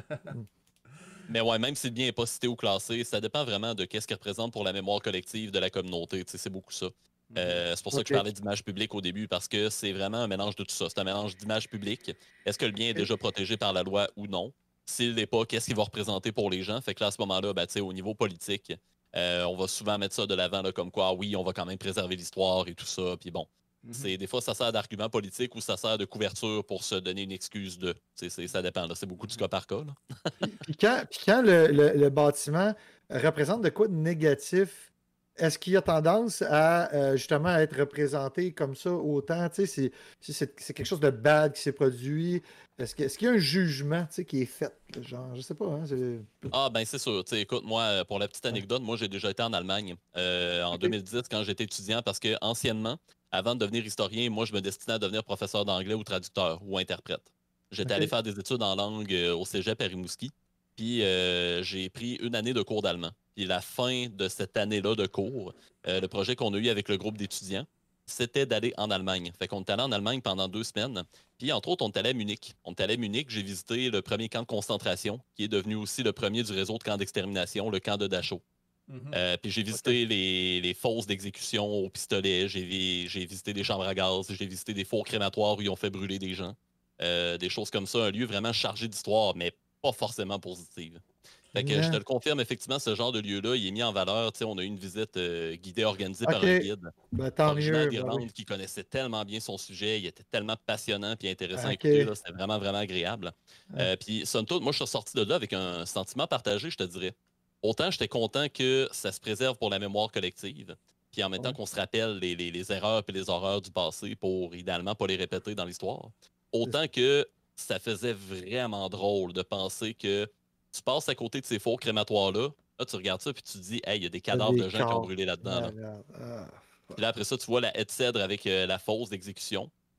Mais ouais, même si le bien n'est pas cité ou classé, ça dépend vraiment de qu'est-ce qu'il représente pour la mémoire collective de la communauté. Tu sais, c'est beaucoup ça. Euh, c'est pour ça que je Ok. parlais d'image publique au début, parce que c'est vraiment un mélange de tout ça. C'est un mélange d'image publique. Est-ce que le bien est déjà protégé par la loi ou non? S'il l'est pas, qu'est-ce qu'il va représenter pour les gens? Fait que là, à ce moment-là, ben, tu sais, au niveau politique, euh, on va souvent mettre ça de l'avant là, comme quoi, ah oui, on va quand même préserver l'histoire et tout ça. Puis bon, Mhm. c'est des fois, ça sert d'argument politique ou ça sert de couverture pour se donner une excuse de. C'est, c'est- ça dépend. Là. C'est beaucoup du cas par cas. Là. Puis, puis quand, puis quand le, le- le bâtiment représente de quoi de négatif, est-ce qu'il y a tendance à euh, justement à être représenté comme ça autant? Tu sais, c'est- si c'est c'est quelque chose de bad qui s'est produit, est-ce que- est-ce qu'il y a un jugement, tu sais, qui est fait? là, Genre, je sais pas. Hein, c'est- Ah, ben c'est sûr. Tu sais, écoute, moi, euh, pour la petite anecdote, moi, j'ai déjà été en Allemagne euh, en Ok. deux mille dix quand j'étais étudiant parce que anciennement, avant de devenir historien, moi, je me destinais à devenir professeur d'anglais ou traducteur ou interprète. J'étais Ok. allé faire des études en langue euh, au cégep à Rimouski. Puis euh, j'ai pris une année de cours d'allemand. Puis la fin de cette année-là de cours, euh, le projet qu'on a eu avec le groupe d'étudiants, c'était d'aller en Allemagne. Fait qu'on est allé en Allemagne pendant deux semaines. Puis, entre autres, on est allé à Munich. On est allé à Munich, j'ai visité le premier camp de concentration, qui est devenu aussi le premier du réseau de camps d'extermination, le camp de Dachau. Mhm. Euh, puis j'ai visité les, les fosses d'exécution au pistolet, j'ai vi- j'ai visité des chambres à gaz, j'ai visité des fours crématoires où ils ont fait brûler des gens. Euh, des choses comme ça, un lieu vraiment chargé d'histoire, mais pas forcément positive. Fait que je te Non. le confirme, effectivement, ce genre de lieu-là, il est mis en valeur. Tu sais, on a eu une visite euh, guidée organisée par Ok. un guide Ben, tant originaire mieux. Ben d'Irlande oui. qui connaissait tellement bien son sujet, il était tellement passionnant et intéressant à Ok. écouter, là, c'était vraiment, vraiment agréable. Ouais. Euh, puis, somme toute, moi, je suis sorti de là avec un sentiment partagé, je te dirais. Autant j'étais content que ça se préserve pour la mémoire collective, puis en même temps Ouais. qu'on se rappelle les, les- les erreurs et les horreurs du passé pour, idéalement, pas les répéter dans l'histoire. Autant que ça faisait vraiment drôle de penser que tu passes à côté de ces fours crématoires-là, là, tu regardes ça puis tu te dis, hey, il y a des T'as cadavres des de gens qui ont corps brûlé là-dedans. Là. malades. Ah, Puis là, après ça, tu vois la haie de cèdre avec euh, la fosse d'exécution.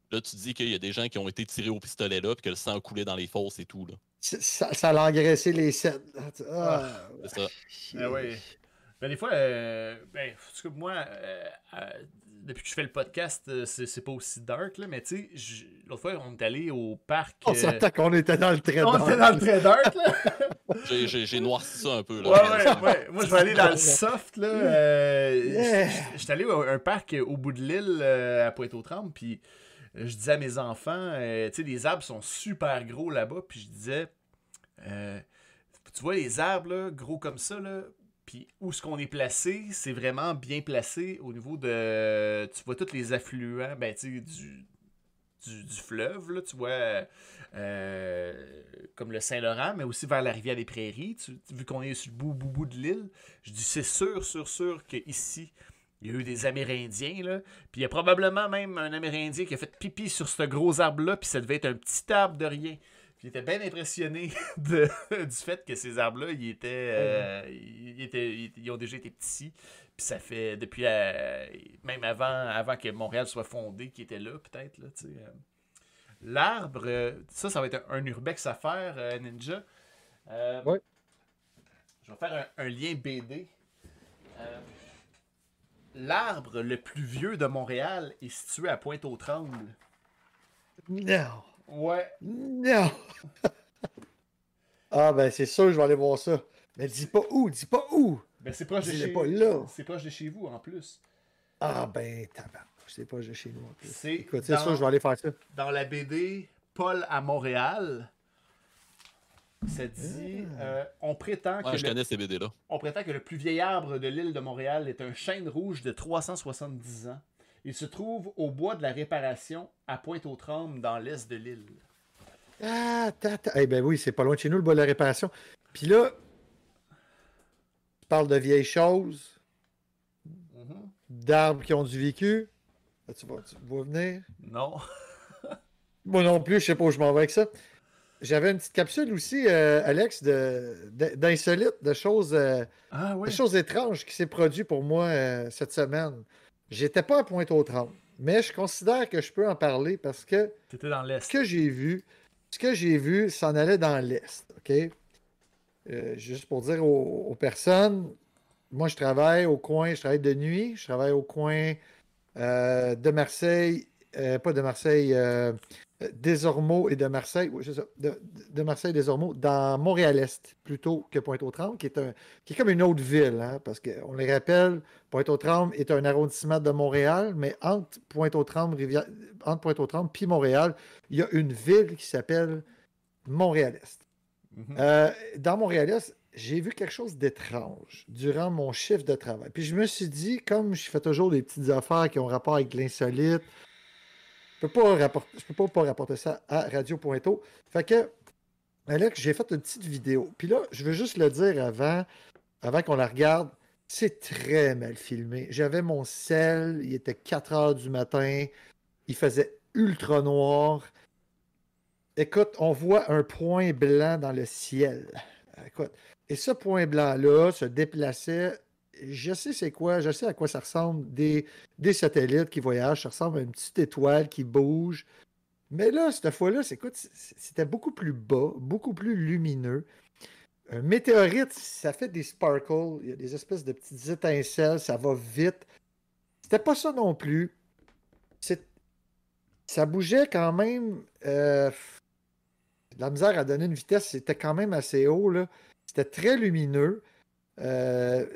Là, tu dis qu'il y a des gens qui ont été tirés au pistolet là, puis que le sang a coulé dans les fosses et tout. Là. Ça, ça a engraissé les scènes. Ah, C'est ça. Ah ouais. Ben, des fois, euh, ben, en tout cas, moi, euh, euh, depuis que je fais le podcast, euh, c'est, c'est pas aussi dark, là, mais tu sais, l'autre fois, on est allé au parc. On euh, s'entend qu'on était dans le très On dark. était dans le très dark, là. J'ai, j'ai, j'ai noirci ça un peu. Là. Ouais, ouais, ouais. Moi, je vais aller dans le soft, là. Euh, Yeah. J'étais allé à un parc au bout de l'île, euh, à Pointe-aux-Trembles, puis je disais à mes enfants, euh, tu sais, les arbres sont super gros là-bas, puis je disais, euh, tu vois les arbres, là, gros comme ça, là, puis où est-ce qu'on est placé, c'est vraiment bien placé au niveau de, tu vois tous les affluents, ben, tu sais, du, du, du fleuve, là, tu vois, euh, comme le Saint-Laurent, mais aussi vers la rivière des Prairies, tu, vu qu'on est sur le bout, bout, bout de l'île, je dis, c'est sûr, sûr, sûr qu'ici, il y a eu des Amérindiens, là. Puis il y a probablement même un Amérindien qui a fait pipi sur ce gros arbre-là, puis ça devait être un petit arbre de rien. Puis il était bien impressionné de, du fait que ces arbres-là, ils étaient, euh, ils, étaient ils, ils ont déjà été petits. Puis ça fait depuis, euh, même avant, avant que Montréal soit fondé, qu'ils étaient là, peut-être, là, tu sais. L'arbre, euh, ça, ça va être un, un urbex à faire, euh, Ninja. Euh, Ouais. Je vais faire un, un lien B D. Euh, L'arbre le plus vieux de Montréal est situé à Pointe-aux-Trembles. Non. Ouais. Non. Ah, ben, c'est sûr, je vais aller voir ça. Mais dis pas où, dis pas où. Ben, c'est proche de Dis-le chez pas là. C'est proche de chez vous, en plus. Ah, ben, tabac. C'est pas de chez nous en plus. C'est Écoute, c'est dans- sûr, je vais aller faire ça. Dans la B D Paul à Montréal, ça dit euh, on prétend que Ouais, je le- connais ces B D-là. on prétend que le plus vieil arbre de l'île de Montréal est un chêne rouge de trois cent soixante-dix ans. Il se trouve au bois de la Réparation à Pointe-aux-Trembles dans l'est de l'île. Ah, tata. Eh ben oui, c'est pas loin de chez nous, le bas de la réparation. Puis là, tu parles de vieilles choses, Mhm. d'arbres qui ont du vécu. Ah, tu vas, tu vas venir? Non. Moi non plus, je sais pas où je m'en vais avec ça. J'avais une petite capsule aussi, euh, Alex, de, de- d'insolites, de choses, euh, Ah de oui. choses étranges qui s'est produit pour moi euh, cette semaine. J'étais pas à Pointe-aux-Trembles, mais je considère que je peux en parler parce que T'étais dans ce l'est. que j'ai vu, ce que j'ai vu, s'en allait dans l'Est, OK? Euh, juste pour dire aux, aux personnes, moi, je travaille au coin, je travaille de nuit, je travaille au coin euh, de Marseille, euh, pas de Marseille, euh, des Ormeaux et de Marseille, oui, c'est ça, de, de Marseille et des Ormeaux, dans Montréal-Est, plutôt que Pointe-aux-Trembles, qui est, un, qui est comme une autre ville, hein, parce qu'on les rappelle, Pointe-aux-Trembles est un arrondissement de Montréal, mais entre Pointe-aux-Trembles, Rivière, entre Pointe-aux-Trembles puis Montréal, il y a une ville qui s'appelle Montréal-Est. Mhm. Euh, dans Montréal-Est, j'ai vu quelque chose d'étrange durant mon chiffre de travail. Puis je me suis dit, comme je fais toujours des petites affaires qui ont rapport avec l'insolite, je peux pas rapporter, je peux pas, pas rapporter ça à Radio Pointeau. Fait que, Alex, j'ai fait une petite vidéo. Puis là, je veux juste le dire avant, avant qu'on la regarde, c'est très mal filmé. J'avais mon sel, il était quatre heures du matin, il faisait ultra noir. Écoute, on voit un point blanc dans le ciel. Écoute, et ce point blanc-là se déplaçait. Je sais c'est quoi, je sais à quoi ça ressemble, des, des satellites qui voyagent, ça ressemble à une petite étoile qui bouge. Mais là, cette fois-là, c'est- écoute, c- c'était beaucoup plus bas, beaucoup plus lumineux. Un météorite, ça fait des sparkles, il y a des espèces de petites étincelles, ça va vite. C'était pas ça non plus. C'est- Ça bougeait quand même. euh, de la misère à donner une vitesse, c'était quand même assez haut, là. C'était très lumineux. Euh,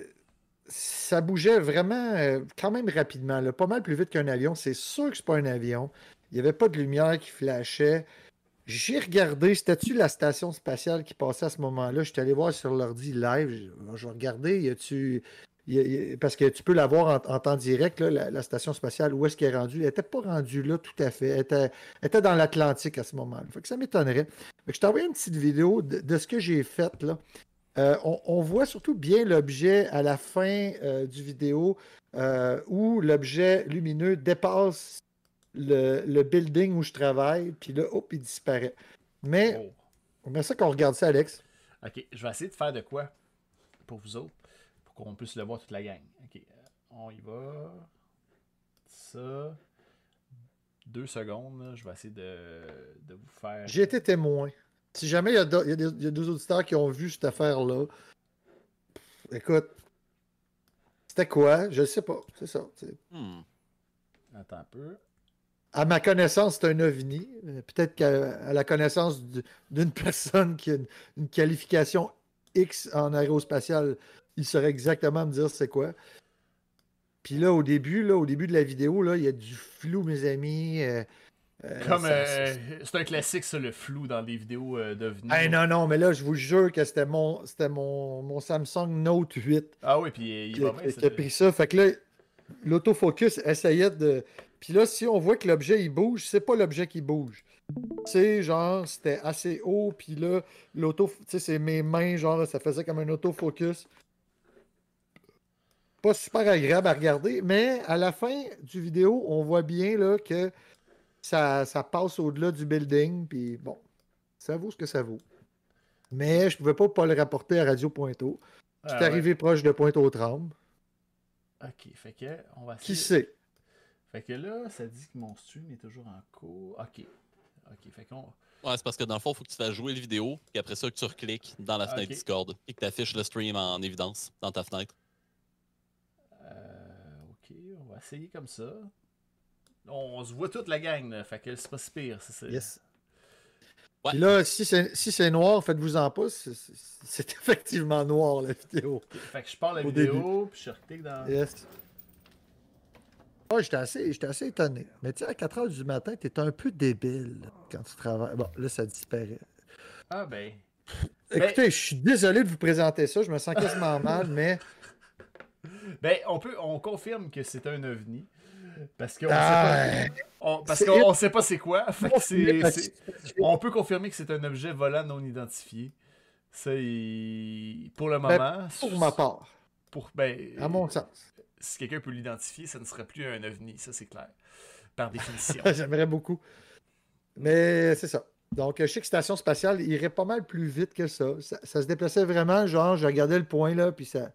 ça bougeait vraiment euh, quand même rapidement, là, pas mal plus vite qu'un avion. C'est sûr que c'est pas un avion. Il n'y avait pas de lumière qui flashait. J'ai regardé, c'était-tu la station spatiale qui passait à ce moment-là? Je suis allé voir sur l'ordi live. Je, je vais regarder. Y a-tu, y a- y a- parce que tu peux la voir en, en temps direct, là, la, la station spatiale, où est-ce qu'elle est rendue? Elle n'était pas rendue là tout à fait. Elle était, elle était dans l'Atlantique à ce moment-là. Fait que ça m'étonnerait. Fait que je t'ai envoyé une petite vidéo de, de ce que j'ai fait là. Euh, on, on voit surtout bien l'objet à la fin euh, du vidéo euh, où l'objet lumineux dépasse le, le building où je travaille, puis là, hop, il disparaît. Mais Oh. on met ça qu'on regarde ça, Alex. Ok, je vais essayer de faire de quoi pour vous autres, pour qu'on puisse le voir toute la gang. Ok, euh, on y va. Ça. deux secondes, là, je vais essayer de, de vous faire... J'ai été témoin. Si jamais il y, a do- il y a des- il y a deux auditeurs qui ont vu cette affaire-là, écoute, c'était quoi? Je ne sais pas. C'est ça. c'est- Hmm. Attends un peu. À ma connaissance, c'est un ovni. Euh, Peut-être qu'à à la connaissance du- d'une personne qui a une, une qualification X en aérospatial, il saurait exactement me dire c'est quoi. Puis là, au début, là, au début de la vidéo, là, il y a du flou, mes amis. euh, euh, Comme, ça- euh, ça- c'est un classique, ça, le flou dans des vidéos euh, d'OVNI. Hey, non, non, mais là, je vous jure que c'était mon, c'était mon, mon Samsung Note huit Ah oui, puis il qui, va a, bien. qui ça. a pris ça. Fait que là, l'autofocus essayait de. Puis là, si on voit que l'objet il bouge, c'est pas l'objet qui bouge. C'est genre, c'était assez haut, puis là, l'auto. Tu sais, c'est mes mains, genre, là, ça faisait comme un autofocus. Pas super agréable à regarder, mais à la fin du vidéo, on voit bien là, que ça, ça passe au-delà du building, puis bon, ça vaut ce que ça vaut. Mais je pouvais pas pas le rapporter à Radio Pointeau. Ah, J'étais ouais. arrivé proche de Pointe-aux-Trembles. Ok, fait que, on va Qui essayer- sait? Fait que là, ça dit que mon stream est toujours en cours. Ok. Ok, fait qu'on. Ouais, c'est parce que dans le fond, il faut que tu fasses jouer le vidéo, puis après ça, que tu recliques dans la fenêtre Ok. Discord, et que tu affiches le stream en évidence dans ta fenêtre. Euh, ok, on va essayer comme ça. On, on se voit toute la gang, là, fait que c'est pas si pire. ça, c'est- Yes. Ouais. Puis là, si c'est si c'est noir, faites-vous-en pas. c'est- c'est c'est effectivement noir, la vidéo. Fait que je pars la Au vidéo, puis je reclique dans. Yes. Ouais, j'étais assez, j'étais assez étonné. Mais tu sais, à quatre heures du matin, t'es un peu débile quand tu travailles. Bon, là, ça disparaît. Ah ben. Écoutez, je suis désolé de vous présenter ça. Je me sens quasiment mal, mais. Ben, on peut, on confirme que c'est un ovni. Parce qu'on Ah, sait pas. on- parce c'est qu'on it. on sait pas c'est quoi. Fait que c'est- c'est- c'est- on peut confirmer que c'est un objet volant non identifié. Ça, il- pour le Ben, moment. pour ma part, pour- ben, à mon sens. si quelqu'un peut l'identifier, ça ne serait plus un ovni, ça c'est clair. Par définition. J'aimerais beaucoup. Mais c'est ça. Donc, je sais que Station Spatiale irait pas mal plus vite que ça. Ça, ça se déplaçait vraiment, genre, je regardais le point là, puis ça.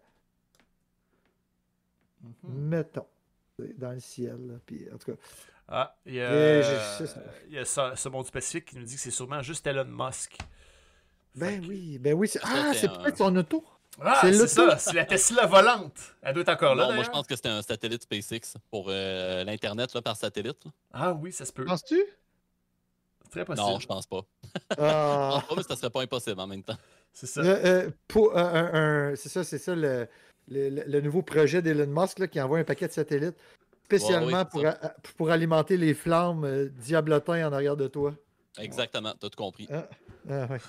Mhm. Mettons. Dans le ciel. Là, puis, en tout cas. Ah, il y a, Et je- c'est ça. il y a ça- ce monde spécifique qui nous dit que c'est sûrement juste Elon Musk. Ben Fait que- oui, ben oui. c'est- Ça, Ah, c'est c'est un- peut-être son auto. Ah, C'est c'est l'auto. ça, c'est la Tesla volante. Elle doit être encore là. Non, moi, je d'ailleurs. pense que c'était un satellite SpaceX pour euh, l'Internet là, par satellite. là. Ah oui, ça se peut. Penses-tu? C'est très possible. Non, je pense pas. Je Ah. pense pas, mais ça serait pas impossible en même temps. C'est ça. Euh, euh, pour, un- un- un- c'est ça, c'est ça le, le- le- le nouveau projet d'Elon Musk là, qui envoie un paquet de satellites spécialement Ouais, oui, c'est pour, ça. a- pour alimenter les flammes euh, diablotins en arrière de toi. Exactement, t'as tout compris. Ah, ah, ouais.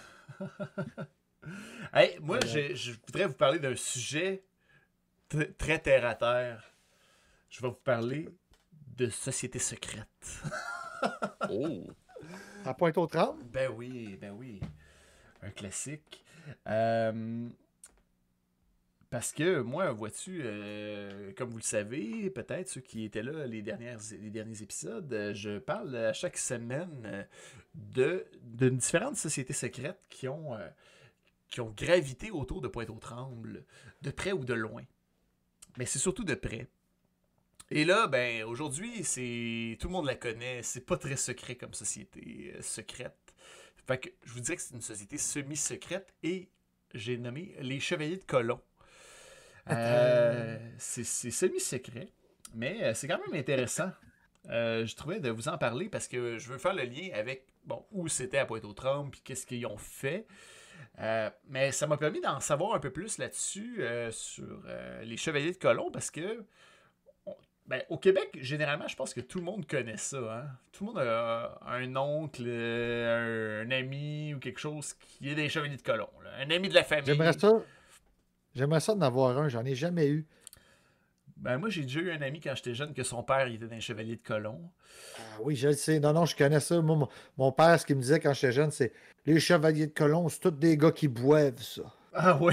Hey, moi, Voilà. j'ai- je voudrais vous parler d'un sujet tr- très terre à terre. Je vais vous parler de société secrète. Oh! À Pointe-aux-Trembles? Ben oui, ben oui. Un classique. Euh, Parce que moi, vois-tu, euh, comme vous le savez, peut-être ceux qui étaient là les, dernières, les derniers épisodes, euh, je parle à chaque semaine euh, de, de différentes sociétés secrètes qui ont, euh, qui ont gravité autour de Pointe-aux-Trembles, de près ou de loin. Mais c'est surtout de près. Et là, ben, aujourd'hui, c'est tout le monde la connaît. C'est pas très secret comme société euh, secrète. Fait que je vous dirais que c'est une société semi-secrète et j'ai nommé les Chevaliers de Colomb. Euh, c'est c'est semi-secret, mais euh, c'est quand même intéressant. Euh, je trouvais de vous en parler parce que je veux faire le lien avec bon, où c'était à Pointe-aux-Trembles puis qu'est-ce qu'ils ont fait. Euh, mais ça m'a permis d'en savoir un peu plus là-dessus, euh, sur euh, les Chevaliers de Colomb, parce que on- ben, au Québec, généralement, je pense que tout le monde connaît ça. Hein? Tout le monde a un oncle, euh, un, un ami ou quelque chose qui est des Chevaliers de Colomb. Là. Un ami de la famille. J'aimerais ça. J'aimerais ça d'en avoir un. J'en ai jamais eu. Ben, moi, j'ai déjà eu un ami quand j'étais jeune que son père il était un Chevalier de Colomb. Ah oui, je le sais. Non, non, je connais ça. Moi, mon, mon père, ce qu'il me disait quand j'étais jeune, c'est les Chevaliers de Colomb, c'est tous des gars qui boivent, ça. Ah oui.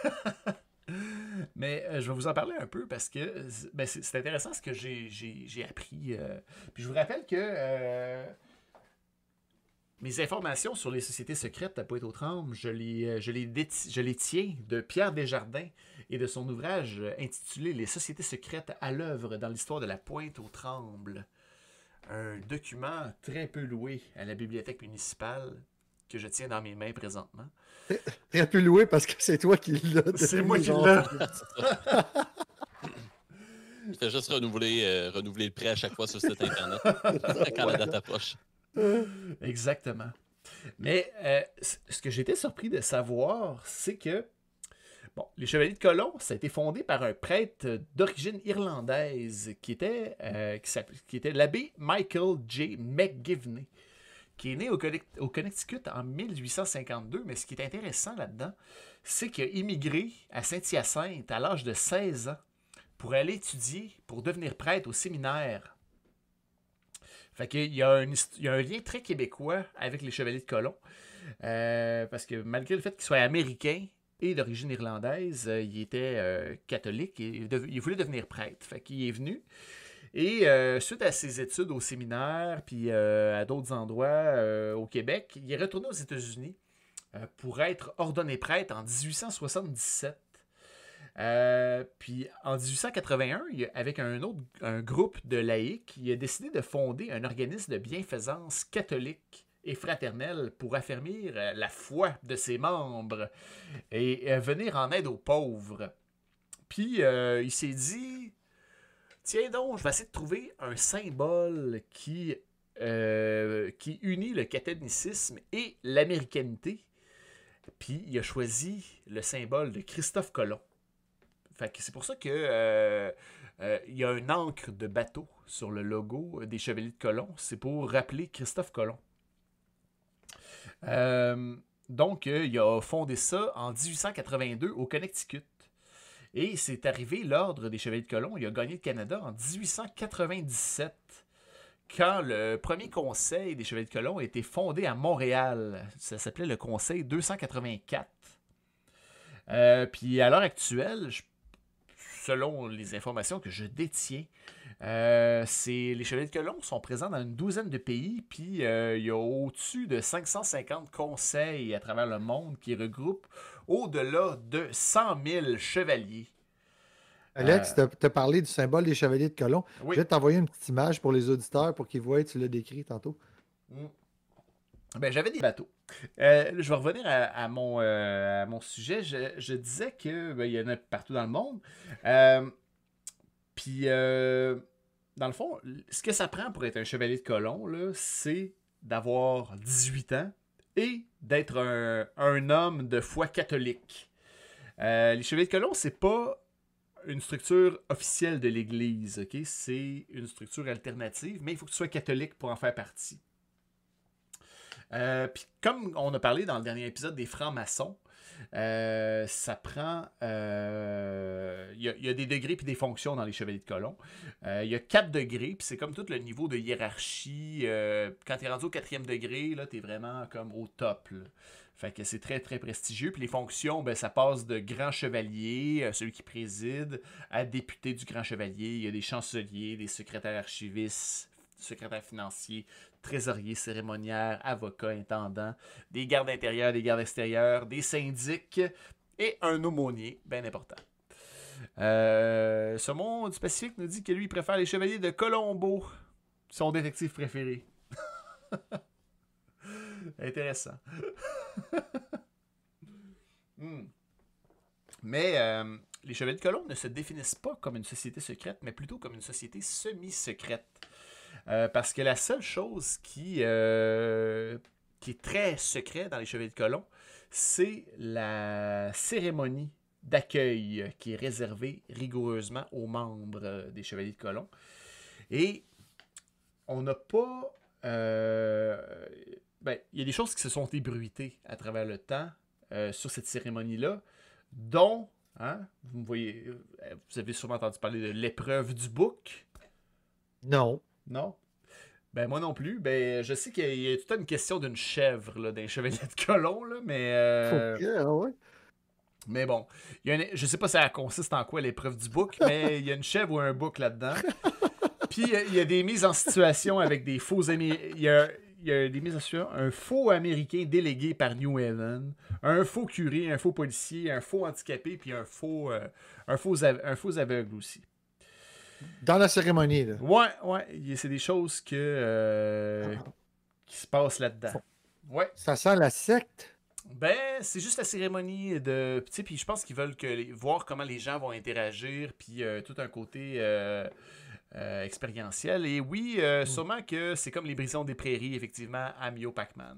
Mais euh, je vais vous en parler un peu parce que ben, c'est c'est intéressant ce que j'ai j'ai- j'ai appris. euh. Puis je vous rappelle que euh, mes informations sur les sociétés secrètes à Pointe-aux-Trembles, je les, euh, je, les déti- je les tiens de Pierre Desjardins et de son ouvrage euh, intitulé Les sociétés secrètes à l'œuvre dans l'histoire de la Pointe-aux-Trembles. un document très peu loué à la bibliothèque municipale que je tiens dans mes mains présentement. Très peu loué parce que c'est toi qui l'as. C'est moi qui genre. l'ai. Il fait juste renouveler, euh, renouveler le prêt à chaque fois sur le site Internet quand la date approche. Exactement. Mais euh, ce que j'étais surpris de savoir, c'est que bon, les Chevaliers de Colomb, ça a été fondé par un prêtre d'origine irlandaise qui était, euh, qui, qui était l'abbé Michael J. McGivney, qui est né au, au Connecticut en mille huit cent cinquante-deux. Mais ce qui est intéressant là-dedans, c'est qu'il a immigré à Saint-Hyacinthe à l'âge de seize ans pour aller étudier, pour devenir prêtre au séminaire. Fait qu'il y a un, il y a un lien très québécois avec les Chevaliers de Colomb, euh, parce que malgré le fait qu'il soit américain et d'origine irlandaise, euh, il était euh, catholique et il, dev, il voulait devenir prêtre. Fait qu'il est venu. Et euh, suite à ses études au séminaire, puis euh, à d'autres endroits euh, au Québec, il est retourné aux États-Unis euh, pour être ordonné prêtre en dix-huit cent soixante-dix-sept. Euh, puis en dix-huit cent quatre-vingt-un, il, avec un autre un groupe de laïcs, il a décidé de fonder un organisme de bienfaisance catholique et fraternelle pour affermir euh, la foi de ses membres et euh, venir en aide aux pauvres. Puis euh, il s'est dit, tiens donc, je vais essayer de trouver un symbole qui, euh, qui unit le catholicisme et l'américanité. Puis il a choisi le symbole de Christophe Colomb. Fait que c'est pour ça que euh, euh, il y a un ancre de bateau sur le logo des Chevaliers de Colomb. C'est pour rappeler Christophe Colomb. Euh, donc, euh, il a fondé ça en dix-huit cent quatre-vingt-deux au Connecticut. Et c'est arrivé l'ordre des Chevaliers de Colomb. Il a gagné le Canada en dix-huit cent quatre-vingt-dix-sept, quand le premier conseil des Chevaliers de Colomb a été fondé à Montréal. Ça s'appelait le Conseil deux cent quatre-vingt-quatre. Euh, puis à l'heure actuelle, je selon les informations que je détiens, euh, c'est, les Chevaliers de Colomb sont présents dans une douzaine de pays, puis euh, il y a au-dessus de cinq cent cinquante conseils à travers le monde qui regroupent au-delà de cent mille chevaliers. Alex, euh, tu as parlé du symbole des Chevaliers de Colomb. Oui. Je vais t'envoyer une petite image pour les auditeurs pour qu'ils voient, tu l'as décrit tantôt. Mm. Ben, j'avais des bateaux. Euh, je vais revenir à, à, mon, euh, à mon sujet. Je, je disais qu'il ben, y en a partout dans le monde. Euh, Puis, euh, dans le fond, ce que ça prend pour être un chevalier de Colomb, là, c'est d'avoir dix-huit ans et d'être un, un homme de foi catholique. Euh, les Chevaliers de Colomb, c'est pas une structure officielle de l'Église. Okay? C'est une structure alternative, mais il faut que tu sois catholique pour en faire partie. Euh, Puis comme on a parlé dans le dernier épisode des francs-maçons, euh, ça prend... Il euh, y, y a des degrés puis des fonctions dans les Chevaliers de Colomb. Il euh, y a quatre degrés, puis c'est comme tout le niveau de hiérarchie. Euh, quand tu es rendu au quatrième degré, tu es vraiment comme au top. Là. Fait que c'est très, très prestigieux. Puis les fonctions, ben, ça passe de grand chevalier, euh, celui qui préside, à député du grand chevalier. Il y a des chanceliers, des secrétaires archivistes, secrétaire financier, trésorier, cérémoniaire, avocat, intendant, des gardes intérieurs, des gardes extérieurs, des syndics et un aumônier, bien important. Euh, Saumon du Pacifique nous dit que lui, il préfère les Chevaliers de Colombo, son détective préféré. Intéressant. hmm. Mais euh, les Chevaliers de Colombo ne se définissent pas comme une société secrète, mais plutôt comme une société semi-secrète. Euh, parce que la seule chose qui, euh, qui est très secret dans les Chevaliers de Colomb, c'est la cérémonie d'accueil qui est réservée rigoureusement aux membres des Chevaliers de Colomb. Et on n'a pas... Euh, ben, il y a des choses qui se sont ébruitées à travers le temps euh, sur cette cérémonie-là, dont, hein, vous me voyez, vous avez sûrement entendu parler de l'épreuve du bouc. Non. Non? Ben moi non plus. Ben je sais qu'il y a, y a toute une question d'une chèvre là, d'un chevalier de Colomb, là, mais... Euh... Okay, ouais. Mais bon, il y a une... je sais pas ça consiste en quoi l'épreuve du bouc, mais il y a une chèvre ou un bouc là-dedans. Puis il y a des mises en situation avec des faux amis. Il y a, il y a des mises en situation. Un faux Américain délégué par New Haven, un faux curé, un faux policier, un faux handicapé, puis un faux, euh, un faux, av... un faux aveugle aussi. Dans la cérémonie, là. Ouais, ouais. il- C'est des choses que, euh, Ah. qui se passent là-dedans. Ouais. Ça sent la secte. Ben, c'est juste la cérémonie de. Tu sais, puis je pense qu'ils veulent que les- voir comment les gens vont interagir, puis euh, tout un côté euh, euh, expérientiel. Et oui, euh, sûrement que c'est comme les Brisons des Prairies, effectivement, à Mio Pac-Man.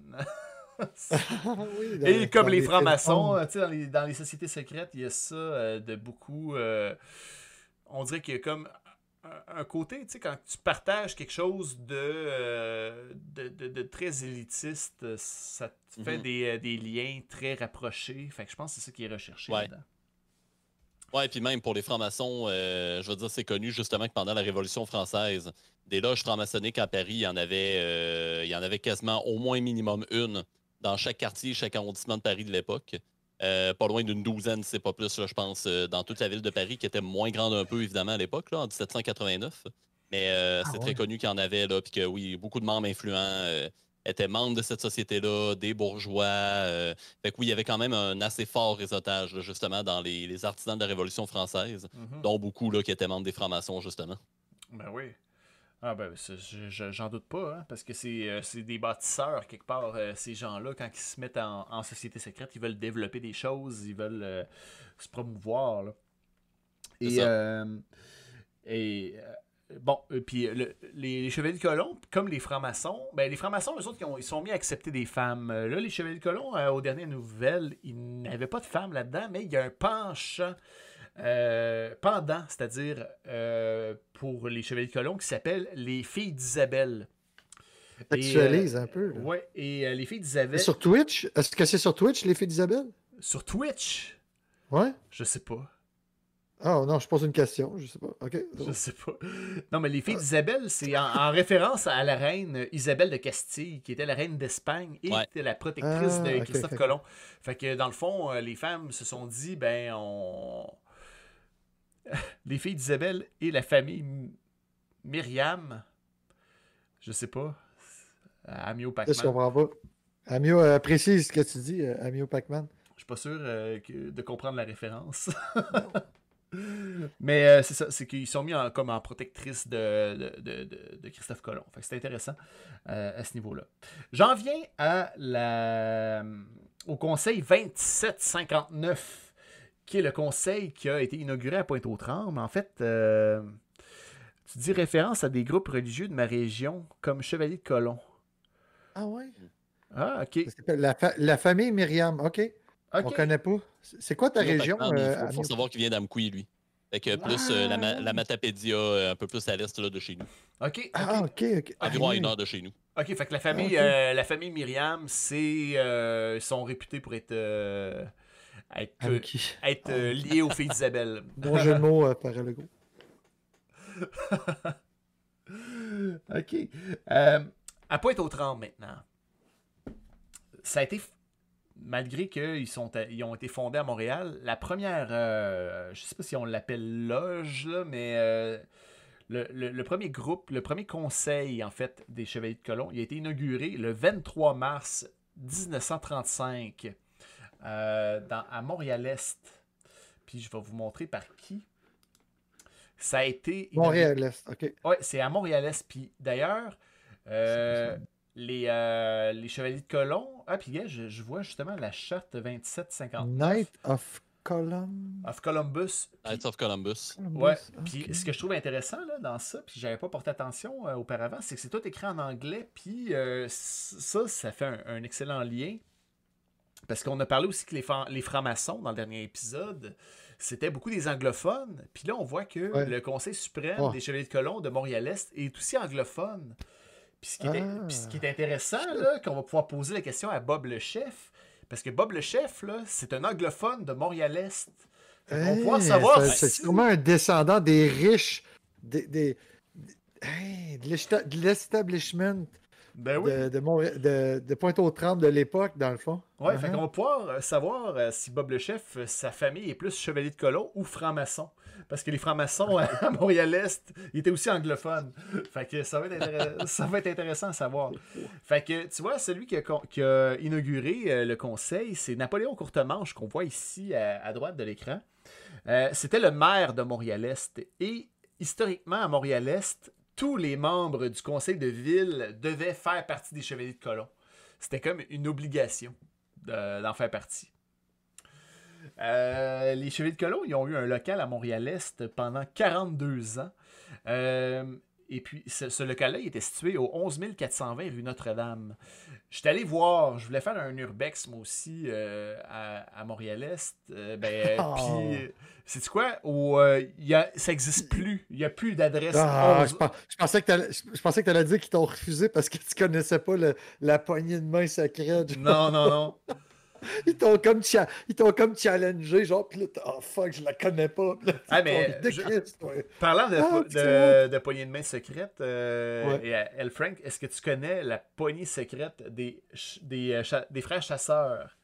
Oui, dans- Et comme dans les les francs-maçons, téléphones. euh, tu sais, dans les, dans les sociétés secrètes, il y a ça euh, de beaucoup. euh, on dirait qu'il y a comme un, un côté, tu sais, quand tu partages quelque chose de, euh, de, de- de très élitiste, euh, ça te fait Mhm. des, euh, des liens très rapprochés. Fait que je pense que c'est ça qui est recherché Ouais. là-dedans. Ouais, puis même pour les francs-maçons, euh, je veux dire, c'est connu justement que pendant la Révolution française, des loges franc-maçonniques à Paris, il y en avait, euh, il y en avait quasiment au moins minimum une dans chaque quartier, chaque arrondissement de Paris de l'époque. Euh, pas loin d'une douzaine, c'est pas plus, là, je pense, euh, dans toute la ville de Paris, qui était moins grande un peu, évidemment, à l'époque, là, en dix-sept cent quatre-vingt-neuf. Mais euh, Ah c'est ouais. très connu qu'il y en avait, là, puis que oui, beaucoup de membres influents euh, étaient membres de cette société-là, des bourgeois. euh, Fait que oui, il y avait quand même un assez fort réseautage, là, justement, dans les, les artisans de la Révolution française, Mhm. dont beaucoup là, qui étaient membres des francs-maçons, justement. Ben oui. Ah ben, c'est- je- je- j'en doute pas, hein, parce que c'est euh, c'est des bâtisseurs, quelque part, euh, ces gens-là, quand ils se mettent en, en société secrète, ils veulent développer des choses, ils veulent euh, se promouvoir, là. C'est Et, ça. euh, et euh, bon, et puis le- les, les Chevaliers de Colomb, comme les francs-maçons, ben les francs-maçons, eux autres, ils, ont- ils sont mis à accepter des femmes. Euh, Là, les Chevaliers de Colomb, euh, aux dernières nouvelles, ils n'avaient pas de femmes là-dedans, mais il y a un penchant euh, pendant, c'est-à-dire euh, pour les Chevaliers de Colomb, qui s'appelle les Filles d'Isabelle. Et, Actualise euh, un peu. là. Ouais, et euh, les Filles d'Isabelle Sur Twitch? Est-ce que c'est sur Twitch, les filles d'Isabelle? sur Twitch, Ouais? je sais pas. Ah non, je pose une question, je sais pas. OK. Je sais pas. Non, mais les filles d'Isabelle, c'est en, en référence à la reine Isabelle de Castille, qui était la reine d'Espagne et Ouais. était la protectrice Ah, de ok, Christophe ok. Colomb. Fait que dans le fond, euh, les femmes se sont dit, ben, on. Les filles d'Isabelle et la famille M- Myriam, je sais pas, Amio Je Pac-Man. comprends pas. Amio, euh, précise ce que tu dis, euh, Amio Pac-Man. Je suis pas sûr euh, que- de comprendre la référence. Mais euh, c'est ça, c'est qu'ils sont mis en, comme en protectrice de, de, de, de- de Christophe Colomb. Fait que c'est intéressant euh, à ce niveau-là. J'en viens à la, au conseil vingt-sept cinquante-neuf, qui est le conseil qui a été inauguré à Pointe-aux-Trembles. En fait, euh, tu dis référence à des groupes religieux de ma région, comme Chevalier de Colomb. Ah ouais? Ah, ok. Ça s'appelle la, fa- la famille Myriam. OK. On Ok. connaît pas. C'est c'est quoi ta Mio région? Pac-Man, il euh, faut, faut Amio? savoir qu'il vient d'Amqui, lui. Fait que plus euh, la, ma- la Matapédia, euh, un peu plus à l'est là, de chez nous. Ok. ok. Ah, OK, OK. Environ à Ah, une heure de chez nous. Ok, fait que la famille, Ah, ok. euh, la famille Myriam, c'est euh, ils sont réputés pour être euh, être, Avec qui? être euh, liés aux filles d'Isabelle. Bon jeu de mots euh, par le gros. Ok. Euh, à Pointe-aux-Trembles maintenant. Ça a été, f- malgré qu'ils sont, à- ils ont été fondés à Montréal, la première, euh, je sais pas si on l'appelle loge là, mais euh, le, le- le premier groupe, le premier conseil en fait des Chevaliers de Colomb, il a été inauguré le vingt-trois mars dix-neuf cent trente-cinq euh, dans, à Montréal-Est. Puis je vais vous montrer par qui. Ça a été inauguré- Montréal-Est. OK. Ouais, c'est à Montréal-Est. Puis d'ailleurs, euh, les, euh, les Chevaliers de Colomb. Ah, puis gars, je, je vois justement la charte vingt-sept cinquante-neuf Knight of Colum... of Columbus. Puis- Knights of Columbus. ouais, OK. puis ce que je trouve intéressant là, dans ça, puis j'avais pas porté attention euh, auparavant, c'est que c'est tout écrit en anglais. Puis euh, c- ça, ça fait un, un excellent lien. Parce qu'on a parlé aussi que les, fan- les francs-maçons, dans le dernier épisode, c'était beaucoup des anglophones. Puis là, on voit que Ouais. le Conseil suprême Oh. des Chevaliers de Colomb de Montréal-Est est aussi anglophone. Puis ce qui est, Ah. puis ce qui est intéressant, là, qu'on va pouvoir poser la question à Bob le chef, parce que Bob le chef, là, c'est un anglophone de Montréal-Est. Fait qu'on va pouvoir Hey, savoir c'est- si- C'est sûrement un descendant des riches, des, des- des- hey, de l'esta- de l'establishment Ben oui. de, de, Montré- de, de Pointe-aux-Trembles de l'époque, dans le fond. Ouais, Uh-huh. fait qu'on va pouvoir euh, savoir euh, si Bob le chef, euh, sa famille est plus chevalier de Colomb ou franc-maçon. Parce que les francs-maçons euh, à Montréal-Est, ils étaient aussi anglophones. Fait que ça va être, intér- ça va être intéressant à savoir. Fait que, tu vois, celui qui a, con- qui a inauguré euh, le conseil, c'est Napoléon Courtemanche, qu'on voit ici à, à droite de l'écran. Euh, C'était le maire de Montréal-Est. Et historiquement, à Montréal-Est, tous les membres du conseil de ville devaient faire partie des Chevaliers de Colomb. C'était comme une obligation de, d'en faire partie. Euh, les Chevaliers de Colomb, ils ont eu un local à Montréal-Est pendant quarante-deux ans. Euh, et puis, ce, ce local-là, il était situé au onze mille quatre cent vingt rue Notre-Dame. J'étais allé voir, je voulais faire un urbex, moi aussi, euh, à, à Montréal-Est. Euh, ben, Oh. puis, sais-tu quoi? Au, euh, y a, ça n'existe plus. Il n'y a plus d'adresse. Ah, onze je, pens- je pensais que t'allais- je, je pensais que tu allais dire qu'ils t'ont refusé parce que tu connaissais pas le- la poignée de main secrète. genre. Non, non, non. Ils t'ont comme, cha- ils t'ont comme challengé, genre, pis là, t'as- oh fuck, je la connais pas. Pis là, Ah, t'es mais tombé de je- Christ, ouais. Parlant de, Ah, po- c'est de, de poignée de main secrète, euh, Ouais. et elle, Frank, est-ce que tu connais la poignée secrète des, ch- des, euh, cha- des frères chasseurs?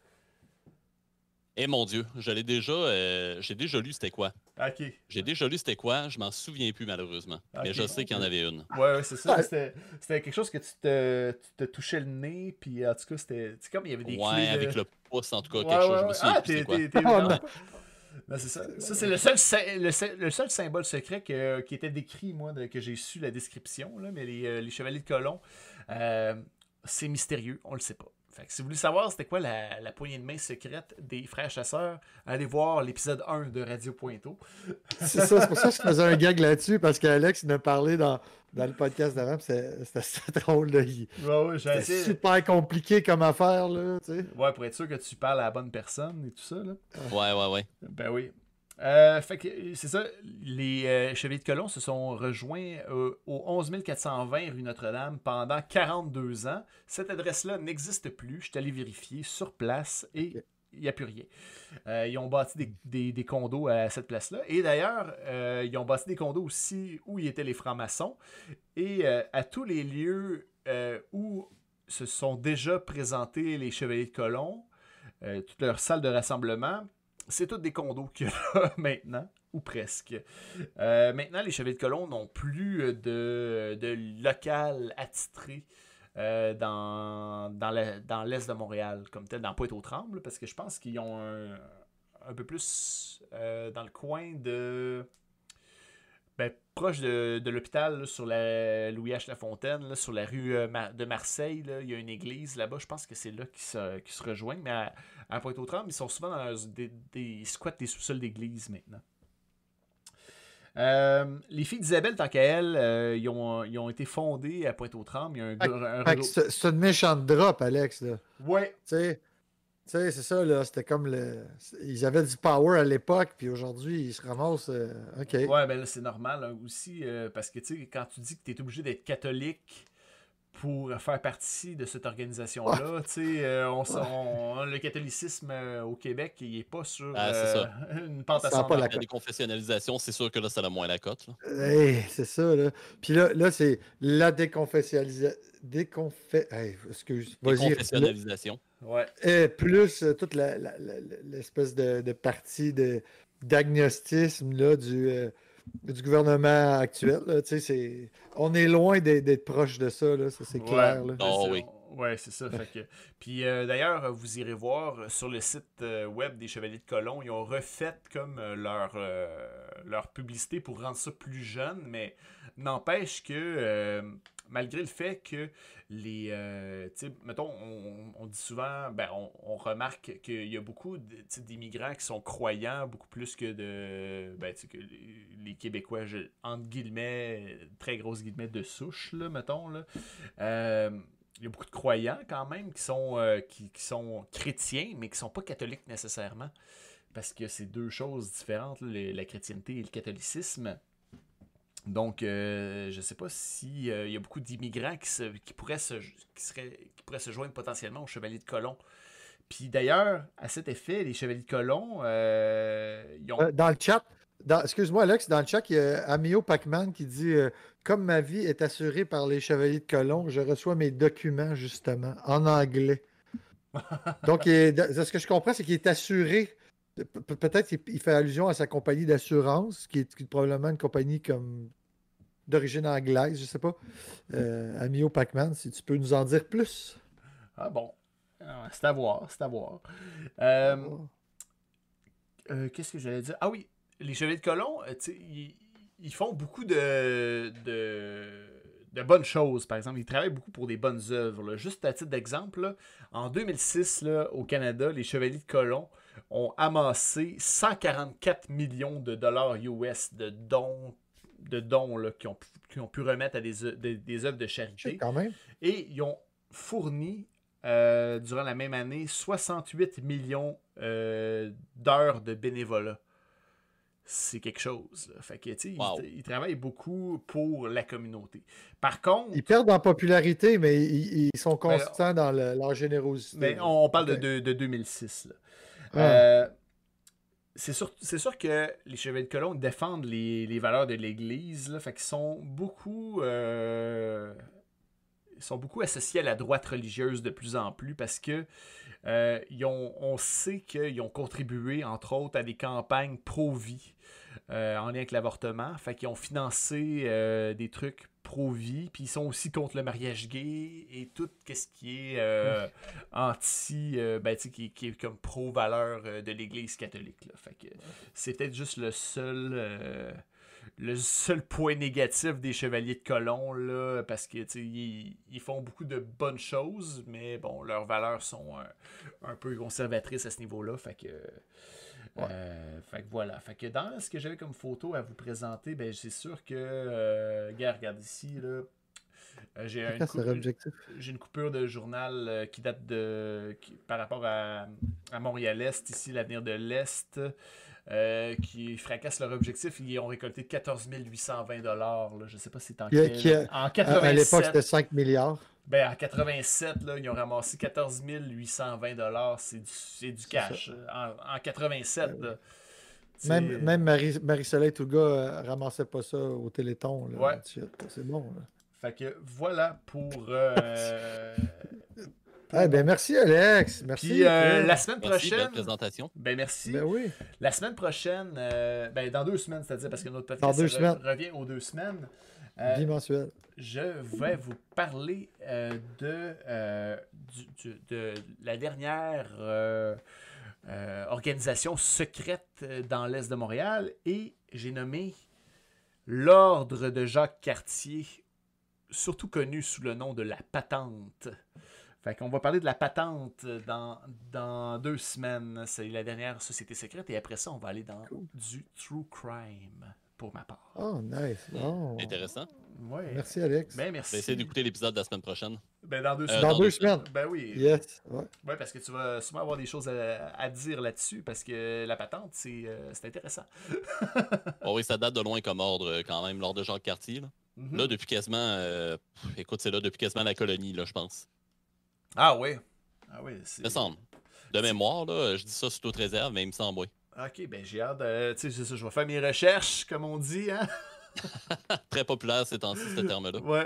Eh mon Dieu, je l'ai déjà, euh, j'ai déjà lu c'était quoi. Ok. J'ai déjà lu c'était quoi, je m'en souviens plus malheureusement. Mais Ok. je sais qu'il y en avait une. Ouais, ouais, c'est ça. Ouais. C'était, c'était quelque chose que tu te, tu te touchais le nez, puis en tout cas, c'était c'est comme il y avait des Ouais, clés de... avec le pouce en tout cas, Ouais, quelque chose, ouais, je me ouais. souviens Ah, plus t'es, c'est quoi. t'es, t'es Oh, vraiment non. pas- Ben, c'est ça. Ça, c'est le seul, sy- le, sy- le seul symbole secret que- qui était décrit, moi, de- que j'ai su la description, là, mais les, euh, les Chevaliers de Colomb, euh, c'est mystérieux, on le sait pas. Fait que si vous voulez savoir c'était quoi la, la poignée de main secrète des frères chasseurs, allez voir l'épisode un de Radio Pointeau. C'est ça, c'est pour ça que je faisais un gag là-dessus, parce qu'Alex il en a parlé dans, dans le podcast d'avant, pis c'est- c'était c'était drôle. Là. Il- Ouais, ouais, j'ai C'était essayé- super compliqué comme affaire, là, tu sais. Ouais, pour être sûr que tu parles à la bonne personne et tout ça, là. Ouais, ouais, ouais. Ben oui. Euh, fait que c'est ça, les euh, Chevaliers de Colomb se sont rejoints euh, au onze mille quatre cent vingt rue Notre-Dame pendant quarante-deux ans. Cette adresse-là n'existe plus. Je suis allé vérifier sur place et Ok. il n'y a plus rien. Euh, ils ont bâti des, des- des condos à cette place-là. Et d'ailleurs, euh, ils ont bâti des condos aussi où il étaient les francs-maçons. Et euh, à tous les lieux euh, où se sont déjà présentés les Chevaliers de Colomb, euh, toutes leurs salles de rassemblement, c'est tous des condos qu'il y a là maintenant, ou presque. Euh, maintenant, les Chevaliers de Colomb n'ont plus de, de local attitré euh, dans, dans, le- dans l'est de Montréal, comme tel, dans Pointe-aux-Trembles, parce que je pense qu'ils ont un, un peu plus euh, dans le coin de... Ben, proche de, de l'hôpital, là, sur la Louis H. Lafontaine, là, sur la rue euh, Ma- de Marseille, là, il y a une église là-bas. Je pense que c'est là qu'ils se, qu'ils se rejoignent. Mais à, à Pointe-aux-Trembles, ils sont souvent dans leurs- des, des, ils squattent des sous-sols d'église maintenant. Euh, les filles d'Isabelle, tant qu'à elles, euh, ils, ont, ils ont été fondées à Pointe-aux-Trembles. Il y a un, Fait que- un Fait que réseau- c'est c'est une méchante drop, Alex, là. Ouais, Tu sais, tu sais, c'est ça, là. C'était comme le. Ils avaient du power à l'époque, puis aujourd'hui, ils se ramassent. euh, OK. ouais, ben là, c'est normal hein, aussi, euh, parce que tu sais, quand tu dis que tu es obligé d'être catholique pour faire partie de cette organisation-là, tu sais, euh, on, s- on- le catholicisme euh, au Québec, il n'est pas sur Ah, c'est euh, ça. une pente Ça a pas ascendante. la La déconfessionnalisation, c'est sûr que là, ça a moins la cote. là. Hey, c'est ça, là. Puis là, là c'est la déconfessionnalisation. Déconfé... Hey, excuse. Vas-y. Déconfessionnalisation. Ouais. Et plus euh, toute la- la- la- la- l'espèce de, de partie de d'agnostisme là, du, euh, du gouvernement actuel. Là, tu sais, c'est... On est loin d'être, d'être proche de ça, là, ça c'est Ouais. clair. Là. Oh, C'est- oui. Ouais, c'est ça. Fait que... Puis euh, d'ailleurs, vous irez voir euh, sur le site euh, web des Chevaliers de Colomb, ils ont refait comme euh, leur, euh, leur publicité pour rendre ça plus jeune, mais n'empêche que euh, malgré le fait que les. Euh, tu sais, mettons, on, on dit souvent, ben, on, on remarque qu'il y a beaucoup de- tu sais, d'immigrants qui sont croyants, beaucoup plus que de. Ben, tu sais, que les, les Québécois, je- entre guillemets, très grosses guillemets de souche, là, mettons, là. Euh, il y a beaucoup de croyants quand même qui sont, euh, qui, qui sont chrétiens, mais qui ne sont pas catholiques nécessairement. Parce que c'est deux choses différentes, là, le- la chrétienté et le catholicisme. Donc, euh, je ne sais pas s'il y a beaucoup d'immigrants qui, se, qui, pourraient se, qui, seraient, qui pourraient se joindre potentiellement aux Chevaliers de Colomb. Puis d'ailleurs, à cet effet, les Chevaliers de Colomb, euh, ils ont... Euh, Dans le chat, dans- excuse-moi Alex, dans le chat, il y a Amio Pacman qui dit euh, comme ma vie est assurée par les Chevaliers de Colomb, je reçois mes documents justement en anglais. Donc, il est- de ce que je comprends, c'est qu'il est assuré. Pe- pe- Peut-être qu'il il fait allusion à sa compagnie d'assurance, qui est, qui est probablement une compagnie comme d'origine anglaise, je sais pas. Euh, Amio Pacman, si tu peux nous en dire plus. Ah bon, Ah, c'est à voir, c'est à voir. Euh, Oh. Euh, Qu'est-ce que j'allais dire? Ah oui, les Chevaliers de Colomb, euh, tu sais, ils, ils font beaucoup de, de, de bonnes choses, par exemple. Ils travaillent beaucoup pour des bonnes œuvres. Là. Juste à titre d'exemple, là, en deux mille six, là, au Canada, les Chevaliers de Colomb ont amassé cent quarante-quatre millions de dollars U S de dons, de dons là, qu'ils ont, qu'ils ont pu remettre à des, des, des œuvres de charité. Quand même. Et ils ont fourni, euh, durant la même année, soixante-huit millions euh, d'heures de bénévolat. C'est quelque chose. Là. Fait que, tu sais, Wow. ils, ils travaillent beaucoup pour la communauté. Par contre, Ils perdent en popularité, mais ils, ils sont constants dans le- leur générosité. mais là. on, on parle de, Ok. de, de deux mille six. Là. Ah. Euh, c'est sûr, c'est sûr que les Chevaliers de Colomb défendent les, les valeurs de l'Église. Là, fait qu'ils sont beaucoup, euh, ils sont beaucoup associés à la droite religieuse de plus en plus parce que euh, ils ont, on sait qu'ils ont contribué, entre autres, à des campagnes pro-vie euh, en lien avec l'avortement. Fait qu'ils ont financé euh, des trucs pro-vie, puis ils sont aussi contre le mariage gay et tout ce qui est euh, anti, euh, ben, tu sais, qui, qui est comme pro-valeur euh, de l'Église catholique. Là. Fait que c'est peut-être juste le seul... euh, le seul point négatif des Chevaliers de Colomb, là, parce que ils, ils font beaucoup de bonnes choses, mais bon, leurs valeurs sont un, un peu conservatrices à ce niveau-là. Fait que, Ouais. euh, fait que voilà. Fait que dans ce que j'avais comme photo à vous présenter, ben c'est sûr que euh, gars, regarde ici, là. euh, J'ai C'est une, quoi coup- leur objectif? j'ai une coupure de journal euh, qui date de qui- par rapport à, à Montréal-Est, ici, l'avenir de l'Est. Euh, qui fracassent leur objectif. Ils ont récolté quatorze mille huit cent vingt dollars. Je ne sais pas si c'est en, Qui a- quel- qui a- en À, quatre-vingt-sept. à l'époque, c'était cinq milliards. Ben, en quatre-vingt-sept, là, ils ont ramassé quatorze mille huit cent vingt dollars. C'est du, c'est du C'est cash. En, en quatre-vingt-sept, là. Tu sais, Même, même Marie, Marie-Soleil Touga euh, ramassait pas ça au Téléthon. Là, Ouais. Shit, c'est bon. Là. Fait que voilà pour... euh, Eh ben, merci, Alex. Merci. Puis euh, Chris. la semaine Merci, belle prochaine... présentation. Ben merci. Ben oui. La semaine prochaine, euh, ben dans deux semaines, c'est-à-dire parce que notre podcast Dans deux re- semaines. revient aux deux semaines. Euh, Bimensuel. je vais vous parler euh, de, euh, du- du- de la dernière euh, euh, organisation secrète euh, dans l'Est de Montréal et j'ai nommé l'Ordre de Jacques Cartier, surtout connu sous le nom de la Patente. Fait qu'on va parler de la Patente dans, dans deux semaines. C'est la dernière société secrète et après ça, on va aller dans Cool. du true crime pour ma part. Oh, nice. Bon. Intéressant. Ouais. Merci, Alex. Ben Je merci. vais essayer d'écouter l'épisode de la semaine prochaine. Ben, dans deux Euh, semaines. Dans dans deux deux semaines. Ben oui. Yes. Ouais. Ouais, parce que tu vas sûrement avoir des choses à, à dire là-dessus parce que la patente, c'est euh, c'est intéressant. Oh oui, ça date de loin comme ordre euh, quand même, l'ordre de Jacques Cartier. Là, Mhm. Là, depuis quasiment... euh, pff, écoute, c'est là depuis quasiment la colonie, là, je pense. Ah oui. Ah oui. Il me semble. De mémoire, là, je dis ça sous toute réserve, mais il me semble, oui. Ok, ben j'ai hâte de. Tu sais, c'est ça, je vais faire mes recherches, comme on dit, hein. Très populaire ces temps-ci, ce terme-là. Ouais.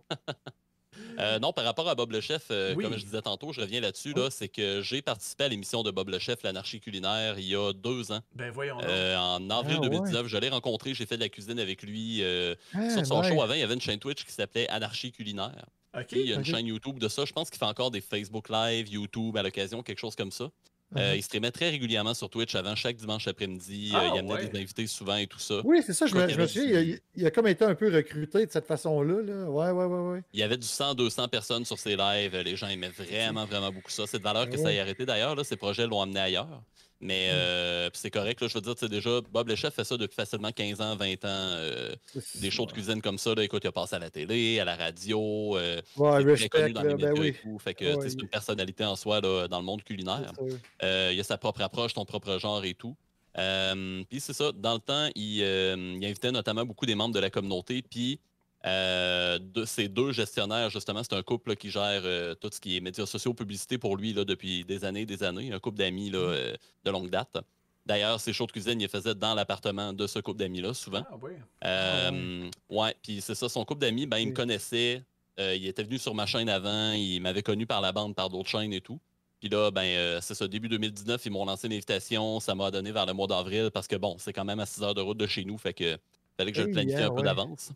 Euh, non, par rapport à Bob le Chef, euh, Oui. comme je disais tantôt, je reviens là-dessus, là, c'est que j'ai participé à l'émission de Bob le Chef, l'anarchie culinaire, il y a deux ans. Ben voyons donc. Euh, en avril Ah, deux mille dix-neuf, je l'ai rencontré, j'ai fait de la cuisine avec lui. euh, Ah, sur son nice. show avant, il y avait une chaîne Twitch qui s'appelait Anarchie culinaire. Ok. Puis il y a une ok. chaîne YouTube de ça. Je pense qu'il fait encore des Facebook Live, YouTube à l'occasion, quelque chose comme ça. Uh-huh. Euh, il streamait très régulièrement sur Twitch avant chaque dimanche après-midi. Ah, Euh, il amenait ouais. des invités souvent et tout ça. Oui, c'est ça, je Quoi me, qu'il je me y avait souviens, du- il a, il a comme été un peu recruté de cette façon-là. Là. Ouais, ouais, ouais, ouais. Il y avait du cent à deux cents personnes sur ses lives. Les gens aimaient vraiment, vraiment beaucoup ça. C'est de valeur que ça Ouais. ait arrêté d'ailleurs. Là, ces projets l'ont amené ailleurs. Mais euh, puis c'est correct. Là, je veux dire, tu sais, déjà, Bob le Chef fait ça depuis facilement quinze ans, vingt ans. euh, C'est- des shows de cuisine comme ça. Là, écoute, il a passé à la télé, à la radio. Euh, Ouais, il est très respect, connu dans là, les ben médias oui. et tout. Fait que Ouais, tu sais, c'est il- une personnalité en soi là, dans le monde culinaire. C'est sûr. Euh, il a sa propre approche, son propre genre et tout. Euh, puis c'est ça, dans le temps, il, euh, il invitait notamment beaucoup des membres de la communauté. Puis euh, de, ces deux gestionnaires, justement, c'est un couple là, qui gère euh, tout ce qui est médias sociaux, publicité pour lui là, depuis des années des années. Un couple d'amis là, euh, de longue date. D'ailleurs, ses shows de cuisine, il les faisait dans l'appartement de ce couple d'amis-là, souvent. Ah oui. Euh, ouais, puis c'est ça, son couple d'amis, ben, il me Oui. connaissait. Euh, il était venu sur ma chaîne avant, il m'avait connu par la bande, par d'autres chaînes et tout. Puis là, ben, euh, c'est ça, début deux mille dix-neuf, ils m'ont lancé une invitation. Ça m'a donné vers le mois d'avril parce que, bon, c'est quand même à six heures de route de chez nous. Fait que Fallait que je le Hey, planifie hein, un peu ouais. d'avance.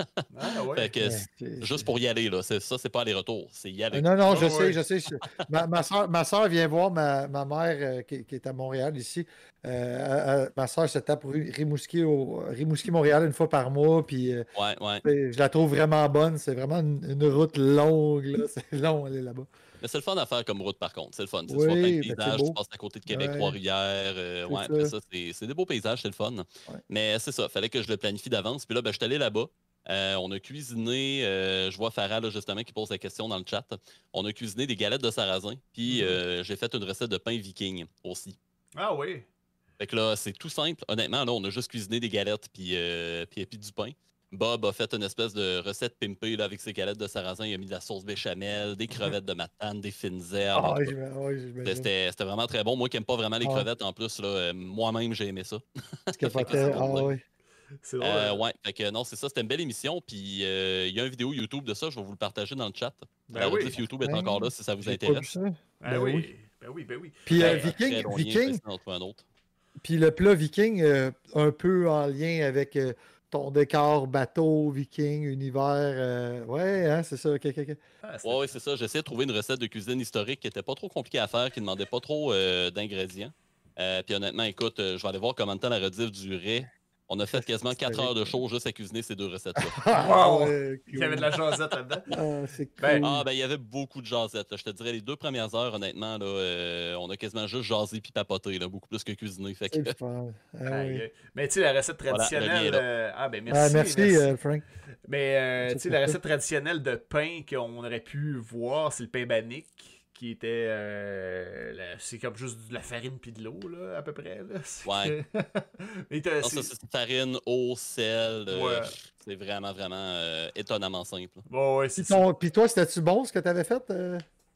Ah ouais. Fait que Ouais, c'est- c'est- juste pour y aller, là. C'est- Ça, c'est pas aller-retour. C'est y Ah, aller. non, non, je Ah sais, ouais. je sais. je- Ma, ma soeur, ma soeur vient voir ma, ma mère euh, qui, qui est à Montréal ici. Euh, elle- elle- ma soeur se tape Ri- Rimouski, au, Rimouski, Montréal une fois par mois. Puis euh, Ouais, ouais. je la trouve vraiment bonne. C'est vraiment une, une route longue, là. C'est long aller là-bas. Mais c'est le fun à faire comme route, par contre. C'est le fun. Tu sais, tu vois plein de Oui, ben, c'est paysages. Tu beau. passes à côté de Québec, Ouais, Trois-Rivières. euh, c'est ouais, après ça. ça, c'est c'est des beaux paysages. C'est le fun. Ouais. Mais c'est ça. Fallait que je le planifie d'avance. Puis là, ben, je suis allé là-bas. Euh, on a cuisiné. euh, je vois Farah, là, justement, qui pose la question dans le chat. On a cuisiné des galettes de sarrasin. Puis Mhm. euh, j'ai fait une recette de pain viking aussi. Ah oui. Fait que là, c'est tout simple. Honnêtement, là, on a juste cuisiné des galettes puis, euh, puis, puis du pain. Bob a fait une espèce de recette pimpée là, avec ses galettes de sarrasin. Il a mis de la sauce béchamel, des crevettes de matane, des fines herbes. En Ah, tout cas, j'ima- ouais, j'imagine. c'était c'était vraiment très bon. Moi qui n'aime pas vraiment les Ah, crevettes, en plus, là, euh, moi-même, j'ai aimé ça. tu Fait que capotais. c'est Ah, pour dire. oui. C'est drôle. Euh, hein. ouais, fait que non, c'est ça, c'était une belle émission. Puis euh, il y a une vidéo YouTube de ça, je vais vous le partager dans le chat. Ben La oui. rediff YouTube est Ben, encore là si ça vous j'ai pas vu intéresse. ça. Ben Ben oui. oui. Ben oui, ben oui. Puis euh, Ben, un très Viking, long lien, je vais Viking, essayer d'en trouver un autre. puis le plat Viking, euh, un peu en lien avec euh, ton décor bateau, Viking, univers. euh, ouais, hein, c'est ça. Ok, ok, ok. Ah, c'était- Ouais, ouais, c'est ça. J'essaie de trouver une recette de cuisine historique qui était pas trop compliquée à faire, qui ne demandait pas trop euh, d'ingrédients. Euh, puis honnêtement, écoute, euh, je vais aller voir combien de temps la rediff durait. On a fait quasiment quatre heures de show juste à cuisiner ces deux recettes-là. Ah, Wow! ouais, Il y avait de la jasette là-dedans. Ah, c'est cool. Ben, Ah, ben il y avait beaucoup de jasettes. là. Je te dirais, les deux premières heures, honnêtement, là, euh, on a quasiment juste jasé puis papoté, là, beaucoup plus que cuisiné. Fait que, C'est le fun. Ah, aïe, oui. aïe. Mais tu sais, la recette Voilà, le lien est traditionnelle. là. euh, Ah, ben merci. Ah, merci, merci. euh, Frank. Mais euh, C'est tu sais, pour la ça. recette traditionnelle de pain qu'on aurait pu voir, c'est le pain bannique, qui était. euh, la- C'est comme juste de la farine puis de l'eau, là, à peu près. Là. C'est Ouais. que- Mais t'as- non, c'est- ça, c'est farine, eau, sel. euh, Ouais. C'est vraiment, vraiment euh, étonnamment simple. Bon, ouais, c'est Puis, ça. ton- puis toi, c'était-tu bon ce que tu avais fait? euh?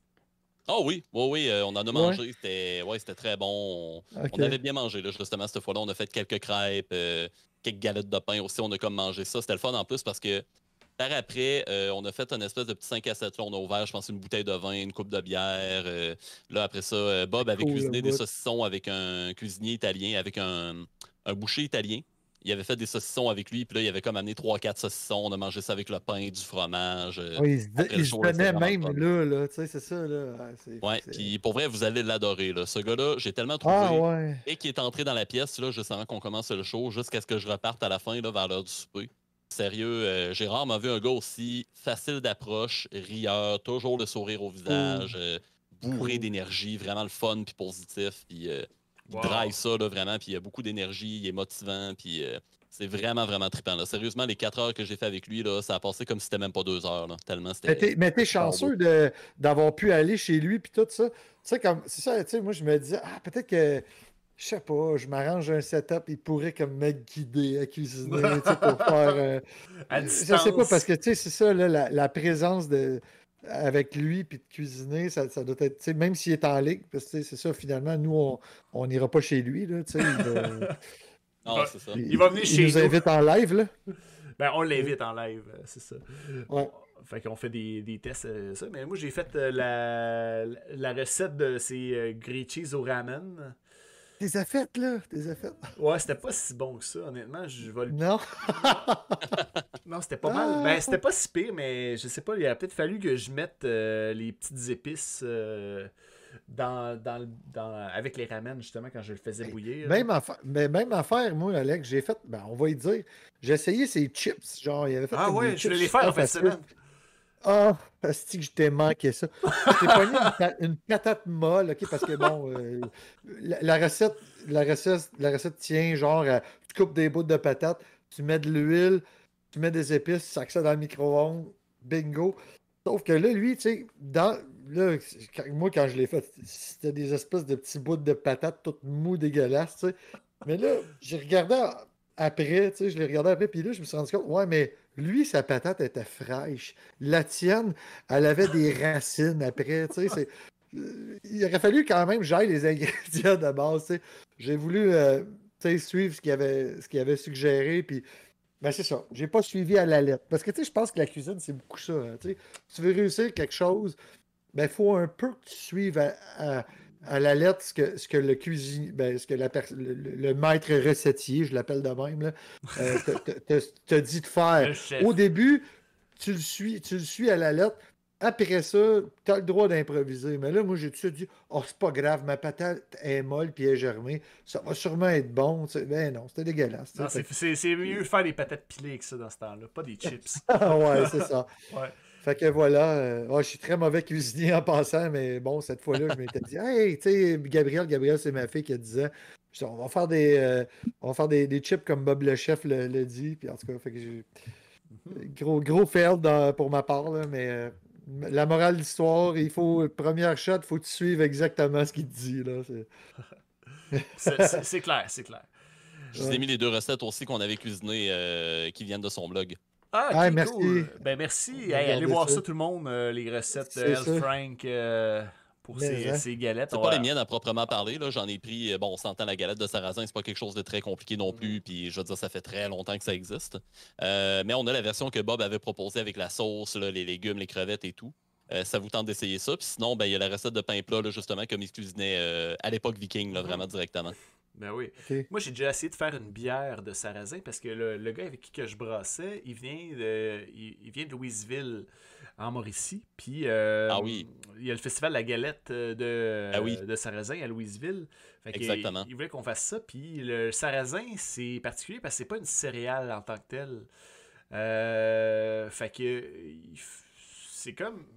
Ah oui, oui, oui, euh, on en a mangé. C'était ouais, c'était très bon. On, Ok. on avait bien mangé, là, justement, cette fois-là. On a fait quelques crêpes, euh, quelques galettes de pain aussi. On a comme mangé ça. C'était le fun en plus parce que par après, euh, on a fait une espèce de petit cinq à sept. Là, on a ouvert, je pense, une bouteille de vin, une coupe de bière. euh, là, après ça, euh, Bob avait Cool, cuisiné le des bout. saucissons avec un cuisinier italien, avec un, un boucher italien. Il avait fait des saucissons avec lui, puis là, il avait comme amené trois quatre saucissons. On a mangé ça avec le pain, du fromage. euh, Ouais, il se, après le il se show, là, donnait c'était vraiment même fun. là, là. Tu sais, c'est ça, là. Ah, c'est- Ouais, c'est- puis pour vrai, vous allez l'adorer. Là. Ce gars-là, j'ai tellement trouvé. Ah, ouais. Et qui est entré dans la pièce, là, juste avant qu'on commence le show, jusqu'à ce que je reparte à la fin, là, vers l'heure du souper. Sérieux, euh, j'ai rarement vu un gars aussi facile d'approche, rieur, toujours le sourire au visage, euh, bourré Cool. d'énergie, vraiment le fun puis positif. Puis euh, il Wow. drive ça, là, vraiment, puis il a beaucoup d'énergie, il est motivant, puis euh, c'est vraiment, vraiment trippant. Là. Sérieusement, les quatre heures que j'ai fait avec lui, là, ça a passé comme si c'était même pas deux heures, là, tellement Mais c'était... t'es, mais t'es chanceux de, d'avoir pu aller chez lui puis tout ça. Tu sais, comme, c'est ça, tu sais, moi, je me disais, ah, peut-être que, je sais pas, je m'arrange un setup, il pourrait comme me guider à cuisiner, tu sais, pour faire. euh, À je sais distance. pas, parce que, tu sais, c'est ça, là, la, la présence de, avec lui puis de cuisiner, ça, ça doit être, tu sais, même s'il est en ligne, parce que, tu sais, c'est ça, finalement, nous, on on n'ira pas chez lui, là, tu sais. Il, va- Non, c'est ça. Il va venir il chez nous nous. invite en live, là. Ben, on l'invite en live, euh, c'est ça. Ouais. Fait qu'on fait des, des tests, euh, ça. Mais moi, j'ai fait euh, la, la recette de ces euh, grilled cheese au ramen. T'es as faites, là. T'es as faites. Ouais, c'était pas si bon que ça, honnêtement. Je vais le... Non. Non, c'était pas mal. Ben, c'était pas si pire, mais je sais pas, il aurait peut-être fallu que je mette euh, les petites épices euh, dans, dans, le- dans, avec les ramen, justement, quand je le faisais bouillir. Même affaire, mais même affaire, moi, Alex, j'ai fait, ben, on va y dire, j'ai essayé ces chips, genre, il avait fait Ah comme ouais, des je voulais chips les faire en super fin de faciles. semaine. Ah, c'est que je t'ai manqué ça. Je t'ai pogné une, pa- une patate molle, OK, parce que bon, euh, la, la recette, la recette, la recette tient genre, à- tu coupes des bouts de patate, tu mets de l'huile, tu mets des épices, tu sacs ça dans le micro-ondes, bingo. Sauf que là, lui, tu sais, dans, là, quand- moi, quand je l'ai fait, c'était des espèces de petits bouts de patates toutes mous, dégueulasses, tu sais. Mais là, j'ai regardé après, tu sais, je l'ai regardé après, puis là, je me suis rendu compte, ouais, mais lui, sa patate était fraîche. La tienne, elle avait des racines après, tu sais. c'est- euh, Il aurait fallu quand même que j'aille les ingrédients de base, tu sais. J'ai voulu, euh, tu sais, suivre ce qu'il avait, ce qu'il avait suggéré, puis ben c'est ça. J'ai pas suivi à la lettre. Parce que, tu sais, je pense que la cuisine, c'est beaucoup ça, hein, tu sais. Tu veux réussir quelque chose, ben, il faut un peu que tu suives à, à- à la lettre ce que, ce que le cuisinier, ben, ce que la pers- le, le- le maître recettier, je l'appelle de même, là, euh, te, te- te- te dit de faire. Le chef. Au début, tu le suis, tu le suis à la lettre. Après ça, tu as le droit d'improviser. Mais là, moi, j'ai tout de suite dit, oh, c'est pas grave, ma patate est molle puis elle est germée. Ça va sûrement être bon. Tu sais. Ben non, c'était dégueulasse. tu sais. Non, Fait c'est, c'est, c'est mieux faire des patates pilées que ça dans ce temps-là, pas des chips. Ah ouais, c'est ça. Ouais. Fait que voilà, euh, ouais, je suis très mauvais cuisinier en passant, mais bon, cette fois-là, je m'étais dit, hey, tu sais, Gabriel, Gabriel, c'est ma fille qui disait, je dis, on va faire des, euh, on va faire des, des chips comme Bob le chef le, le dit, puis en tout cas, fait que j'ai gros, gros fail dans- pour ma part, là, mais euh, la morale de l'histoire, il faut, première shot, il faut que tu suives exactement ce qu'il te dit, là. c'est- C'est, c'est- c'est clair, c'est clair. Je vous ai mis les deux recettes aussi qu'on avait cuisinées euh, qui viennent de son blog. Ah, ok, Ah, merci. cool. Ben merci. Hey, allez Regardez voir ça. ça. tout le monde, euh, les recettes de C'est El ça. Frank euh, pour Mais, ses, hein. ses galettes. C'est On pas va- les miennes à proprement parler. Là. J'en ai pris, euh, bon, on s'entend la galette de sarrasin, c'est pas quelque chose de très compliqué non plus. Puis je veux dire, ça fait très longtemps que ça existe. Euh, mais on a la version que Bob avait proposée avec la sauce, là, les légumes, les crevettes et tout. Euh, ça vous tente d'essayer ça. Puis sinon, ben, il y a la recette de pain plat, là, justement, comme il cuisinait euh, à l'époque viking, là, vraiment directement. Ben oui. Ok. Moi, j'ai déjà essayé de faire une bière de sarrasin parce que le, le gars avec qui que je brassais, il vient de, il, il vient de Louisville, en Mauricie. Puis, euh, Ah oui. il y a le festival La Galette de, Ah oui. de sarrasin à Louisville. Fait que Exactement. Il, il voulait qu'on fasse ça. Puis, le sarrasin, c'est particulier parce que c'est pas une céréale en tant que telle. Euh, fait que, il f- c'est comme.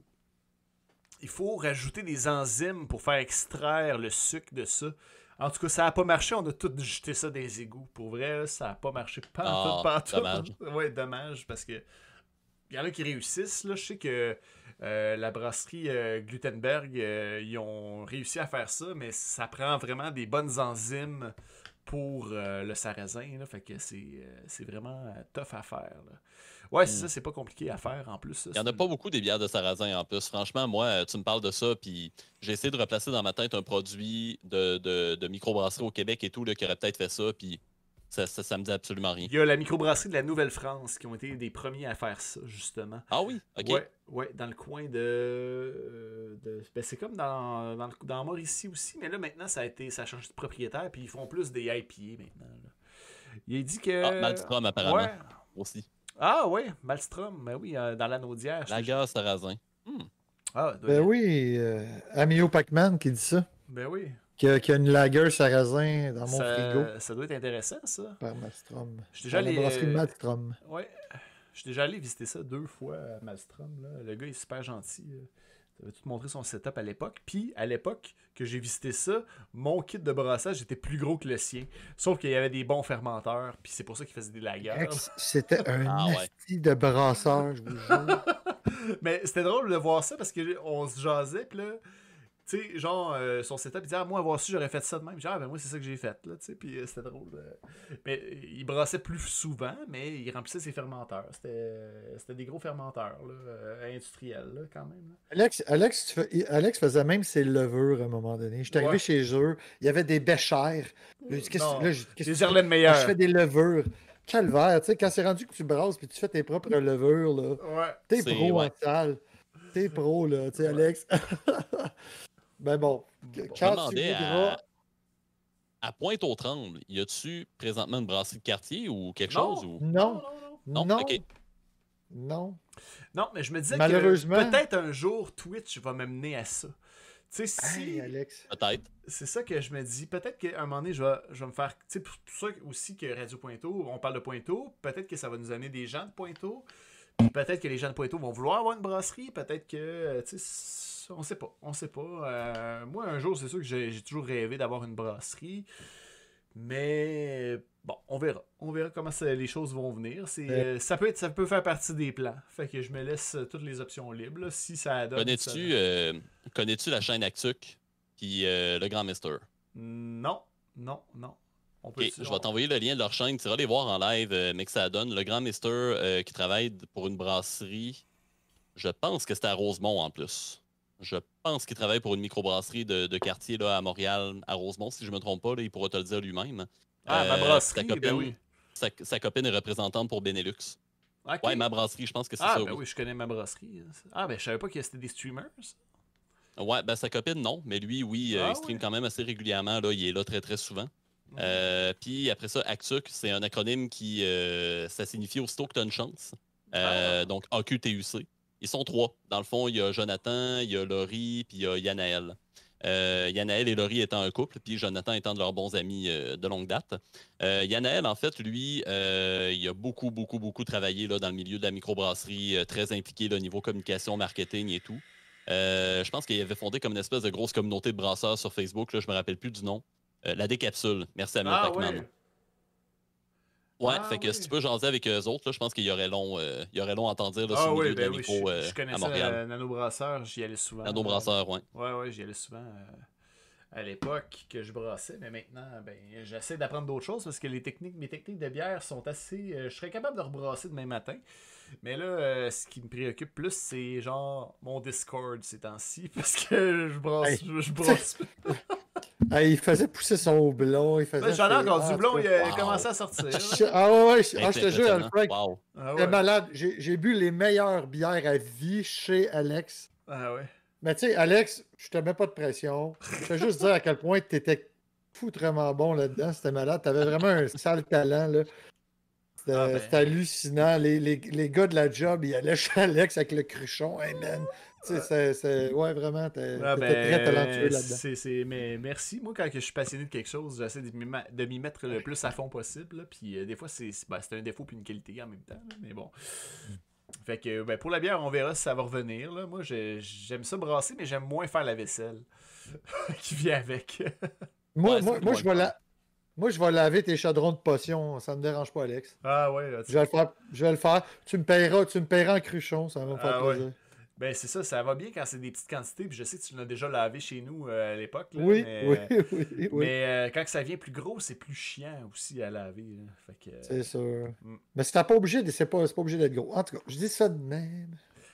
Il faut rajouter des enzymes pour faire extraire le sucre de ça. En tout cas, ça n'a pas marché. On a tout jeté ça dans les égouts. Pour vrai, là, ça n'a pas marché. Pas Ah, tout, pas tout. dommage. Ouais, dommage. Parce que il y en a qui réussissent. Là. Je sais que euh, la brasserie euh, Glutenberg, euh, ils ont réussi à faire ça, mais ça prend vraiment des bonnes enzymes pour euh, le sarrasin. Là. Fait que c'est, euh, c'est vraiment euh, tough à faire. Là. Ouais, c'est Mm. ça, c'est pas compliqué à faire en plus. ça, Il n'y en c'est a une- pas beaucoup des bières de sarrasin en plus. Franchement, moi, euh, tu me parles de ça, puis j'ai essayé de replacer dans ma tête un produit de, de, de microbrasserie au Québec et tout, là, qui aurait peut-être fait ça, puis ça, ça, ça me dit absolument rien. Il y a la microbrasserie de la Nouvelle-France qui ont été des premiers à faire ça, justement. Ah oui? OK. Ouais, ouais, dans le coin de. euh, de- ben, c'est comme dans, dans, le- dans Mauricie aussi, mais là maintenant ça a été ça a changé de propriétaire, puis ils font plus des I P A maintenant. là. Il a dit que. Ah, Malmstrom, apparemment, Ouais. aussi. Ah ouais, Malmstrom, ben oui, euh, dans la Naudière. je- Lager sarrasin. Hmm. Ah, doit- Ben oui, euh, Amio Pacman qui dit ça. Ben oui. Qui a, qui a une lager sarrasin dans mon ça, frigo. ça doit être intéressant, ça. Par Malmstrom. Je suis déjà Dans la allé, brasserie euh, Malmstrom. Ouais. Je suis déjà allé visiter ça deux fois à Malmstrom. Là. Le gars est super gentil. là. Il avait tout montré son setup à l'époque. Puis, à l'époque que j'ai visité ça, mon kit de brassage était plus gros que le sien. Sauf qu'il y avait des bons fermenteurs. Puis c'est pour ça qu'il faisait des lagers. Ex- C'était un Ah ouais. asti de brasseur, je vous jure. Mais c'était drôle de voir ça parce qu'on se jasait. Puis là, tu sais, genre, euh, son setup, il disait, ah, moi, avoir su, j'aurais fait ça de même. J'ai dit, ah, ben moi, c'est ça que j'ai fait. Là, tu sais, puis euh, c'était drôle. euh. Mais euh, il brassait plus souvent, mais il remplissait ses fermenteurs. C'était, c'était des gros fermenteurs là, euh, industriels, là, quand même. là. Alex, Alex, tu fais- Alex faisait même ses levures à un moment donné. J'étais arrivé Ouais. chez eux, il y avait des béchères. J'ai dit, qu'est-ce Non, que là, j'ai dit, qu'est-ce Des que tu Gerlaine fais? meilleurs. Ah, je fais des levures. Calvaire, tu sais, quand c'est rendu que tu brasses puis tu fais tes propres levures, là. Ouais. T'es C'est- pro ouais. en salle. T'es pro, là, tu sais, Ouais. Alex. Ben bon, Je me quand tu demandais voudras... à, à Pointe-aux-Trembles, y a-tu présentement une brasserie de quartier ou quelque Non. chose? Ou... Non, Non, non, ok. non. Non, mais je me disais Malheureusement. que peut-être un jour Twitch va m'amener à ça. Tu sais, si. Hey, Alex. Peut-être. C'est ça que je me dis. Peut-être qu'à un moment donné, je vais, je vais me faire. Tu sais, pour tout ça aussi que Radio Pointeau, on parle de Pointeau, peut-être que ça va nous amener des gens de Pointeau. Puis peut-être que les gens de Pointeau vont vouloir avoir une brasserie. Peut-être que. euh, Tu sais, on sait pas. On sait pas. Euh, moi, un jour, c'est sûr que j'ai j'ai toujours rêvé d'avoir une brasserie. Mais. Bon, on verra. On verra comment ça- les choses vont venir. C'est, euh, ça, peut être, ça peut faire partie des plans. Fait que je me laisse euh, toutes les options libres. là, si ça donne. ça- Connais-tu euh, connais-tu la chaîne Actuc puis euh, le Grand Mister? Non, non, non. On peut Ok, je vais t'envoyer le lien de leur chaîne. Tu iras les voir en live, euh, mais que ça donne. Le Grand Mister euh, qui travaille pour une brasserie. Je pense que c'était à Rosemont en plus. Je pense qu'il travaille pour une microbrasserie de, de quartier là, à Montréal, à Rosemont, si je me trompe pas. Là, il pourra te le dire lui-même. Ah, ma Euh, brasserie, sa copine, ben oui. sa, sa copine est représentante pour Benelux. Ok. Ouais, ma brasserie, je pense que c'est Ah, ça. ben oui. oui, je connais ma brasserie. Ah, ben je savais pas que c'était des streamers. Ouais, ben sa copine, non, mais lui, oui, euh, Ah il stream ouais. quand même assez régulièrement. Là, il est là très, très souvent. Euh, Puis après ça, Actuc, c'est un acronyme qui euh, ça signifie aussitôt que tu as une chance. Euh, Ah. Donc A Q T U C. Ils sont trois. Dans le fond, il y a Jonathan, il y a Laurie, puis il y a Yanaël. Euh, Yanaël et Laurie étant un couple, puis Jonathan étant de leurs bons amis euh, de longue date. Euh, Yanaël, en fait, lui, euh, il a beaucoup, beaucoup, beaucoup travaillé là, dans le milieu de la microbrasserie, euh, très impliqué là, au niveau communication, marketing et tout. Euh, je pense qu'il avait fondé comme une espèce de grosse communauté de brasseurs sur Facebook, là, je me rappelle plus du nom. Euh, la décapsule. Merci à Mio Ah Pacman. ouais. Ouais, Ah fait que ouais. si tu peux jaser avec eux autres, là, je pense qu'il y aurait long, euh, il y aurait long à entendre dire là, Ah sur le oui, milieu de la ben oui, je, micro euh, je connais à ça, Montréal. euh, Nano Brasseur, j'y allais souvent. Nano Brasseur, ouais. Ouais, ouais, j'y allais souvent euh, à l'époque que je brassais, mais maintenant, ben, j'essaie d'apprendre d'autres choses parce que les techniques, mes techniques de bière sont assez. Euh, je serais capable de rebrasser demain matin. Mais là, euh, ce qui me préoccupe plus, c'est genre mon Discord ces temps-ci parce que je brasse. Hey. Je, je brasse. Ah, il faisait pousser son houblon. Il faisait Ben, J'en ai encore ah, du blond, en tout il cas. a Wow. commencé à sortir. là. Je- Ah ouais, ouais, je, ah, je te jure, Impressionnant. Frank, Wow. Ah t'es ouais. malade. J'ai j'ai bu les meilleures bières à vie chez Alex. Ah ouais. Mais tu sais, Alex, je te mets pas de pression. Je te juste dire à quel point tu étais foutrement bon là-dedans. C'était malade. Tu avais vraiment un sale talent. là. C'était Ah ben. c'était hallucinant. Les, les, les gars de la job, ils allaient chez Alex avec le cruchon. Hey man. Tu sais, c'est- c'est- ouais, vraiment, t'es- Ah t'étais très talentueux ben, là-dedans. c'est, c'est, mais merci. Moi, quand que je suis passionné de quelque chose, j'essaie de m'y, ma- de m'y mettre le plus à fond possible. là. Puis euh, des fois, c'est, c'est- ben, c'est un défaut puis une qualité en même temps. là, Mais bon. Fait que ben, pour la bière, on verra si ça va revenir. Là. Moi, j'ai- j'aime ça brasser, mais j'aime moins faire la vaisselle qui vient avec. Moi, Ouais, moi, c'est moi, moins je vais la... moi, je vais laver tes chaudrons de potions. Ça me dérange pas, Alex. ah ouais, là, tu- Je vais le faire. Je vais le faire. Tu me paieras, tu me paieras en cruchon. Ça va me faire Ah ouais. plaisir. Ben c'est ça, ça va bien quand c'est des petites quantités. Puis je sais que tu l'as déjà lavé chez nous euh, à l'époque. là, Oui, mais, oui, euh, oui, oui. Mais euh, quand que ça vient plus gros, c'est plus chiant aussi à laver. là. Fait que, euh, C'est sûr. Mm. Mais c'est pas obligé, de- c'est pas, c'est pas obligé d'être gros. En tout cas, je dis ça de même.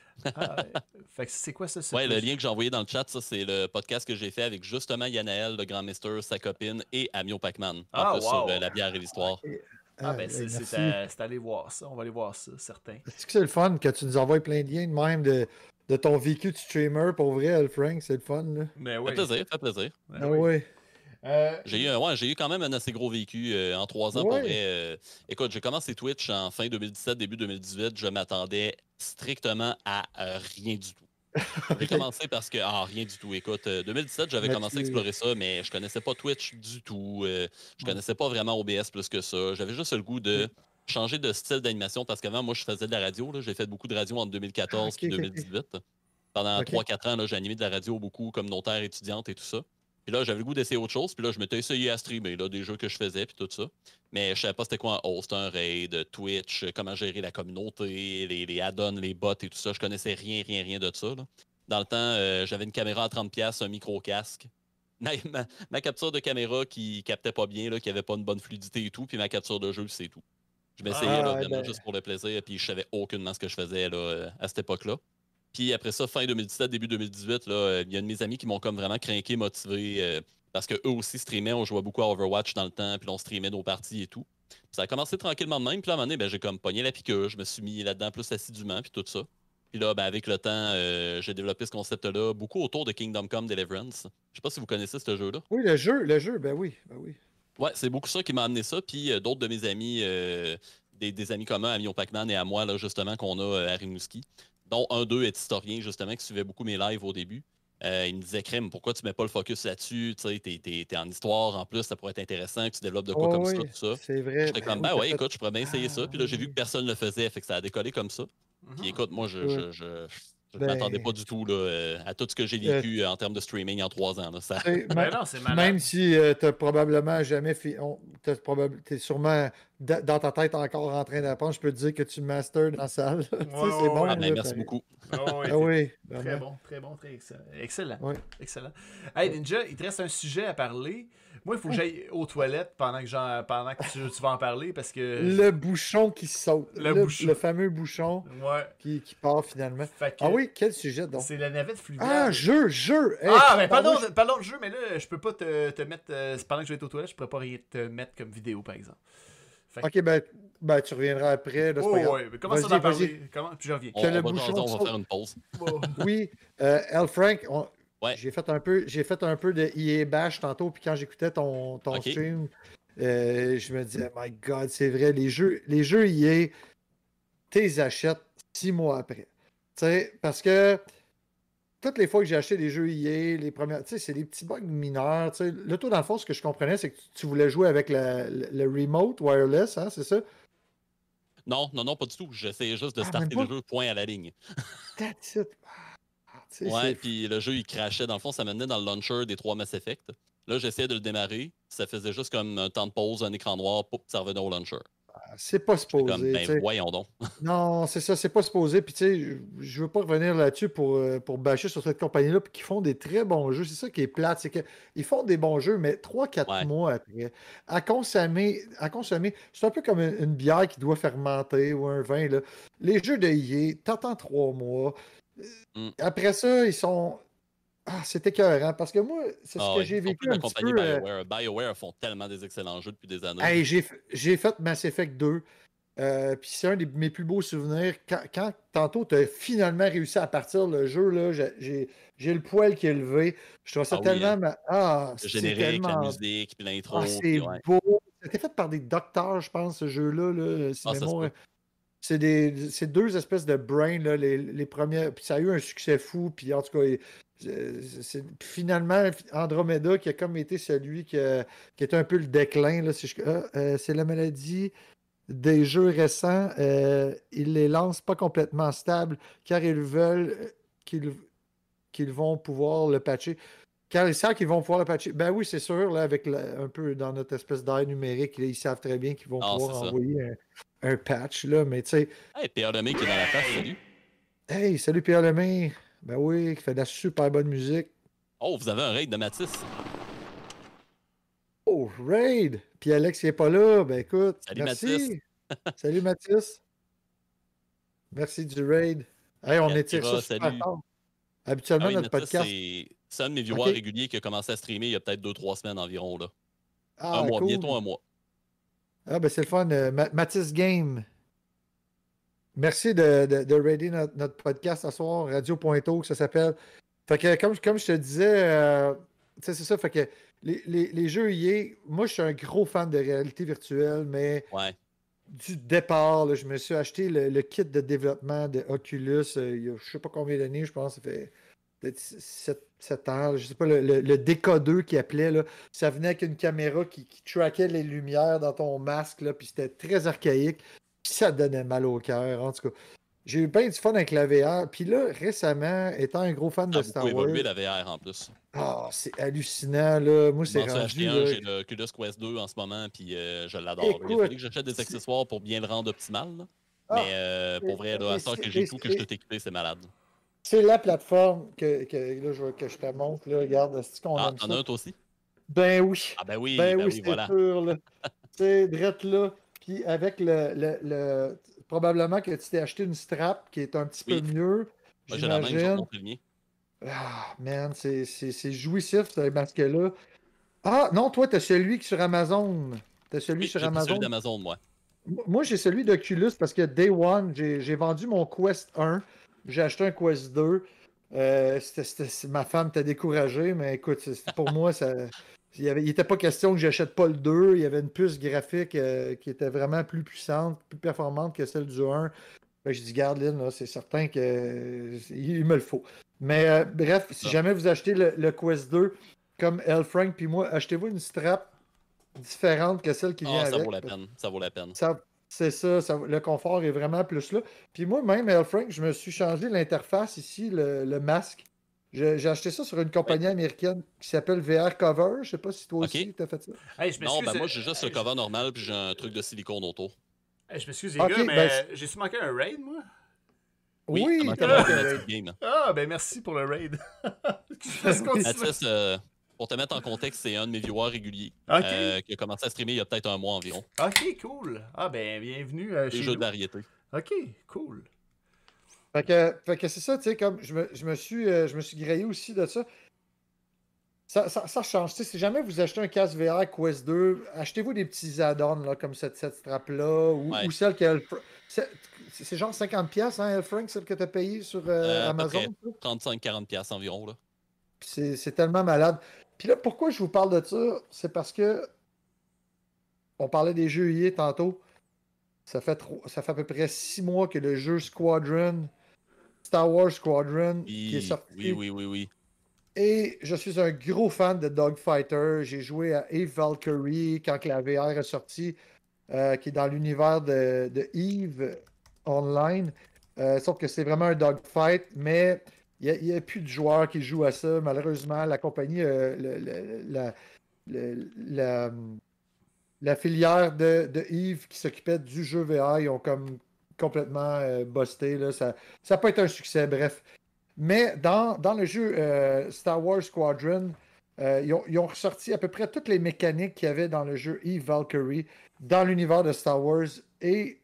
ah ouais. Fait que c'est quoi ça? ce Ouais, le projet? lien que j'ai envoyé dans le chat, ça, c'est le podcast que j'ai fait avec justement Yanaël, le grand mister, sa copine, et Amio Pacman. En Ah, plus, wow. sur euh, la bière et l'histoire. Ah ben ben, c'est, c'est, merci. à, c'est à aller voir ça. On va aller voir ça, certain. Est-ce que c'est le fun que tu nous envoies plein de liens de même de, de ton vécu de streamer pour vrai, Al Frank? C'est le fun, là. Mais Fait oui. plaisir, fait plaisir. Ben Ah oui. ouais. Euh, J'ai eu, un- ouais, j'ai eu quand même un assez gros vécu euh, en trois ans pour Ouais. vrai. euh, écoute, j'ai commencé Twitch en fin deux mille dix-sept, début deux mille dix-huit. Je m'attendais strictement à euh, rien du tout. J'ai commencé parce que. Ah, rien du tout. Écoute, euh, deux mille dix-sept, j'avais Mais commencé à tu- explorer ça, mais je connaissais pas Twitch du tout. euh, je Ouais. connaissais pas vraiment O B S plus que ça. J'avais juste le goût de changer de style d'animation parce qu'avant, moi, je faisais de la radio. là. J'ai fait beaucoup de radio entre deux mille quatorze Ah, ok, et ok, ok. deux mille dix-huit. Pendant Ok. trois quatre ans, là, j'ai animé de la radio beaucoup, communautaire, étudiante et tout ça. Puis là, j'avais le goût d'essayer autre chose. Puis là, je m'étais essayé à streamer là, des jeux que je faisais, puis tout ça. Mais je savais pas c'était quoi un host, un raid, Twitch, euh, comment gérer la communauté, les, les add-ons, les bots et tout ça. Je connaissais rien, rien, rien de ça. là. Dans le temps, euh, j'avais une caméra à trente dollars, un micro-casque. Ma, ma- ma capture de caméra qui captait pas bien, là, qui avait pas une bonne fluidité et tout. Puis ma capture de jeu, c'est tout. Je m'essayais Ah, là, ouais, vraiment ben. juste pour le plaisir, puis je savais aucunement ce que je faisais là, euh, à cette époque-là. Puis après ça, fin deux mille dix-sept, début deux mille dix-huit, là, euh, il y a un de mes amis qui m'ont comme vraiment craqué, motivé, euh, parce qu'eux aussi streamaient, on jouait beaucoup à Overwatch dans le temps, puis là, on streamait nos parties et tout. Puis ça a commencé tranquillement de même, puis là, à un moment donné, ben, j'ai comme pogné la piqûre, je me suis mis là-dedans plus assidûment, puis tout ça. Puis là, ben, avec le temps, euh, j'ai développé ce concept-là, beaucoup autour de Kingdom Come Deliverance. Je sais pas si vous connaissez ce jeu-là. Oui, le jeu, le jeu, ben oui, ben oui. Ouais, c'est beaucoup ça qui m'a amené ça. Puis euh, d'autres de mes amis, euh, des, des amis communs, Amion Pacman et à moi, là, justement, qu'on a euh, à Rimouski, dont un d'eux est historien, justement, qui suivait beaucoup mes lives au début. Euh, il me disait, Crème, pourquoi tu mets pas le focus là-dessus? Tu sais, t'es, t'es- t'es en histoire en plus, ça pourrait être intéressant que tu développes de quoi Oh, comme oui, ça, tout ça. c'est vrai. J'étais Ben comme, oui, ben t'as ouais, fait- écoute, je pourrais bien essayer ça. Ah, Puis là, j'ai vu oui. que personne ne le faisait, fait que ça a décollé comme ça. Mhm. Puis écoute, moi, je, Ouais. je, je, je Ben- m'attendais pas du tout là, euh, à tout ce que j'ai vécu euh, en termes de streaming en trois ans. Là. Ça... Tu sais, Ben ma- non, c'est malade. Même si euh, t'as probablement jamais fait. on- t'as probab- T'es sûrement da- dans ta tête encore en train d'apprendre, je peux te dire que tu masters dans la salle. Tu sais, Ouais, c'est ouais, bon. ouais. Ah, ben, là, merci pareil. beaucoup. Oh, ouais, Ah oui, Très vraiment. bon, très bon, très excellent. Excellent. Ouais. Excellent. Hey Ninja, il te reste un sujet à parler. Moi, il faut que j'aille aux toilettes pendant que, j'en, pendant que tu, tu vas en parler parce que. Le bouchon qui saute. Le Le, bouchon. le fameux bouchon Ouais. qui, qui part finalement. Fait que Ah oui, quel sujet donc? C'est la navette fluviale. Ah, jeu, jeu! Hey, Ah, ben pardon, pardon, pardon de jeu, mais là, je peux pas te, te mettre. euh, pendant que je vais être aux toilettes, je pourrais pas rien te mettre comme vidéo, par exemple. Fait que- Ok, ben, ben tu reviendras après. Là, c'est Oh, pas grave. ouais, mais commence Vas-y, à en vas-y. parler. Comment? Puis je reviens. On, Que le on va bouchon jaser, on va saute. faire une pause. Oh. Oui, euh, L. Frank, on- Ouais. J'ai fait un peu, j'ai fait un peu de E A Bash tantôt, puis quand j'écoutais ton, ton Ok. stream, euh, je me disais, my God, c'est vrai, les jeux, les jeux E A, tu les achètes six mois après. Tu sais, parce que toutes les fois que j'ai acheté des jeux E A, les premières, tu sais, c'est des petits bugs mineurs. Tu sais. Le tout, dans le fond, ce que je comprenais, c'est que tu- tu voulais jouer avec la- le, le remote wireless, hein, c'est ça? Non, non, non, pas du tout. J'essayais juste de Ah, même starter le pas? jeu point à la ligne. That's it. Ah, tu sais, Ouais, c'est puis le jeu, il crachait. Dans le fond, ça menait dans le launcher des trois Mass Effect. Là, j'essayais de le démarrer. Ça faisait juste comme un temps de pause, un écran noir, pour ça revenait au launcher. c'est pas J'étais comme, supposé. tu ben sais. voyons donc. Non, c'est ça, c'est pas supposé. Puis, tu sais, je- je veux pas revenir là-dessus pour, euh, pour bâcher sur cette compagnie-là, puis qui font des très bons jeux. C'est ça qui est plate, c'est qu'ils font des bons jeux, mais trois quatre Ouais. mois après, à consommer, à consommer, c'est un peu comme une, une bière qui doit fermenter ou un vin, là. Les jeux de I A, t'attends trois mois. Mm. Après ça, ils sont. Ah, c'est écœurant, parce que moi, c'est ce Ah que ouais. j'ai Surtout vécu la un petit compagnie peu. euh, BioWare. BioWare font tellement des excellents jeux depuis des années. Hey, j'ai f- j'ai fait Mass Effect deux. Euh, puis c'est un de mes plus beaux souvenirs. Quand, quand tantôt tu as finalement réussi à partir le jeu, là, j'ai- j'ai j'ai le poil qui est levé. Je trouve ça Ah oui, tellement. hein. ma- Ah, Le c'est générique, la tellement. musique, puis Ah, l'intro, c'est puis ouais. beau. C'était fait par des docteurs, je pense, ce jeu-là. Là, si Ah, ça se mémoire- peut. C'est des, c'est deux espèces de brains, là, les, les premières. Puis ça a eu un succès fou. Puis en tout cas, il- c'est c'est- puis finalement, Andromeda, qui a comme été celui qui, a- qui était un peu le déclin. Là, si je- ah, euh, c'est la maladie des jeux récents. Euh, ils les lancent pas complètement stables car ils veulent euh, qu'ils qu'ils vont pouvoir le patcher. Car ils savent qu'ils vont pouvoir le patcher. Ben oui, c'est sûr, là, avec la- un peu dans notre espèce d'air numérique, là, ils savent très bien qu'ils vont Ah, pouvoir c'est ça. envoyer un, un patch, là, mais tu sais. Hey, Pierre Lemay qui est dans la place, salut. Hey, salut Pierre Lemay. Ben oui, qui fait de la super bonne musique. Oh, vous avez un raid de Matisse. Oh, Raid! Puis Alex, il est pas là. Ben écoute, Salut, merci. Mathis. Salut Mathis. Merci du Raid. Hey, on étire ça Akira, super salut. fort. Ah Habituellement, oui, notre Mathis, podcast. c'est c'est un de mes viewers Ok. réguliers qui a commencé à streamer il y a peut-être deux, trois semaines environ. Là. Ah, un mois, cool. bientôt un mois. Ah, ben c'est le fun. Euh, Ma- Mathis Game. Merci de, de, de raider notre, notre podcast ce soir, Radio Pointeau, que ça s'appelle. Fait que, comme, comme je te disais, euh, tu sais, c'est ça. Fait que les, les, les jeux I A, moi, je suis un gros fan de réalité virtuelle, mais Ouais. du départ, là, je me suis acheté le, le kit de développement de Oculus euh, il y a je sais pas combien d'années, je pense, ça fait peut-être sept ans, là, je sais pas, le, le, le D K deux qui appelait, là, ça venait avec une caméra qui, qui traquait les lumières dans ton masque, là, puis c'était très archaïque, puis ça donnait mal au cœur, en tout cas. J'ai eu bien du fun avec la V R, puis là, récemment, étant un gros fan Ça a de beaucoup Star Wars, évolué la V R en plus. ah, c'est hallucinant, là, moi, Je c'est m'en suis acheté rendu, un, là, j'ai le Oculus Quest deux en ce moment, puis euh, je l'adore. là. Il a Écoute, fallu que j'achète des c'est- accessoires pour bien le rendre optimal. là. Ah, Mais euh, pour vrai, là, à et ce temps que c'est- j'ai et tout, que c'est- je suis équipé, c'est malade. C'est la plateforme que, que, là, je, veux que je te montre. Là, regarde, est-ce qu'on Ah, aime t'en ça? as un toi aussi? Ben oui. Ah ben oui, Ben ben oui, oui, c'est voilà. sûr. Là. C'est drette là. Puis avec le, le, le- probablement que tu t'es acheté une strap qui est un petit Oui. peu mieux. Moi j'ai la même, je vais te J'imagine. montrer le mien. Ah, man, c'est c'est- c'est jouissif, ce masque-là. Ah, non, toi, t'as celui qui est sur Amazon. T'as celui Oui, sur j'ai pris celui Amazon. d'Amazon, moi. Moi, j'ai celui d'Oculus parce que Day One, j'ai j'ai vendu mon Quest un. J'ai acheté un Quest deux. Euh, c'était- c'était- c'est- ma femme t'a découragé, mais écoute, c'est- pour moi, ça, il n'était pas question que j'achète pas le deux. Il y avait une puce graphique euh, qui était vraiment plus puissante, plus performante que celle du un. Ben, je dis, garde, Lynn, là, c'est certain qu'il il me le faut. Mais euh, bref, si Ça. jamais vous achetez le, le Quest deux, comme L. Frank puis moi, achetez-vous une strap différente que celle qui vient Ah, ça avec. vaut la peine, ça vaut la peine. Ça, c'est ça, ça- le confort est vraiment plus là. Puis moi, même, L. Frank, je me suis changé l'interface ici, le, le masque. Je- J'ai acheté ça sur une compagnie américaine qui s'appelle V R Cover. Je sais pas si toi Ok. aussi, tu as fait ça. Hey, je Non, m'excuse, ben moi euh, j'ai juste le euh, cover normal, puis j'ai un truc de silicone autour. Hey, je m'excuse, les Ok, gars, ben, mais c'est- j'ai-su manqué un raid, moi. Oui, Oui, ça manque t'as un manqué peu un de raid. petite game. Ah, ben merci pour le raid. Laisse continuer. Mathis, euh, pour te mettre en contexte, c'est un de mes viewers réguliers Ok. euh, qui a commencé à streamer il y a peut-être un mois environ. Ok, cool. Ah, ben bienvenue euh, Des chez jeux nous. de variété. Ok, cool. Fait que, fait que c'est ça, tu sais, comme je me, je me suis, euh, je me suis grillé aussi de ça. Ça, ça, ça change. Tu sais, si jamais vous achetez un casque V R Quest deux, achetez-vous des petits add-ons là, comme cette, cette strap-là ou, Ouais. ou celle qu'elle. C'est c'est genre cinquante pièces hein, Elle Frank, celle que tu as payée sur euh, Euh, à peu Amazon? près. ça? trente-cinq à quarante piastres environ. Là. C'est c'est tellement malade. Puis là, pourquoi je vous parle de ça? C'est parce que on parlait des jeux I A tantôt. Ça fait, trop, ça fait à peu près six mois que le jeu Squadron, Star Wars Squadron, Oui, qui est sorti. oui, oui, oui, oui. Et je suis un gros fan de Dogfighter. J'ai joué à Eve Valkyrie quand la V R est sortie, euh, qui est dans l'univers de, de Eve Online. Euh, sauf que c'est vraiment un dogfight, mais il n'y a, a plus de joueurs qui jouent à ça. Malheureusement, la compagnie, euh, le, le, la, le, la, la filière de, de Eve qui s'occupait du jeu V R, ils ont comme complètement euh, busté. Là. Ça n'a pas été un succès, bref. Mais dans, dans le jeu euh, Star Wars Squadron, euh, ils, ont, ils ont ressorti à peu près toutes les mécaniques qu'il y avait dans le jeu Eve Valkyrie dans l'univers de Star Wars. Et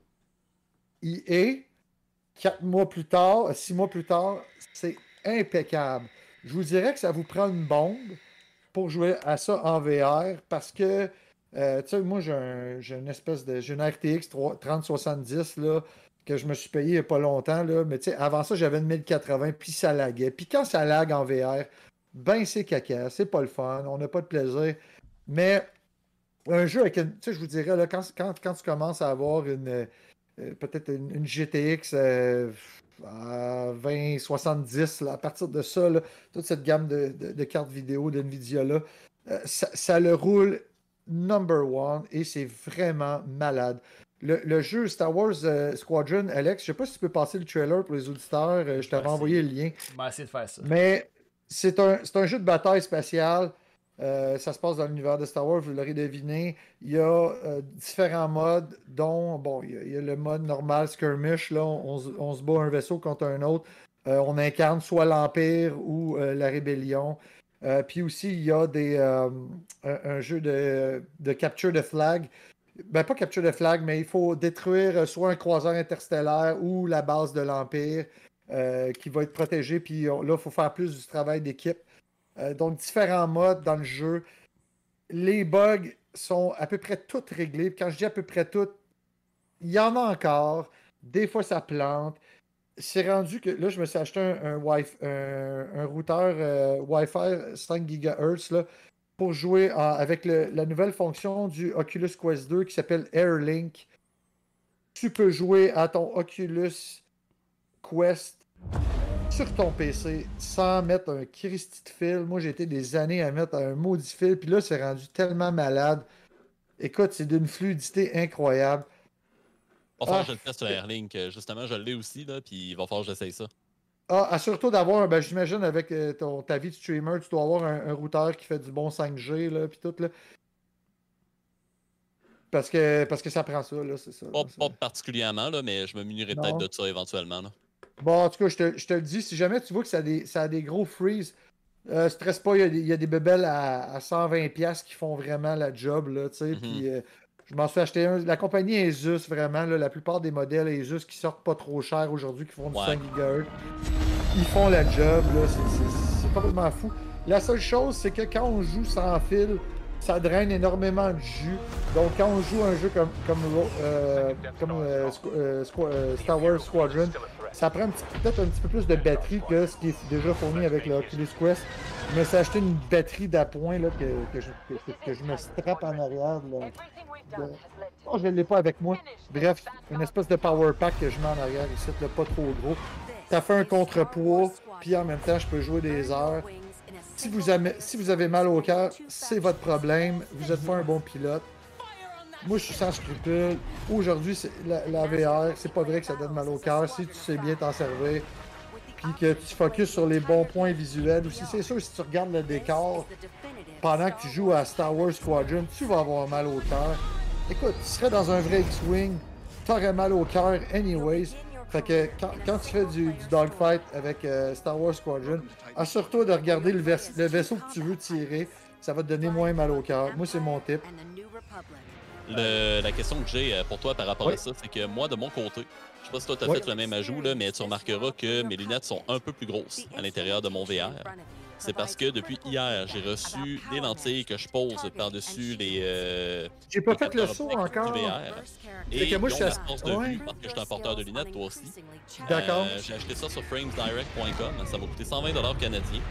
I A, quatre mois plus tard, six mois plus tard, c'est impeccable. Je vous dirais que ça vous prend une bombe pour jouer à ça en V R parce que, euh, tu sais, moi, j'ai un, j'ai une espèce de. J'ai une R T X trente soixante-dix, là, que je me suis payé il n'y a pas longtemps, là, mais tu sais, avant ça, j'avais une mille quatre-vingts, puis ça laguait. Puis quand ça lag en V R, ben c'est caca, c'est pas le fun, on n'a pas de plaisir. Mais un jeu avec une. Tu sais, je vous dirais, là, quand, quand, quand tu commences à avoir une. Euh, peut-être une, une G T X euh, vingt soixante-dix, là, à partir de ça, là, toute cette gamme de, de, de cartes vidéo d'NVIDIA, là, euh, ça, ça le roule number one et c'est vraiment malade. Le, le jeu Star Wars euh, Squadron, Alex, je sais pas si tu peux passer le trailer pour les auditeurs, euh, je t'avais envoyé le lien. Je vais essayer de faire ça. Mais c'est un, c'est un jeu de bataille spatiale. Euh, ça se passe dans l'univers de Star Wars, vous l'aurez deviné. Il y a euh, différents modes, dont, bon, il y, a, il y a le mode normal skirmish, là, on, on, on se bat un vaisseau contre un autre. Euh, on incarne soit l'Empire ou euh, la Rébellion. Euh, puis aussi, il y a des, euh, un, un jeu de, de capture de flag. Ben, pas capture de flag, mais il faut détruire soit un croiseur interstellaire ou la base de l'Empire euh, qui va être protégée. Puis on, là, il faut faire plus du travail d'équipe. Euh, donc, différents modes dans le jeu. Les bugs sont à peu près tous réglés. Puis quand je dis à peu près tous, il y en a encore. Des fois, ça plante. C'est rendu que là, je me suis acheté un, un, wifi, un, un routeur euh, Wi-Fi cinq gigahertz là, pour jouer en, avec le, la nouvelle fonction du Oculus Quest deux qui s'appelle AirLink. Tu peux jouer à ton Oculus Quest sur ton P C sans mettre un Christy de fil. Moi, j'ai été des années à mettre un maudit fil, puis là, c'est rendu tellement malade. Écoute, c'est d'une fluidité incroyable. Il va falloir Ah, que je le teste sur AirLink. Justement, je l'ai aussi, là, puis il va falloir que j'essaye ça. Ah, assure-toi d'avoir, ben, j'imagine, avec euh, ton, ta vie de streamer, tu dois avoir un, un routeur qui fait du bon cinq G, là, puis tout, là. Parce que, parce que ça prend ça, là, c'est ça. Pas, là, pas particulièrement, là, mais je me munirai peut-être Non. de ça éventuellement. Là. Bon, en tout cas, je te, je te le dis, si jamais tu vois que ça a des, ça a des gros freeze, euh, stresse pas, il y a des, il y a des bébelles à, à cent vingt dollars qui font vraiment la job, là, tu sais, Mhm. puis euh, je m'en suis acheté un. La compagnie Asus, vraiment, là, la plupart des modèles Asus qui sortent pas trop cher aujourd'hui, qui font du Ouais. cinq gigahertz, ils font la job, là, c'est- c'est c'est complètement fou. La seule chose, c'est que quand on joue sans fil, ça draine énormément de jus. Donc, quand on joue un jeu comme, comme, euh, comme euh, Squ- euh, Squ- euh, Star Wars Squadron, ça prend un petit- peut-être un petit peu plus de batterie que ce qui est déjà fourni avec le Oculus Quest. Je me suis acheté une batterie d'appoint là, que, que, je, que, que je me strappe en arrière. Là, de... Oh, je ne l'ai pas avec moi. Bref, une espèce de power pack que je mets en arrière ici, là, pas trop gros. Ça fait un contrepoids, puis en même temps, je peux jouer des heures. Si vous avez, si vous avez mal au cœur, c'est votre problème. Vous n'êtes pas un bon pilote. Moi, je suis sans scrupule. Aujourd'hui, c'est la, la V R, c'est pas vrai que ça donne mal au cœur si tu sais bien t'en servir. Puis que tu focuses sur les bons points visuels aussi. C'est sûr, si tu regardes le décor pendant que tu joues à Star Wars Squadron, tu vas avoir mal au cœur. Écoute, tu serais dans un vrai X-Wing, t'aurais mal au cœur anyways. Fait que quand, quand tu fais du, du dogfight avec euh, Star Wars Squadron, assure-toi de regarder le, vais- le vaisseau que tu veux tirer. Ça va te donner moins mal au cœur. Moi, c'est mon tip. Le- la question que j'ai euh, pour toi par rapport Oui. à ça, c'est que moi, de mon côté, je sais pas si toi tu as Oui. fait le même ajout, là, mais tu remarqueras que mes lunettes sont un peu plus grosses à l'intérieur de mon V R. C'est parce que depuis hier, j'ai reçu des lentilles que je pose par-dessus les. Euh, J'ai pas les fait le capteurs saut optiques encore. du V R. C'est Et que moi, ils je ont suis ma à- force de ouais. vue parce que je suis un porteur de lunettes, toi aussi. D'accord. Euh, j'ai acheté ça sur frames direct point com. Ça m'a coûté cent vingt dollars canadiens.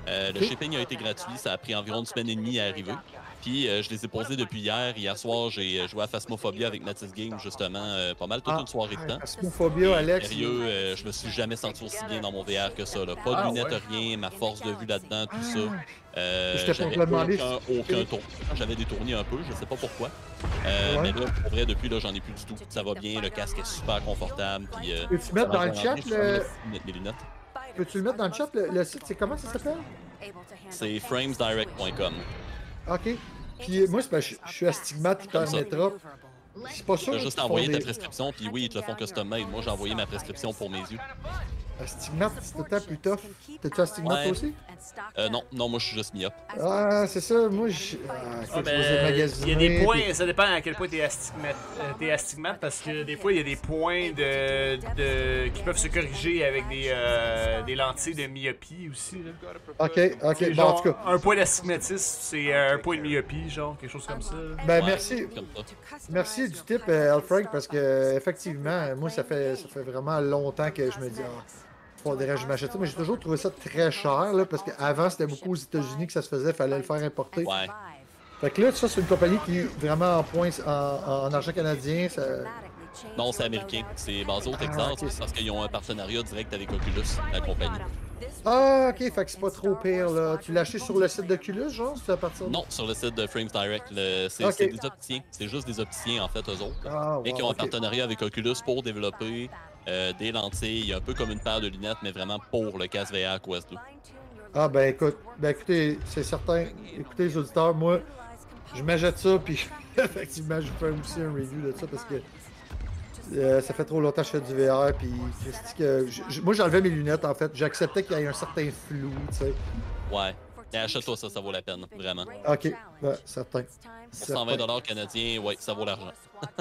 Euh, le shipping a été gratuit, ça a pris environ une semaine et demie à arriver. Puis euh, je les ai posés depuis hier. Hier soir, j'ai joué à Phasmophobia avec Natis Game, justement, euh, pas mal toute Ah, une soirée de temps. Phasmophobia, Et Alex. sérieux, euh, je me suis jamais senti aussi bien dans mon V R que ça. Là. Pas de Ah, lunettes, ouais. rien, ma force de vue là-dedans, tout ça. Euh, J'étais pour J'avais te demander aucun, si- aucun tour. J'avais des tournis un peu, je sais pas pourquoi. Euh, Ouais. Mais là, pour vrai, depuis, là, j'en ai plus du tout. Ça va bien, le casque est super confortable. Puis, euh, Peux-tu mettre ça dans le va chat bien, je le- peux mettre mes lunettes. Peux-tu le mettre dans le chat, le, le site, c'est comment ça s'appelle? C'est framesdirect point com. OK. Puis moi, c'est parce que je je suis astigmate hypermétrope. C'est pas sûr Tu as juste qu'ils font envoyé ta des- prescription, puis oui, ils te le font custom made. Moi, j'ai envoyé ma prescription pour mes yeux. Astigmate, c'est tout le temps plus tough. T'es-tu astigmate Ouais. toi aussi? Euh, non, non, moi, je suis juste myope. Ah, c'est ça. Moi, je. Ah, Ah, écoute, ben, je vous ai magasiné, il y a des points, puis- ça dépend à quel point t'es astigmate, euh, t'es astigmate, parce que des fois il y a des points de, de qui peuvent se corriger avec des, euh, des lentilles de myopie aussi. Là. Ok, C'est ok. Bon, en genre, tout cas, un point d'astigmatisme, c'est un point de myopie, genre quelque chose comme ça. ben Ouais, merci. comme ça. Merci du tip, euh, Al Frank, parce que effectivement, moi, ça fait, ça fait vraiment longtemps que je me dis, ah, faudrait que je m'achète ça. Mais j'ai toujours trouvé ça très cher, là, parce qu'avant, c'était beaucoup aux États-Unis que ça se faisait, fallait le faire importer. Ouais. Fait que là, ça, c'est une compagnie qui est vraiment en points, en, en argent canadien. Ça... Non, c'est américain. C'est basé au Ah, Texas ok. parce qu'ils ont un partenariat direct avec Oculus, la compagnie. Ah, ok, fait que c'est pas trop pire, là. Tu l'as acheté sur le site d'Oculus, genre, c'est à partir de... Non, sur le site de Frames Direct. le- C'est Ok. c'est des opticiens. C'est juste des opticiens, en fait, eux autres. Ah, Et wow, qui ont un ok. partenariat avec Oculus pour développer euh, des lentilles, un peu comme une paire de lunettes, mais vraiment pour le casque V R Quest deux. Ah, ben écoute, ben écoutez, c'est certain. Écoutez, les auditeurs, moi, je m'achète ça, puis effectivement, je fais aussi un review de ça, parce que euh, ça fait trop longtemps que je fais du V R, puis Christy, que je- je- moi, j'enlevais mes lunettes, en fait. J'acceptais qu'il y ait un certain flou, tu sais. Ouais. Mais achète-toi ça, ça vaut la peine, vraiment. Ok, ben, certain. Pour cent vingt certain. dollars canadiens, ouais, ça vaut l'argent.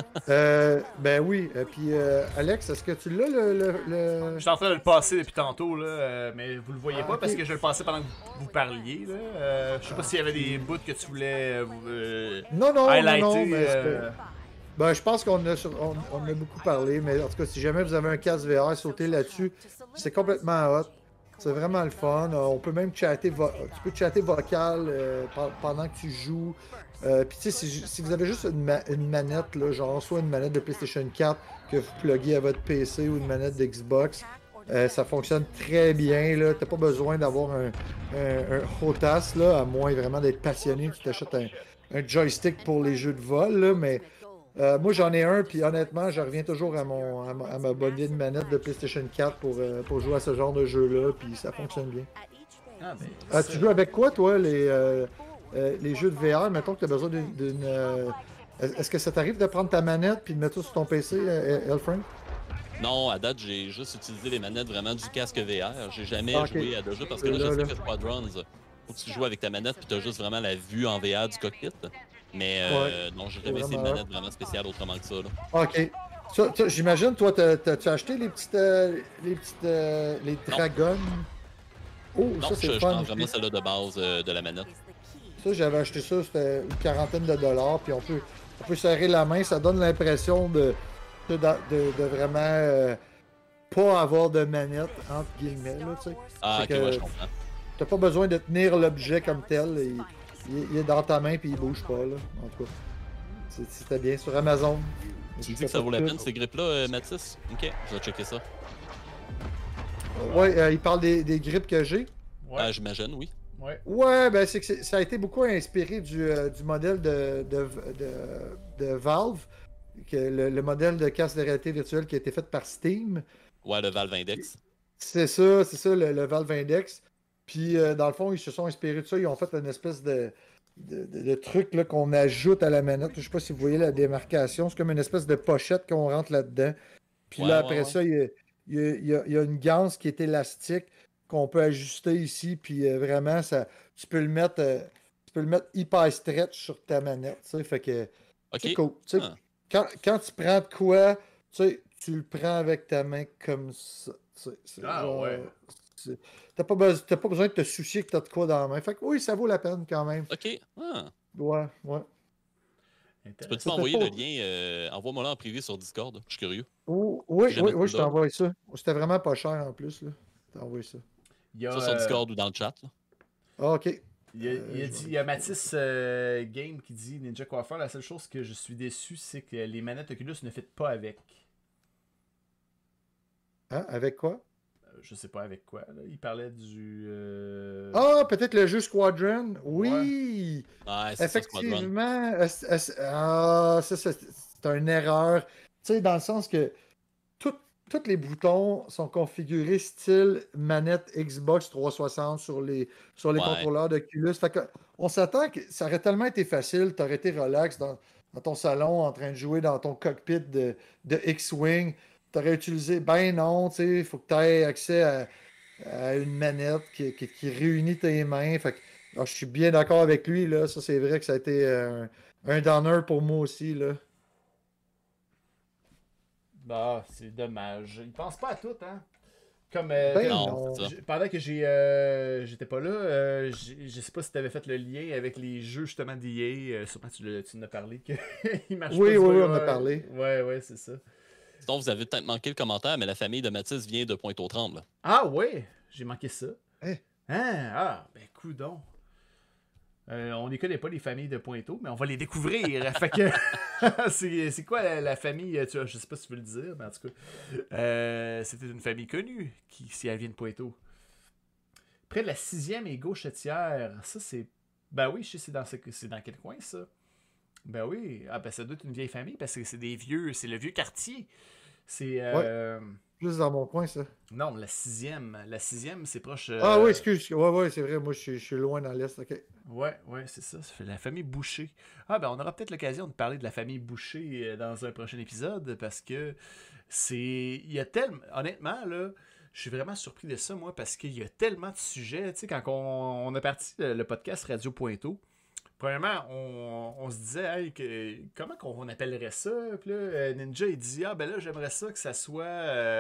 Euh, ben oui, et puis euh, Alex, est-ce que tu l'as, le... le, le- Je suis en train de le passer depuis tantôt, là, euh, mais vous le voyez Ah, pas ok. parce que je le passais pendant que vous, vous parliez. Là. Euh, je sais pas s'il y avait des bouts que tu voulais euh, vous, euh, Non, non, non, highlighter. non, mais c'est euh, pas- Ben, je pense qu'on a, sur- on, on a beaucoup parlé, mais en tout cas, si jamais vous avez un casque V R, sautez là-dessus. C'est complètement hot. C'est vraiment le fun. Euh, On peut même chatter, vo- tu peux chatter vocal euh, pe- pendant que tu joues. Euh, Puis tu sais, si, si vous avez juste une, ma- une manette, là, genre soit une manette de PlayStation quatre que vous pluguez à votre P C ou une manette d'Xbox, euh, ça fonctionne très bien. Tu n'as pas besoin d'avoir un, un, un HOTAS, là, à moins vraiment d'être passionné. Tu t'achètes un, un joystick pour les jeux de vol, là, mais euh, moi j'en ai un, puis honnêtement, je reviens toujours à, mon, à, ma, à ma bonne vieille manette de PlayStation quatre pour, euh, pour jouer à ce genre de jeu-là, puis ça fonctionne bien. Ah, ben, Ah, ça- tu joues avec quoi, toi, les, euh, euh, les jeux de V R? Mettons que tu as besoin d'une. d'une, euh, Est-ce que ça t'arrive de prendre ta manette puis de mettre ça sur ton P C, euh, Elfrank? Non, à date, j'ai juste utilisé les manettes vraiment du casque V R. J'ai jamais Ah, ok. joué à d'autres jeux parce que là, Là, je sais là. que Squadrons, faut que tu joues avec ta manette puis t'as juste vraiment la vue en V R du cockpit. Mais euh, non, j'ai jamais C'est essayé de vraiment manette vraiment spéciale autrement que ça. Là. Ok. Ça, ça, j'imagine, toi, t'as- t'as-tu acheté les petites. euh, les petites. euh, les dragons? Oh, Non, ça, je, c'est je le prends fun. vraiment celle-là de base euh, de la manette. Ça, j'avais acheté ça, c'était une quarantaine de dollars, puis on peut, on peut serrer la main, ça donne l'impression de, de, de, de vraiment euh, pas avoir de manette, entre guillemets, là, tu sais. Ah, C'est ok, que ouais, je comprends. T'as pas besoin de tenir l'objet comme tel, il, il- il est dans ta main, puis il bouge pas, là, en tout cas. C'est- C'était bien, sur Amazon. Tu dis que ça vaut la peine ces grippes-là, euh, Mathis? Ok, je vais checker ça. Ouais, euh, il parle des, des grippes que j'ai. ouais, Ah, j'imagine, oui. ouais. Ouais, ben c'est que c'est- ça a été beaucoup inspiré du, euh, du modèle de, de, de, de Valve, que le, le modèle de casque de réalité virtuelle qui a été fait par Steam. Ouais, le Valve Index. C'est ça, c'est ça, le, le Valve Index. Puis, euh, dans le fond, ils se sont inspirés de ça. Ils ont fait une espèce de, de, de- de truc là, qu'on ajoute à la manette. Je sais pas si vous voyez la démarcation. C'est comme une espèce de pochette qu'on rentre là-dedans. Puis Ouais, là, ouais, après ouais. ça, il y a, il y a- il y a- il y a une ganse qui est élastique qu'on peut ajuster ici. Puis euh, vraiment, ça, tu peux le mettre, euh, tu peux le mettre hyper stretch sur ta manette. Tu sais, fait que c'est Ok. cool. Tu sais, Ah. quand, quand tu prends de quoi, tu sais, tu le prends avec ta main comme ça. Tu sais, c'est Ah, genre, ouais. c'est- T'as pas, besoin- t'as pas besoin de te soucier que t'as de quoi dans la main. Fait que oui, ça vaut la peine quand même. Ok. Ah. Ouais, ouais. Tu peux-tu Intéressant. m'envoyer pas- le lien? euh, Envoie-moi là en privé sur Discord. Je suis curieux. Oh, oui, Jamais oui, oui, de je là. t'envoie ça. C'était vraiment pas cher en plus. Là. Je t'envoie ça. Il y a, Ça sur euh, Discord ou dans le chat. là. Ah, OK. Il y a, il y a Euh, dit, il y a Mathis euh, Game qui dit Ninja Coiffeur, la seule chose que je suis déçu, c'est que les manettes Oculus ne fitent pas avec. Hein, avec quoi? Euh, Je sais pas avec quoi. Là. Il parlait du. euh, Ah, peut-être le jeu Squadron? Oui! Ouais, c'est ça, Squadron. Effectivement. euh, c'est- euh, c'est- Ah, ça, c'est c'est une erreur. Tu sais, dans le sens que tout- tous les boutons sont configurés style manette Xbox trois cent soixante sur les, sur les Ouais. contrôleurs d'Oculus. Fait que on s'attend que ça aurait tellement été facile, tu aurais été relax dans, dans ton salon en train de jouer dans ton cockpit de, de X-Wing. Tu aurais utilisé, ben non, tu sais, il faut que tu aies accès à, à une manette qui, qui- qui réunit tes mains. Fait que, ah, je suis bien d'accord avec lui, là. Ça, c'est vrai que ça a été euh, un downer pour moi aussi, là. Bah, c'est dommage. Ils pensent pas à tout, hein. Comme. euh, Ben comme- Non, non. c'est ça. J- Pendant que j'ai euh, j'étais pas là, euh, j'ai- je sais pas si tu avais fait le lien avec les jeux justement d'E A. Euh, sûrement tu, le- tu en as parlé. Que il marche Oui, pas, oui, ce oui, jeu, on a ouais. parlé. Ouais, ouais, c'est ça. Sinon, vous avez peut-être manqué le commentaire, mais la famille de Mathis vient de Pointe-aux-Trembles. Ah ouais, j'ai manqué ça. Hein? Hein? Ah, ben coudonc. Euh, on les connaît pas, les familles de Pointeau, mais on va les découvrir. Fait que c'est c'est quoi la, la famille? Tu vois, je sais pas si tu veux le dire, mais en tout cas, euh, c'était une famille connue qui, si elle vient de Pointeau. Près de la sixième et gauchetière. Ça, c'est. Ben oui, je sais, c'est dans, ce... c'est dans quel coin ça? Ben oui. Ah, ben ça doit être une vieille famille parce que c'est des vieux. C'est le vieux quartier. C'est. Euh... Juste dans mon coin, ça. Non, la sixième. La sixième, c'est proche. euh, Ah oui, excuse. Ouais, ouais, c'est vrai. Moi, je suis, je suis loin dans l'Est. OK. Ouais, ouais, c'est ça. Ça fait la famille Boucher. Ah, ben, on aura peut-être l'occasion de parler de la famille Boucher euh, dans un prochain épisode parce que c'est. Il y a tellement. Honnêtement, là, je suis vraiment surpris de ça, moi, parce qu'il y a tellement de sujets. Tu sais, quand on, on a parti le, le podcast Radio Pointeau, premièrement, on, on se disait, hey, que, comment qu'on appellerait ça? Puis là, euh, Ninja, il dit, ah, ben là, j'aimerais ça que ça soit, euh,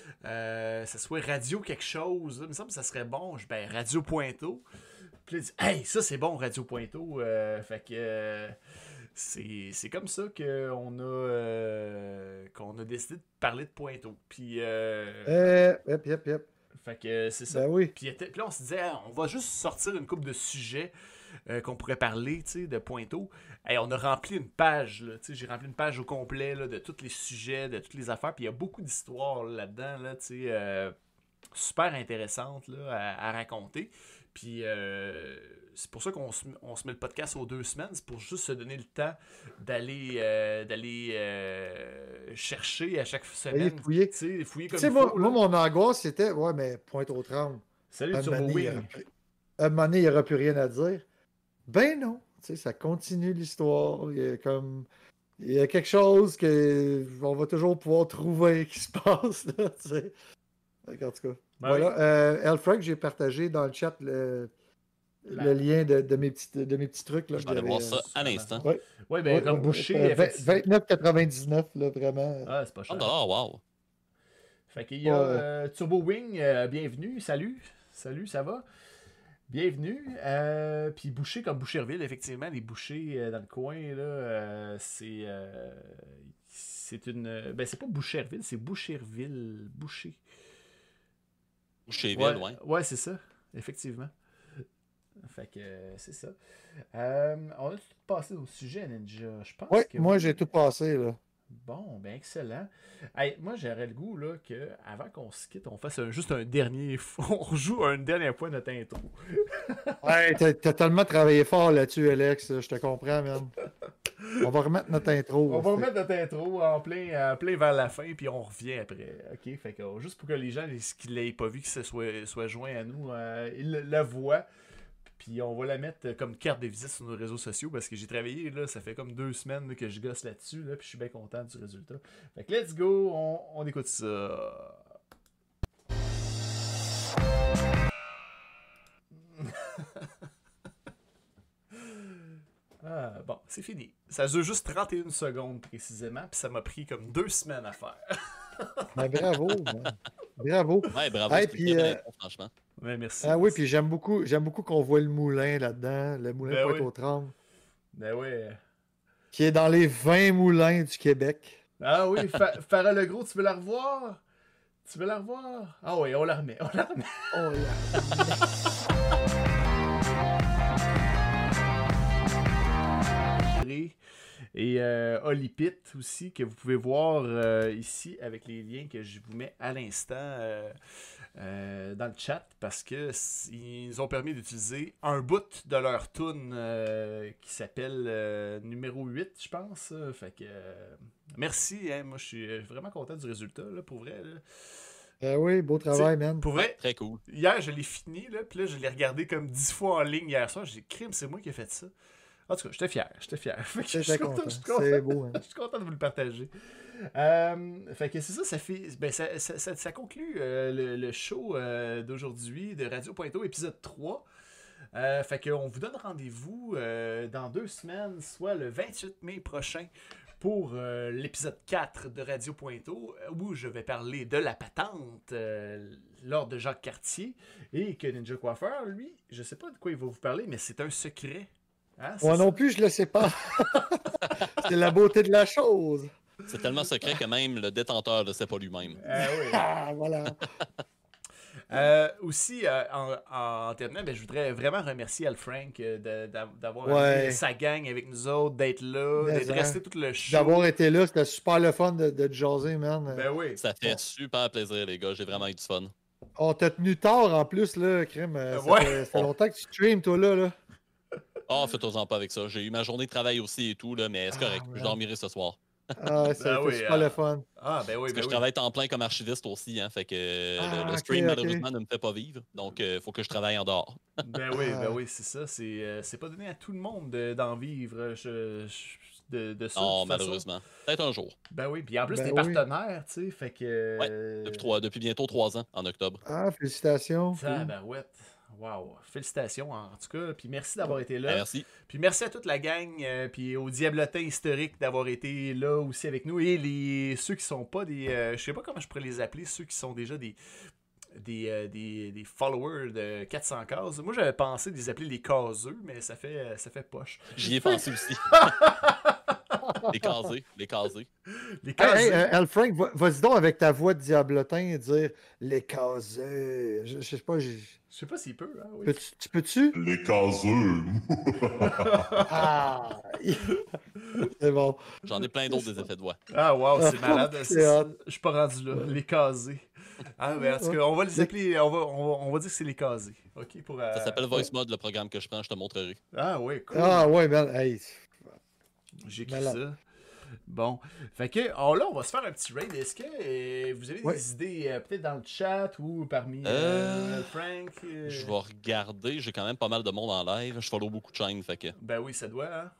euh, ça soit radio quelque chose. Là. Il me semble que ça serait bon. Je, ben, Radio Pointeau. Puis là, il dit, hey, ça, c'est bon, Radio Pointeau. Euh, fait que euh, c'est, c'est comme ça qu'on a, euh, qu'on a décidé de parler de Pointeau. Puis, euh, Euh, yep, yep, yep. fait que c'est ça. Ben oui. Puis, était- puis là, on se disait, ah, on va juste sortir une couple de sujets euh, qu'on pourrait parler, tu sais, de Pointeau. Hey, on a rempli une page, là, tu sais, j'ai rempli une page au complet, là, de tous les sujets, de toutes les affaires. Puis il y a beaucoup d'histoires là-dedans, là, tu sais, euh, super intéressantes, là, à, à raconter. Puis euh, c'est pour ça qu'on se, on se met le podcast aux deux semaines, c'est pour juste se donner le temps d'aller euh, d'aller euh, chercher à chaque Allez semaine, fouiller. tu sais, fouiller comme Tu sais, il moi, faut, moi, là. mon angoisse, c'était, ouais, mais pointe aux trembles. Salut À un Turbo moment donné, il y Wing. aura plus- à un moment donné, il n'y aura plus rien à dire. Ben non. Tu sais, ça continue l'histoire. Il y a comme. Il y a quelque chose que on va toujours pouvoir trouver qui se passe. Là, tu sais. En tout cas. Ben voilà. Euh, Elfrag, j'ai partagé dans le chat le, La- le lien de, de mes petits, de mes petits trucs. Là, Je vais aller que voir j'avais, ça à l'instant. Ouais. Oui, ben Ouais, comme ouais, Boucher, euh, vingt- effectivement. vingt-neuf quatre-vingt-dix-neuf, là, vraiment. Ah, c'est pas cher. trente dollars, wow. Fait qu'il y a Ouais. euh, Turbo Wing, euh, bienvenue, salut, salut, ça va? Bienvenue. Euh, puis Boucher comme Boucherville, effectivement, les bouchers euh, dans le coin, là, euh, c'est euh, c'est une. Ben, c'est pas Boucherville, c'est Boucherville. Boucher. Boucherville, Ouais, ouais. ouais, c'est ça, effectivement. Fait que euh, c'est ça. Euh, on a tout passé au sujet, Ninja. Je pense Ouais, que moi oui. j'ai tout passé. Là. Bon, ben excellent. Hey, moi, j'aurais le goût là, que avant qu'on se quitte, on fasse un- juste un dernier. On rejoue une dernière fois notre intro. Ouais, t'as, t'as tellement travaillé fort là-dessus, Alex. Je te comprends, man. On va remettre notre intro. On va c'est- remettre notre intro en plein, en plein vers la fin, puis on revient après. OK? Fait que, euh, juste pour que les gens qui ne l'aient pas vu, qui se soient, soient joints à nous, euh, ils le- la voient. Puis on va la mettre comme carte de visite sur nos réseaux sociaux parce que j'ai travaillé, là, ça fait comme deux semaines là, que je gosse là-dessus, là, puis je suis bien content du résultat. Fait que let's go, on, on écoute ça. Ah, bon, c'est fini. Ça dure juste trente et une secondes précisément, puis ça m'a pris comme deux semaines à faire. Ben, bravo, man. Bravo. Ouais, bravo, Hey, c'est puis, une belle euh, intro, franchement. Ouais, merci. Ah oui, puis j'aime beaucoup, j'aime beaucoup qu'on voit le moulin là-dedans, le moulin Ben Pointe oui. aux Trembles, Ben ouais. qui est dans les vingt moulins du Québec. Ah oui, Fa- Farah Legros, tu veux la revoir? Tu veux la revoir? Ah oui, on la remet, on la remet. Oh là. préférés. Et euh, Olipit aussi, que vous pouvez voir euh, ici avec les liens que je vous mets à l'instant euh, euh, dans le chat, parce que ils ont permis d'utiliser un bout de leur tune euh, qui s'appelle euh, numéro huit, je pense. Fait que euh, merci, hein, moi je suis vraiment content du résultat, là, pour vrai. Là. Ben oui, beau travail, man. Pour vrai, Très cool. Hier, je l'ai fini, là, puis là, je l'ai regardé comme dix fois en ligne hier soir. J'ai dit, crime, c'est moi qui ai fait ça. En tout cas, j'étais fier, j'étais fier. Fait que je suis content, je suis content. C'est beau, hein. Je suis content de vous le partager. Euh, fait que c'est ça, ça fait. Ben, ça, ça, ça, ça conclut euh, le, le show euh, d'aujourd'hui de Radio Pointeau, épisode trois. Euh, fait qu'on vous donne rendez-vous euh, dans deux semaines, soit le vingt-huit mai prochain, pour euh, l'épisode quatre de Radio Pointeau, où je vais parler de la patente euh, lors de Jacques Cartier, et que Ninja Coiffeur, lui, je sais pas de quoi il va vous parler, mais c'est un secret. Hein, Moi ça? non plus, je le sais pas. C'est la beauté de la chose. C'est tellement secret que même le détenteur ne le sait pas lui-même. Euh, oui. Ah, voilà. Euh, aussi, euh, en, en terminant, ben, je voudrais vraiment remercier Al Frank euh, de- d'a- d'avoir Ouais. amené sa gang avec nous autres, d'être là, Mais d'être hein. resté tout le show. D'avoir été là, c'était super le fun de, de te jaser, man. Ben oui. Ça fait super plaisir, les gars. J'ai vraiment eu du fun. On t'a tenu tard en plus, là, Crime. Ça, Ouais. fait, ça fait longtemps que tu streams, toi, là. là. Ah, faites-en pas avec ça. J'ai eu ma journée de travail aussi et tout, là, mais c'est correct. Ah, je man. dormirai ce soir. Ah, ça Ben fait oui, super euh, le fun. Ah, ben oui, Parce ben que je oui. travaille temps plein comme archiviste aussi, hein, fait que euh, Ah, le, le ok, stream, ok. malheureusement, ne me fait pas vivre. Donc, il faut que je travaille en dehors. Ben oui, ben Ah. oui, c'est ça. C'est euh, c'est pas donné à tout le monde de- d'en vivre je, je- de, de ça. de Non, toute façon. malheureusement. Peut-être un jour. Ben oui, puis en plus, Ben t'es oui. partenaire, tu sais, fait que... Ouais, Depuis, trois, depuis bientôt trois ans, en octobre. Ah, félicitations. Ça, ben ouais. Wow. Félicitations, en tout cas. Puis merci d'avoir été là. Ben, merci. Puis merci à toute la gang, euh, puis aux diablotins historiques d'avoir été là aussi avec nous. Et les ceux qui sont pas des... euh, je sais pas comment je pourrais les appeler, ceux qui sont déjà des... Des, euh, des, des followers de quatre cents cases. Moi, j'avais pensé de les appeler les caseux, mais ça fait, ça fait poche. J'y ai pensé aussi. Les casés, les casés. Les Hey, caseux. hey, euh, Al Frank, va- vas-y donc avec ta voix de diablotin et dire les caseux. Je, je sais pas, j'ai- Je sais pas s'il peut, hein, oui. peux-tu- tu peux-tu? Les caseux. Ah! C'est bon. J'en ai plein d'autres des effets de voix. Ah, wow, c'est malade. C'est C'est- hot. Je suis pas rendu là. Les casés. Ah, mais en tout cas, on va les appeler... On va, on va, on va dire que c'est les casés. OK, pour... euh, Ça s'appelle Voice Mode, le programme que je prends, je te montrerai. Ah, oui, cool. Ah ouais, man. Hey. J'écris malade. ça. Bon. Fait que, oh, là, on va se faire un petit raid. Est-ce que euh, vous avez Ouais. des idées, euh, peut-être dans le chat ou parmi euh, Euh, Frank? euh? Je vais regarder, j'ai quand même pas mal de monde en live. Je follow beaucoup de chaînes, fait que... Ben oui, ça doit, hein?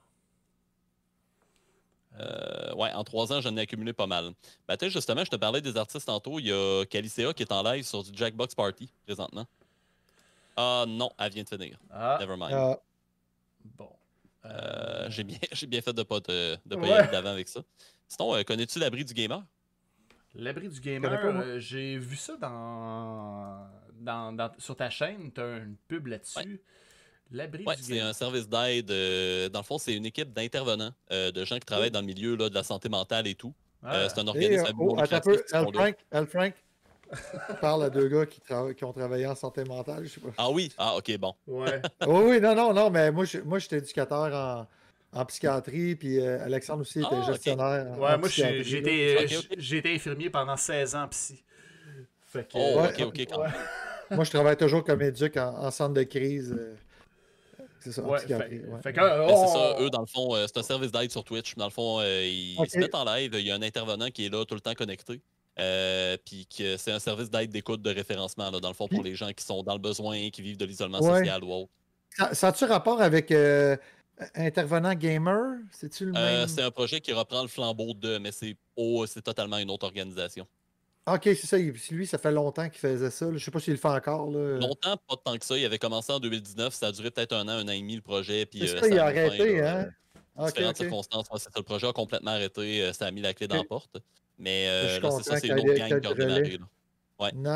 Euh, ouais, en trois ans, j'en ai accumulé pas mal. Ben, tu sais, justement, je te parlais des artistes tantôt. Il y a Calicea qui est en live sur du Jackbox Party, présentement. Ah non, elle vient de finir. Ah, Never mind. Ah, bon. Euh, j'ai bien, j'ai bien fait de pas, te, de pas y Ouais. aller d'avant avec ça. Sinon, euh, connais-tu l'abri du gamer? L'abri du connais gamer, pas, moi. euh, j'ai vu ça dans, dans, dans- sur ta chaîne. T'as une pub là-dessus. L'abri Ouais, du c'est gamer. un service d'aide. euh, dans le fond, c'est une équipe d'intervenants, euh, de gens qui travaillent dans le milieu là, de la santé mentale et tout. Ah, Euh, c'est un et, organisme euh, à but oh, non attends un lucratif peu. qui Al sont là. Frank, Al Frank. Parle à deux gars qui, trava- qui ont travaillé en santé mentale, je sais pas. Ah oui? Ah, ok, bon. ouais. Oui, oui, non, non, non, mais moi, je, moi, j'étais éducateur en, en psychiatrie, puis euh, Alexandre aussi était Ah, ok. gestionnaire. en- Ouais, en moi, j'ai psychiatrie, j'ai là. été, Ok, euh, ok. j'ai été infirmier pendant seize ans psy. Fait que, Oh, euh, ok, ok, quand ouais. même. Moi, je travaille toujours comme éduc en, en centre de crise. euh, c'est ça, en Ouais, psychiatrie. fait, ouais. fait que, euh, Ben, on- c'est ça, eux, dans le fond, euh, c'est un service d'aide sur Twitch. Dans le fond, euh, ils Ok. se mettent en live. Il y a un intervenant qui est là tout le temps connecté. Euh, puis que c'est un service d'aide d'écoute de référencement, là, dans le fond, pour Puis- les gens qui sont dans le besoin, qui vivent de l'isolement Ouais. social ou autre. Ça, ça a-tu rapport avec euh, Intervenant Gamer? C'est-tu le Euh, même? c'est un projet qui reprend le flambeau de, mais c'est oh, c'est totalement une autre organisation. Ok, c'est ça. il- Lui, ça fait longtemps qu'il faisait ça. là. Je sais pas s'il le fait encore. Là. Longtemps, pas tant que ça. Il avait commencé en deux mille dix-neuf. Ça a duré peut-être un an, un an et demi, le projet. Puis, C'est euh, ça, il a a mis fin, arrêté, là, hein? euh, Ok, différentes ok. circonstances. Ouais, c'est ça, le projet a complètement arrêté. euh, Ça a mis la clé dans Ok. la porte. Mais Je euh, suis là, c'est content ça, c'est qu'il une y autre ait- gang qu'il y ait qui a du relais. redémarré. là. Nice.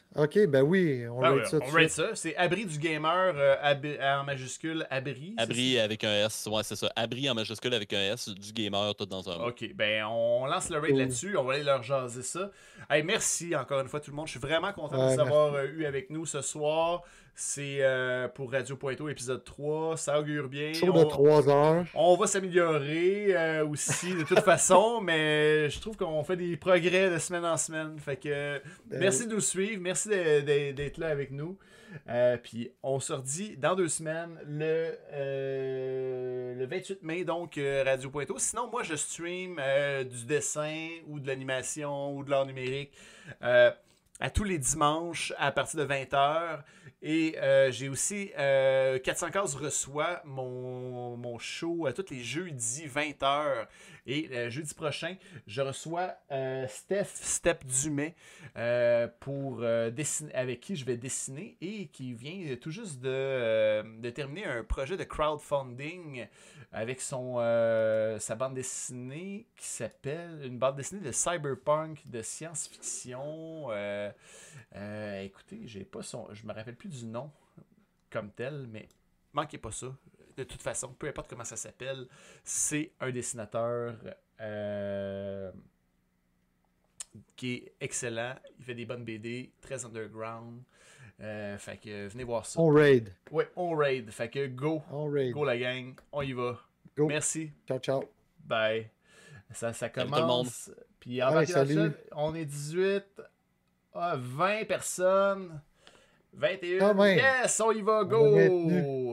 Ok, ben oui, on Ah rate ouais, ça. on tout de rate suite. ça. C'est Abri du Gamer euh, ab- en majuscule, Abri. c'est Abri ça? avec un S, ouais, c'est ça. Abri en majuscule avec un S, du gamer, tout dans un mot. Ok, ben on lance le raid Cool. là-dessus, on va aller leur jaser ça. Hey, merci encore une fois tout le monde, je suis vraiment content de Ouais, vous avoir euh, eu avec nous ce soir. C'est euh, pour Radio Pointo épisode trois, ça augure bien. Show de On- trois heures. On va s'améliorer euh, aussi de toute façon, mais je trouve qu'on fait des progrès de semaine en semaine. Fait que merci de nous suivre, merci de- de- d'être là avec nous. Euh, puis on se redit dans deux semaines, le, euh, le vingt-huit mai, donc euh, Radio Pointo. Sinon, moi je stream euh, du dessin ou de l'animation ou de l'art numérique euh, à tous les dimanches à partir de vingt heures. Et euh, j'ai aussi euh, quatre cents cases reçoit mon, mon show à tous les jeudis vingt heures. Et le jeudi prochain, je reçois euh, Steph Step Dumais euh, pour euh, dessiner, avec qui je vais dessiner et qui vient tout juste de, euh, de terminer un projet de crowdfunding avec son euh, sa bande dessinée qui s'appelle une bande dessinée de cyberpunk, de science-fiction. Euh, euh, écoutez, j'ai pas son, je me rappelle plus du nom comme tel, mais manquez pas ça. De toute façon, peu importe comment ça s'appelle, c'est un dessinateur euh, qui est excellent. Il fait des bonnes B D, très underground. Euh, fait que venez voir ça. On raid. Ouais, on raid. Fait que go, On raid. go la gang, on y va. Go. Merci. Ciao, ciao. Bye. Ça, ça Salut tout le commence. Puis en Ouais, partie dans le salut. chat, on est dix-huit. Ah, vingt personnes. vingt et Quand un. même. Yes, on y va, On go! est maintenu.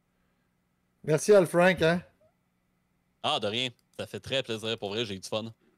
Merci Al Frank, hein? Ah, de rien. Ça fait très plaisir. Pour vrai, j'ai eu du fun.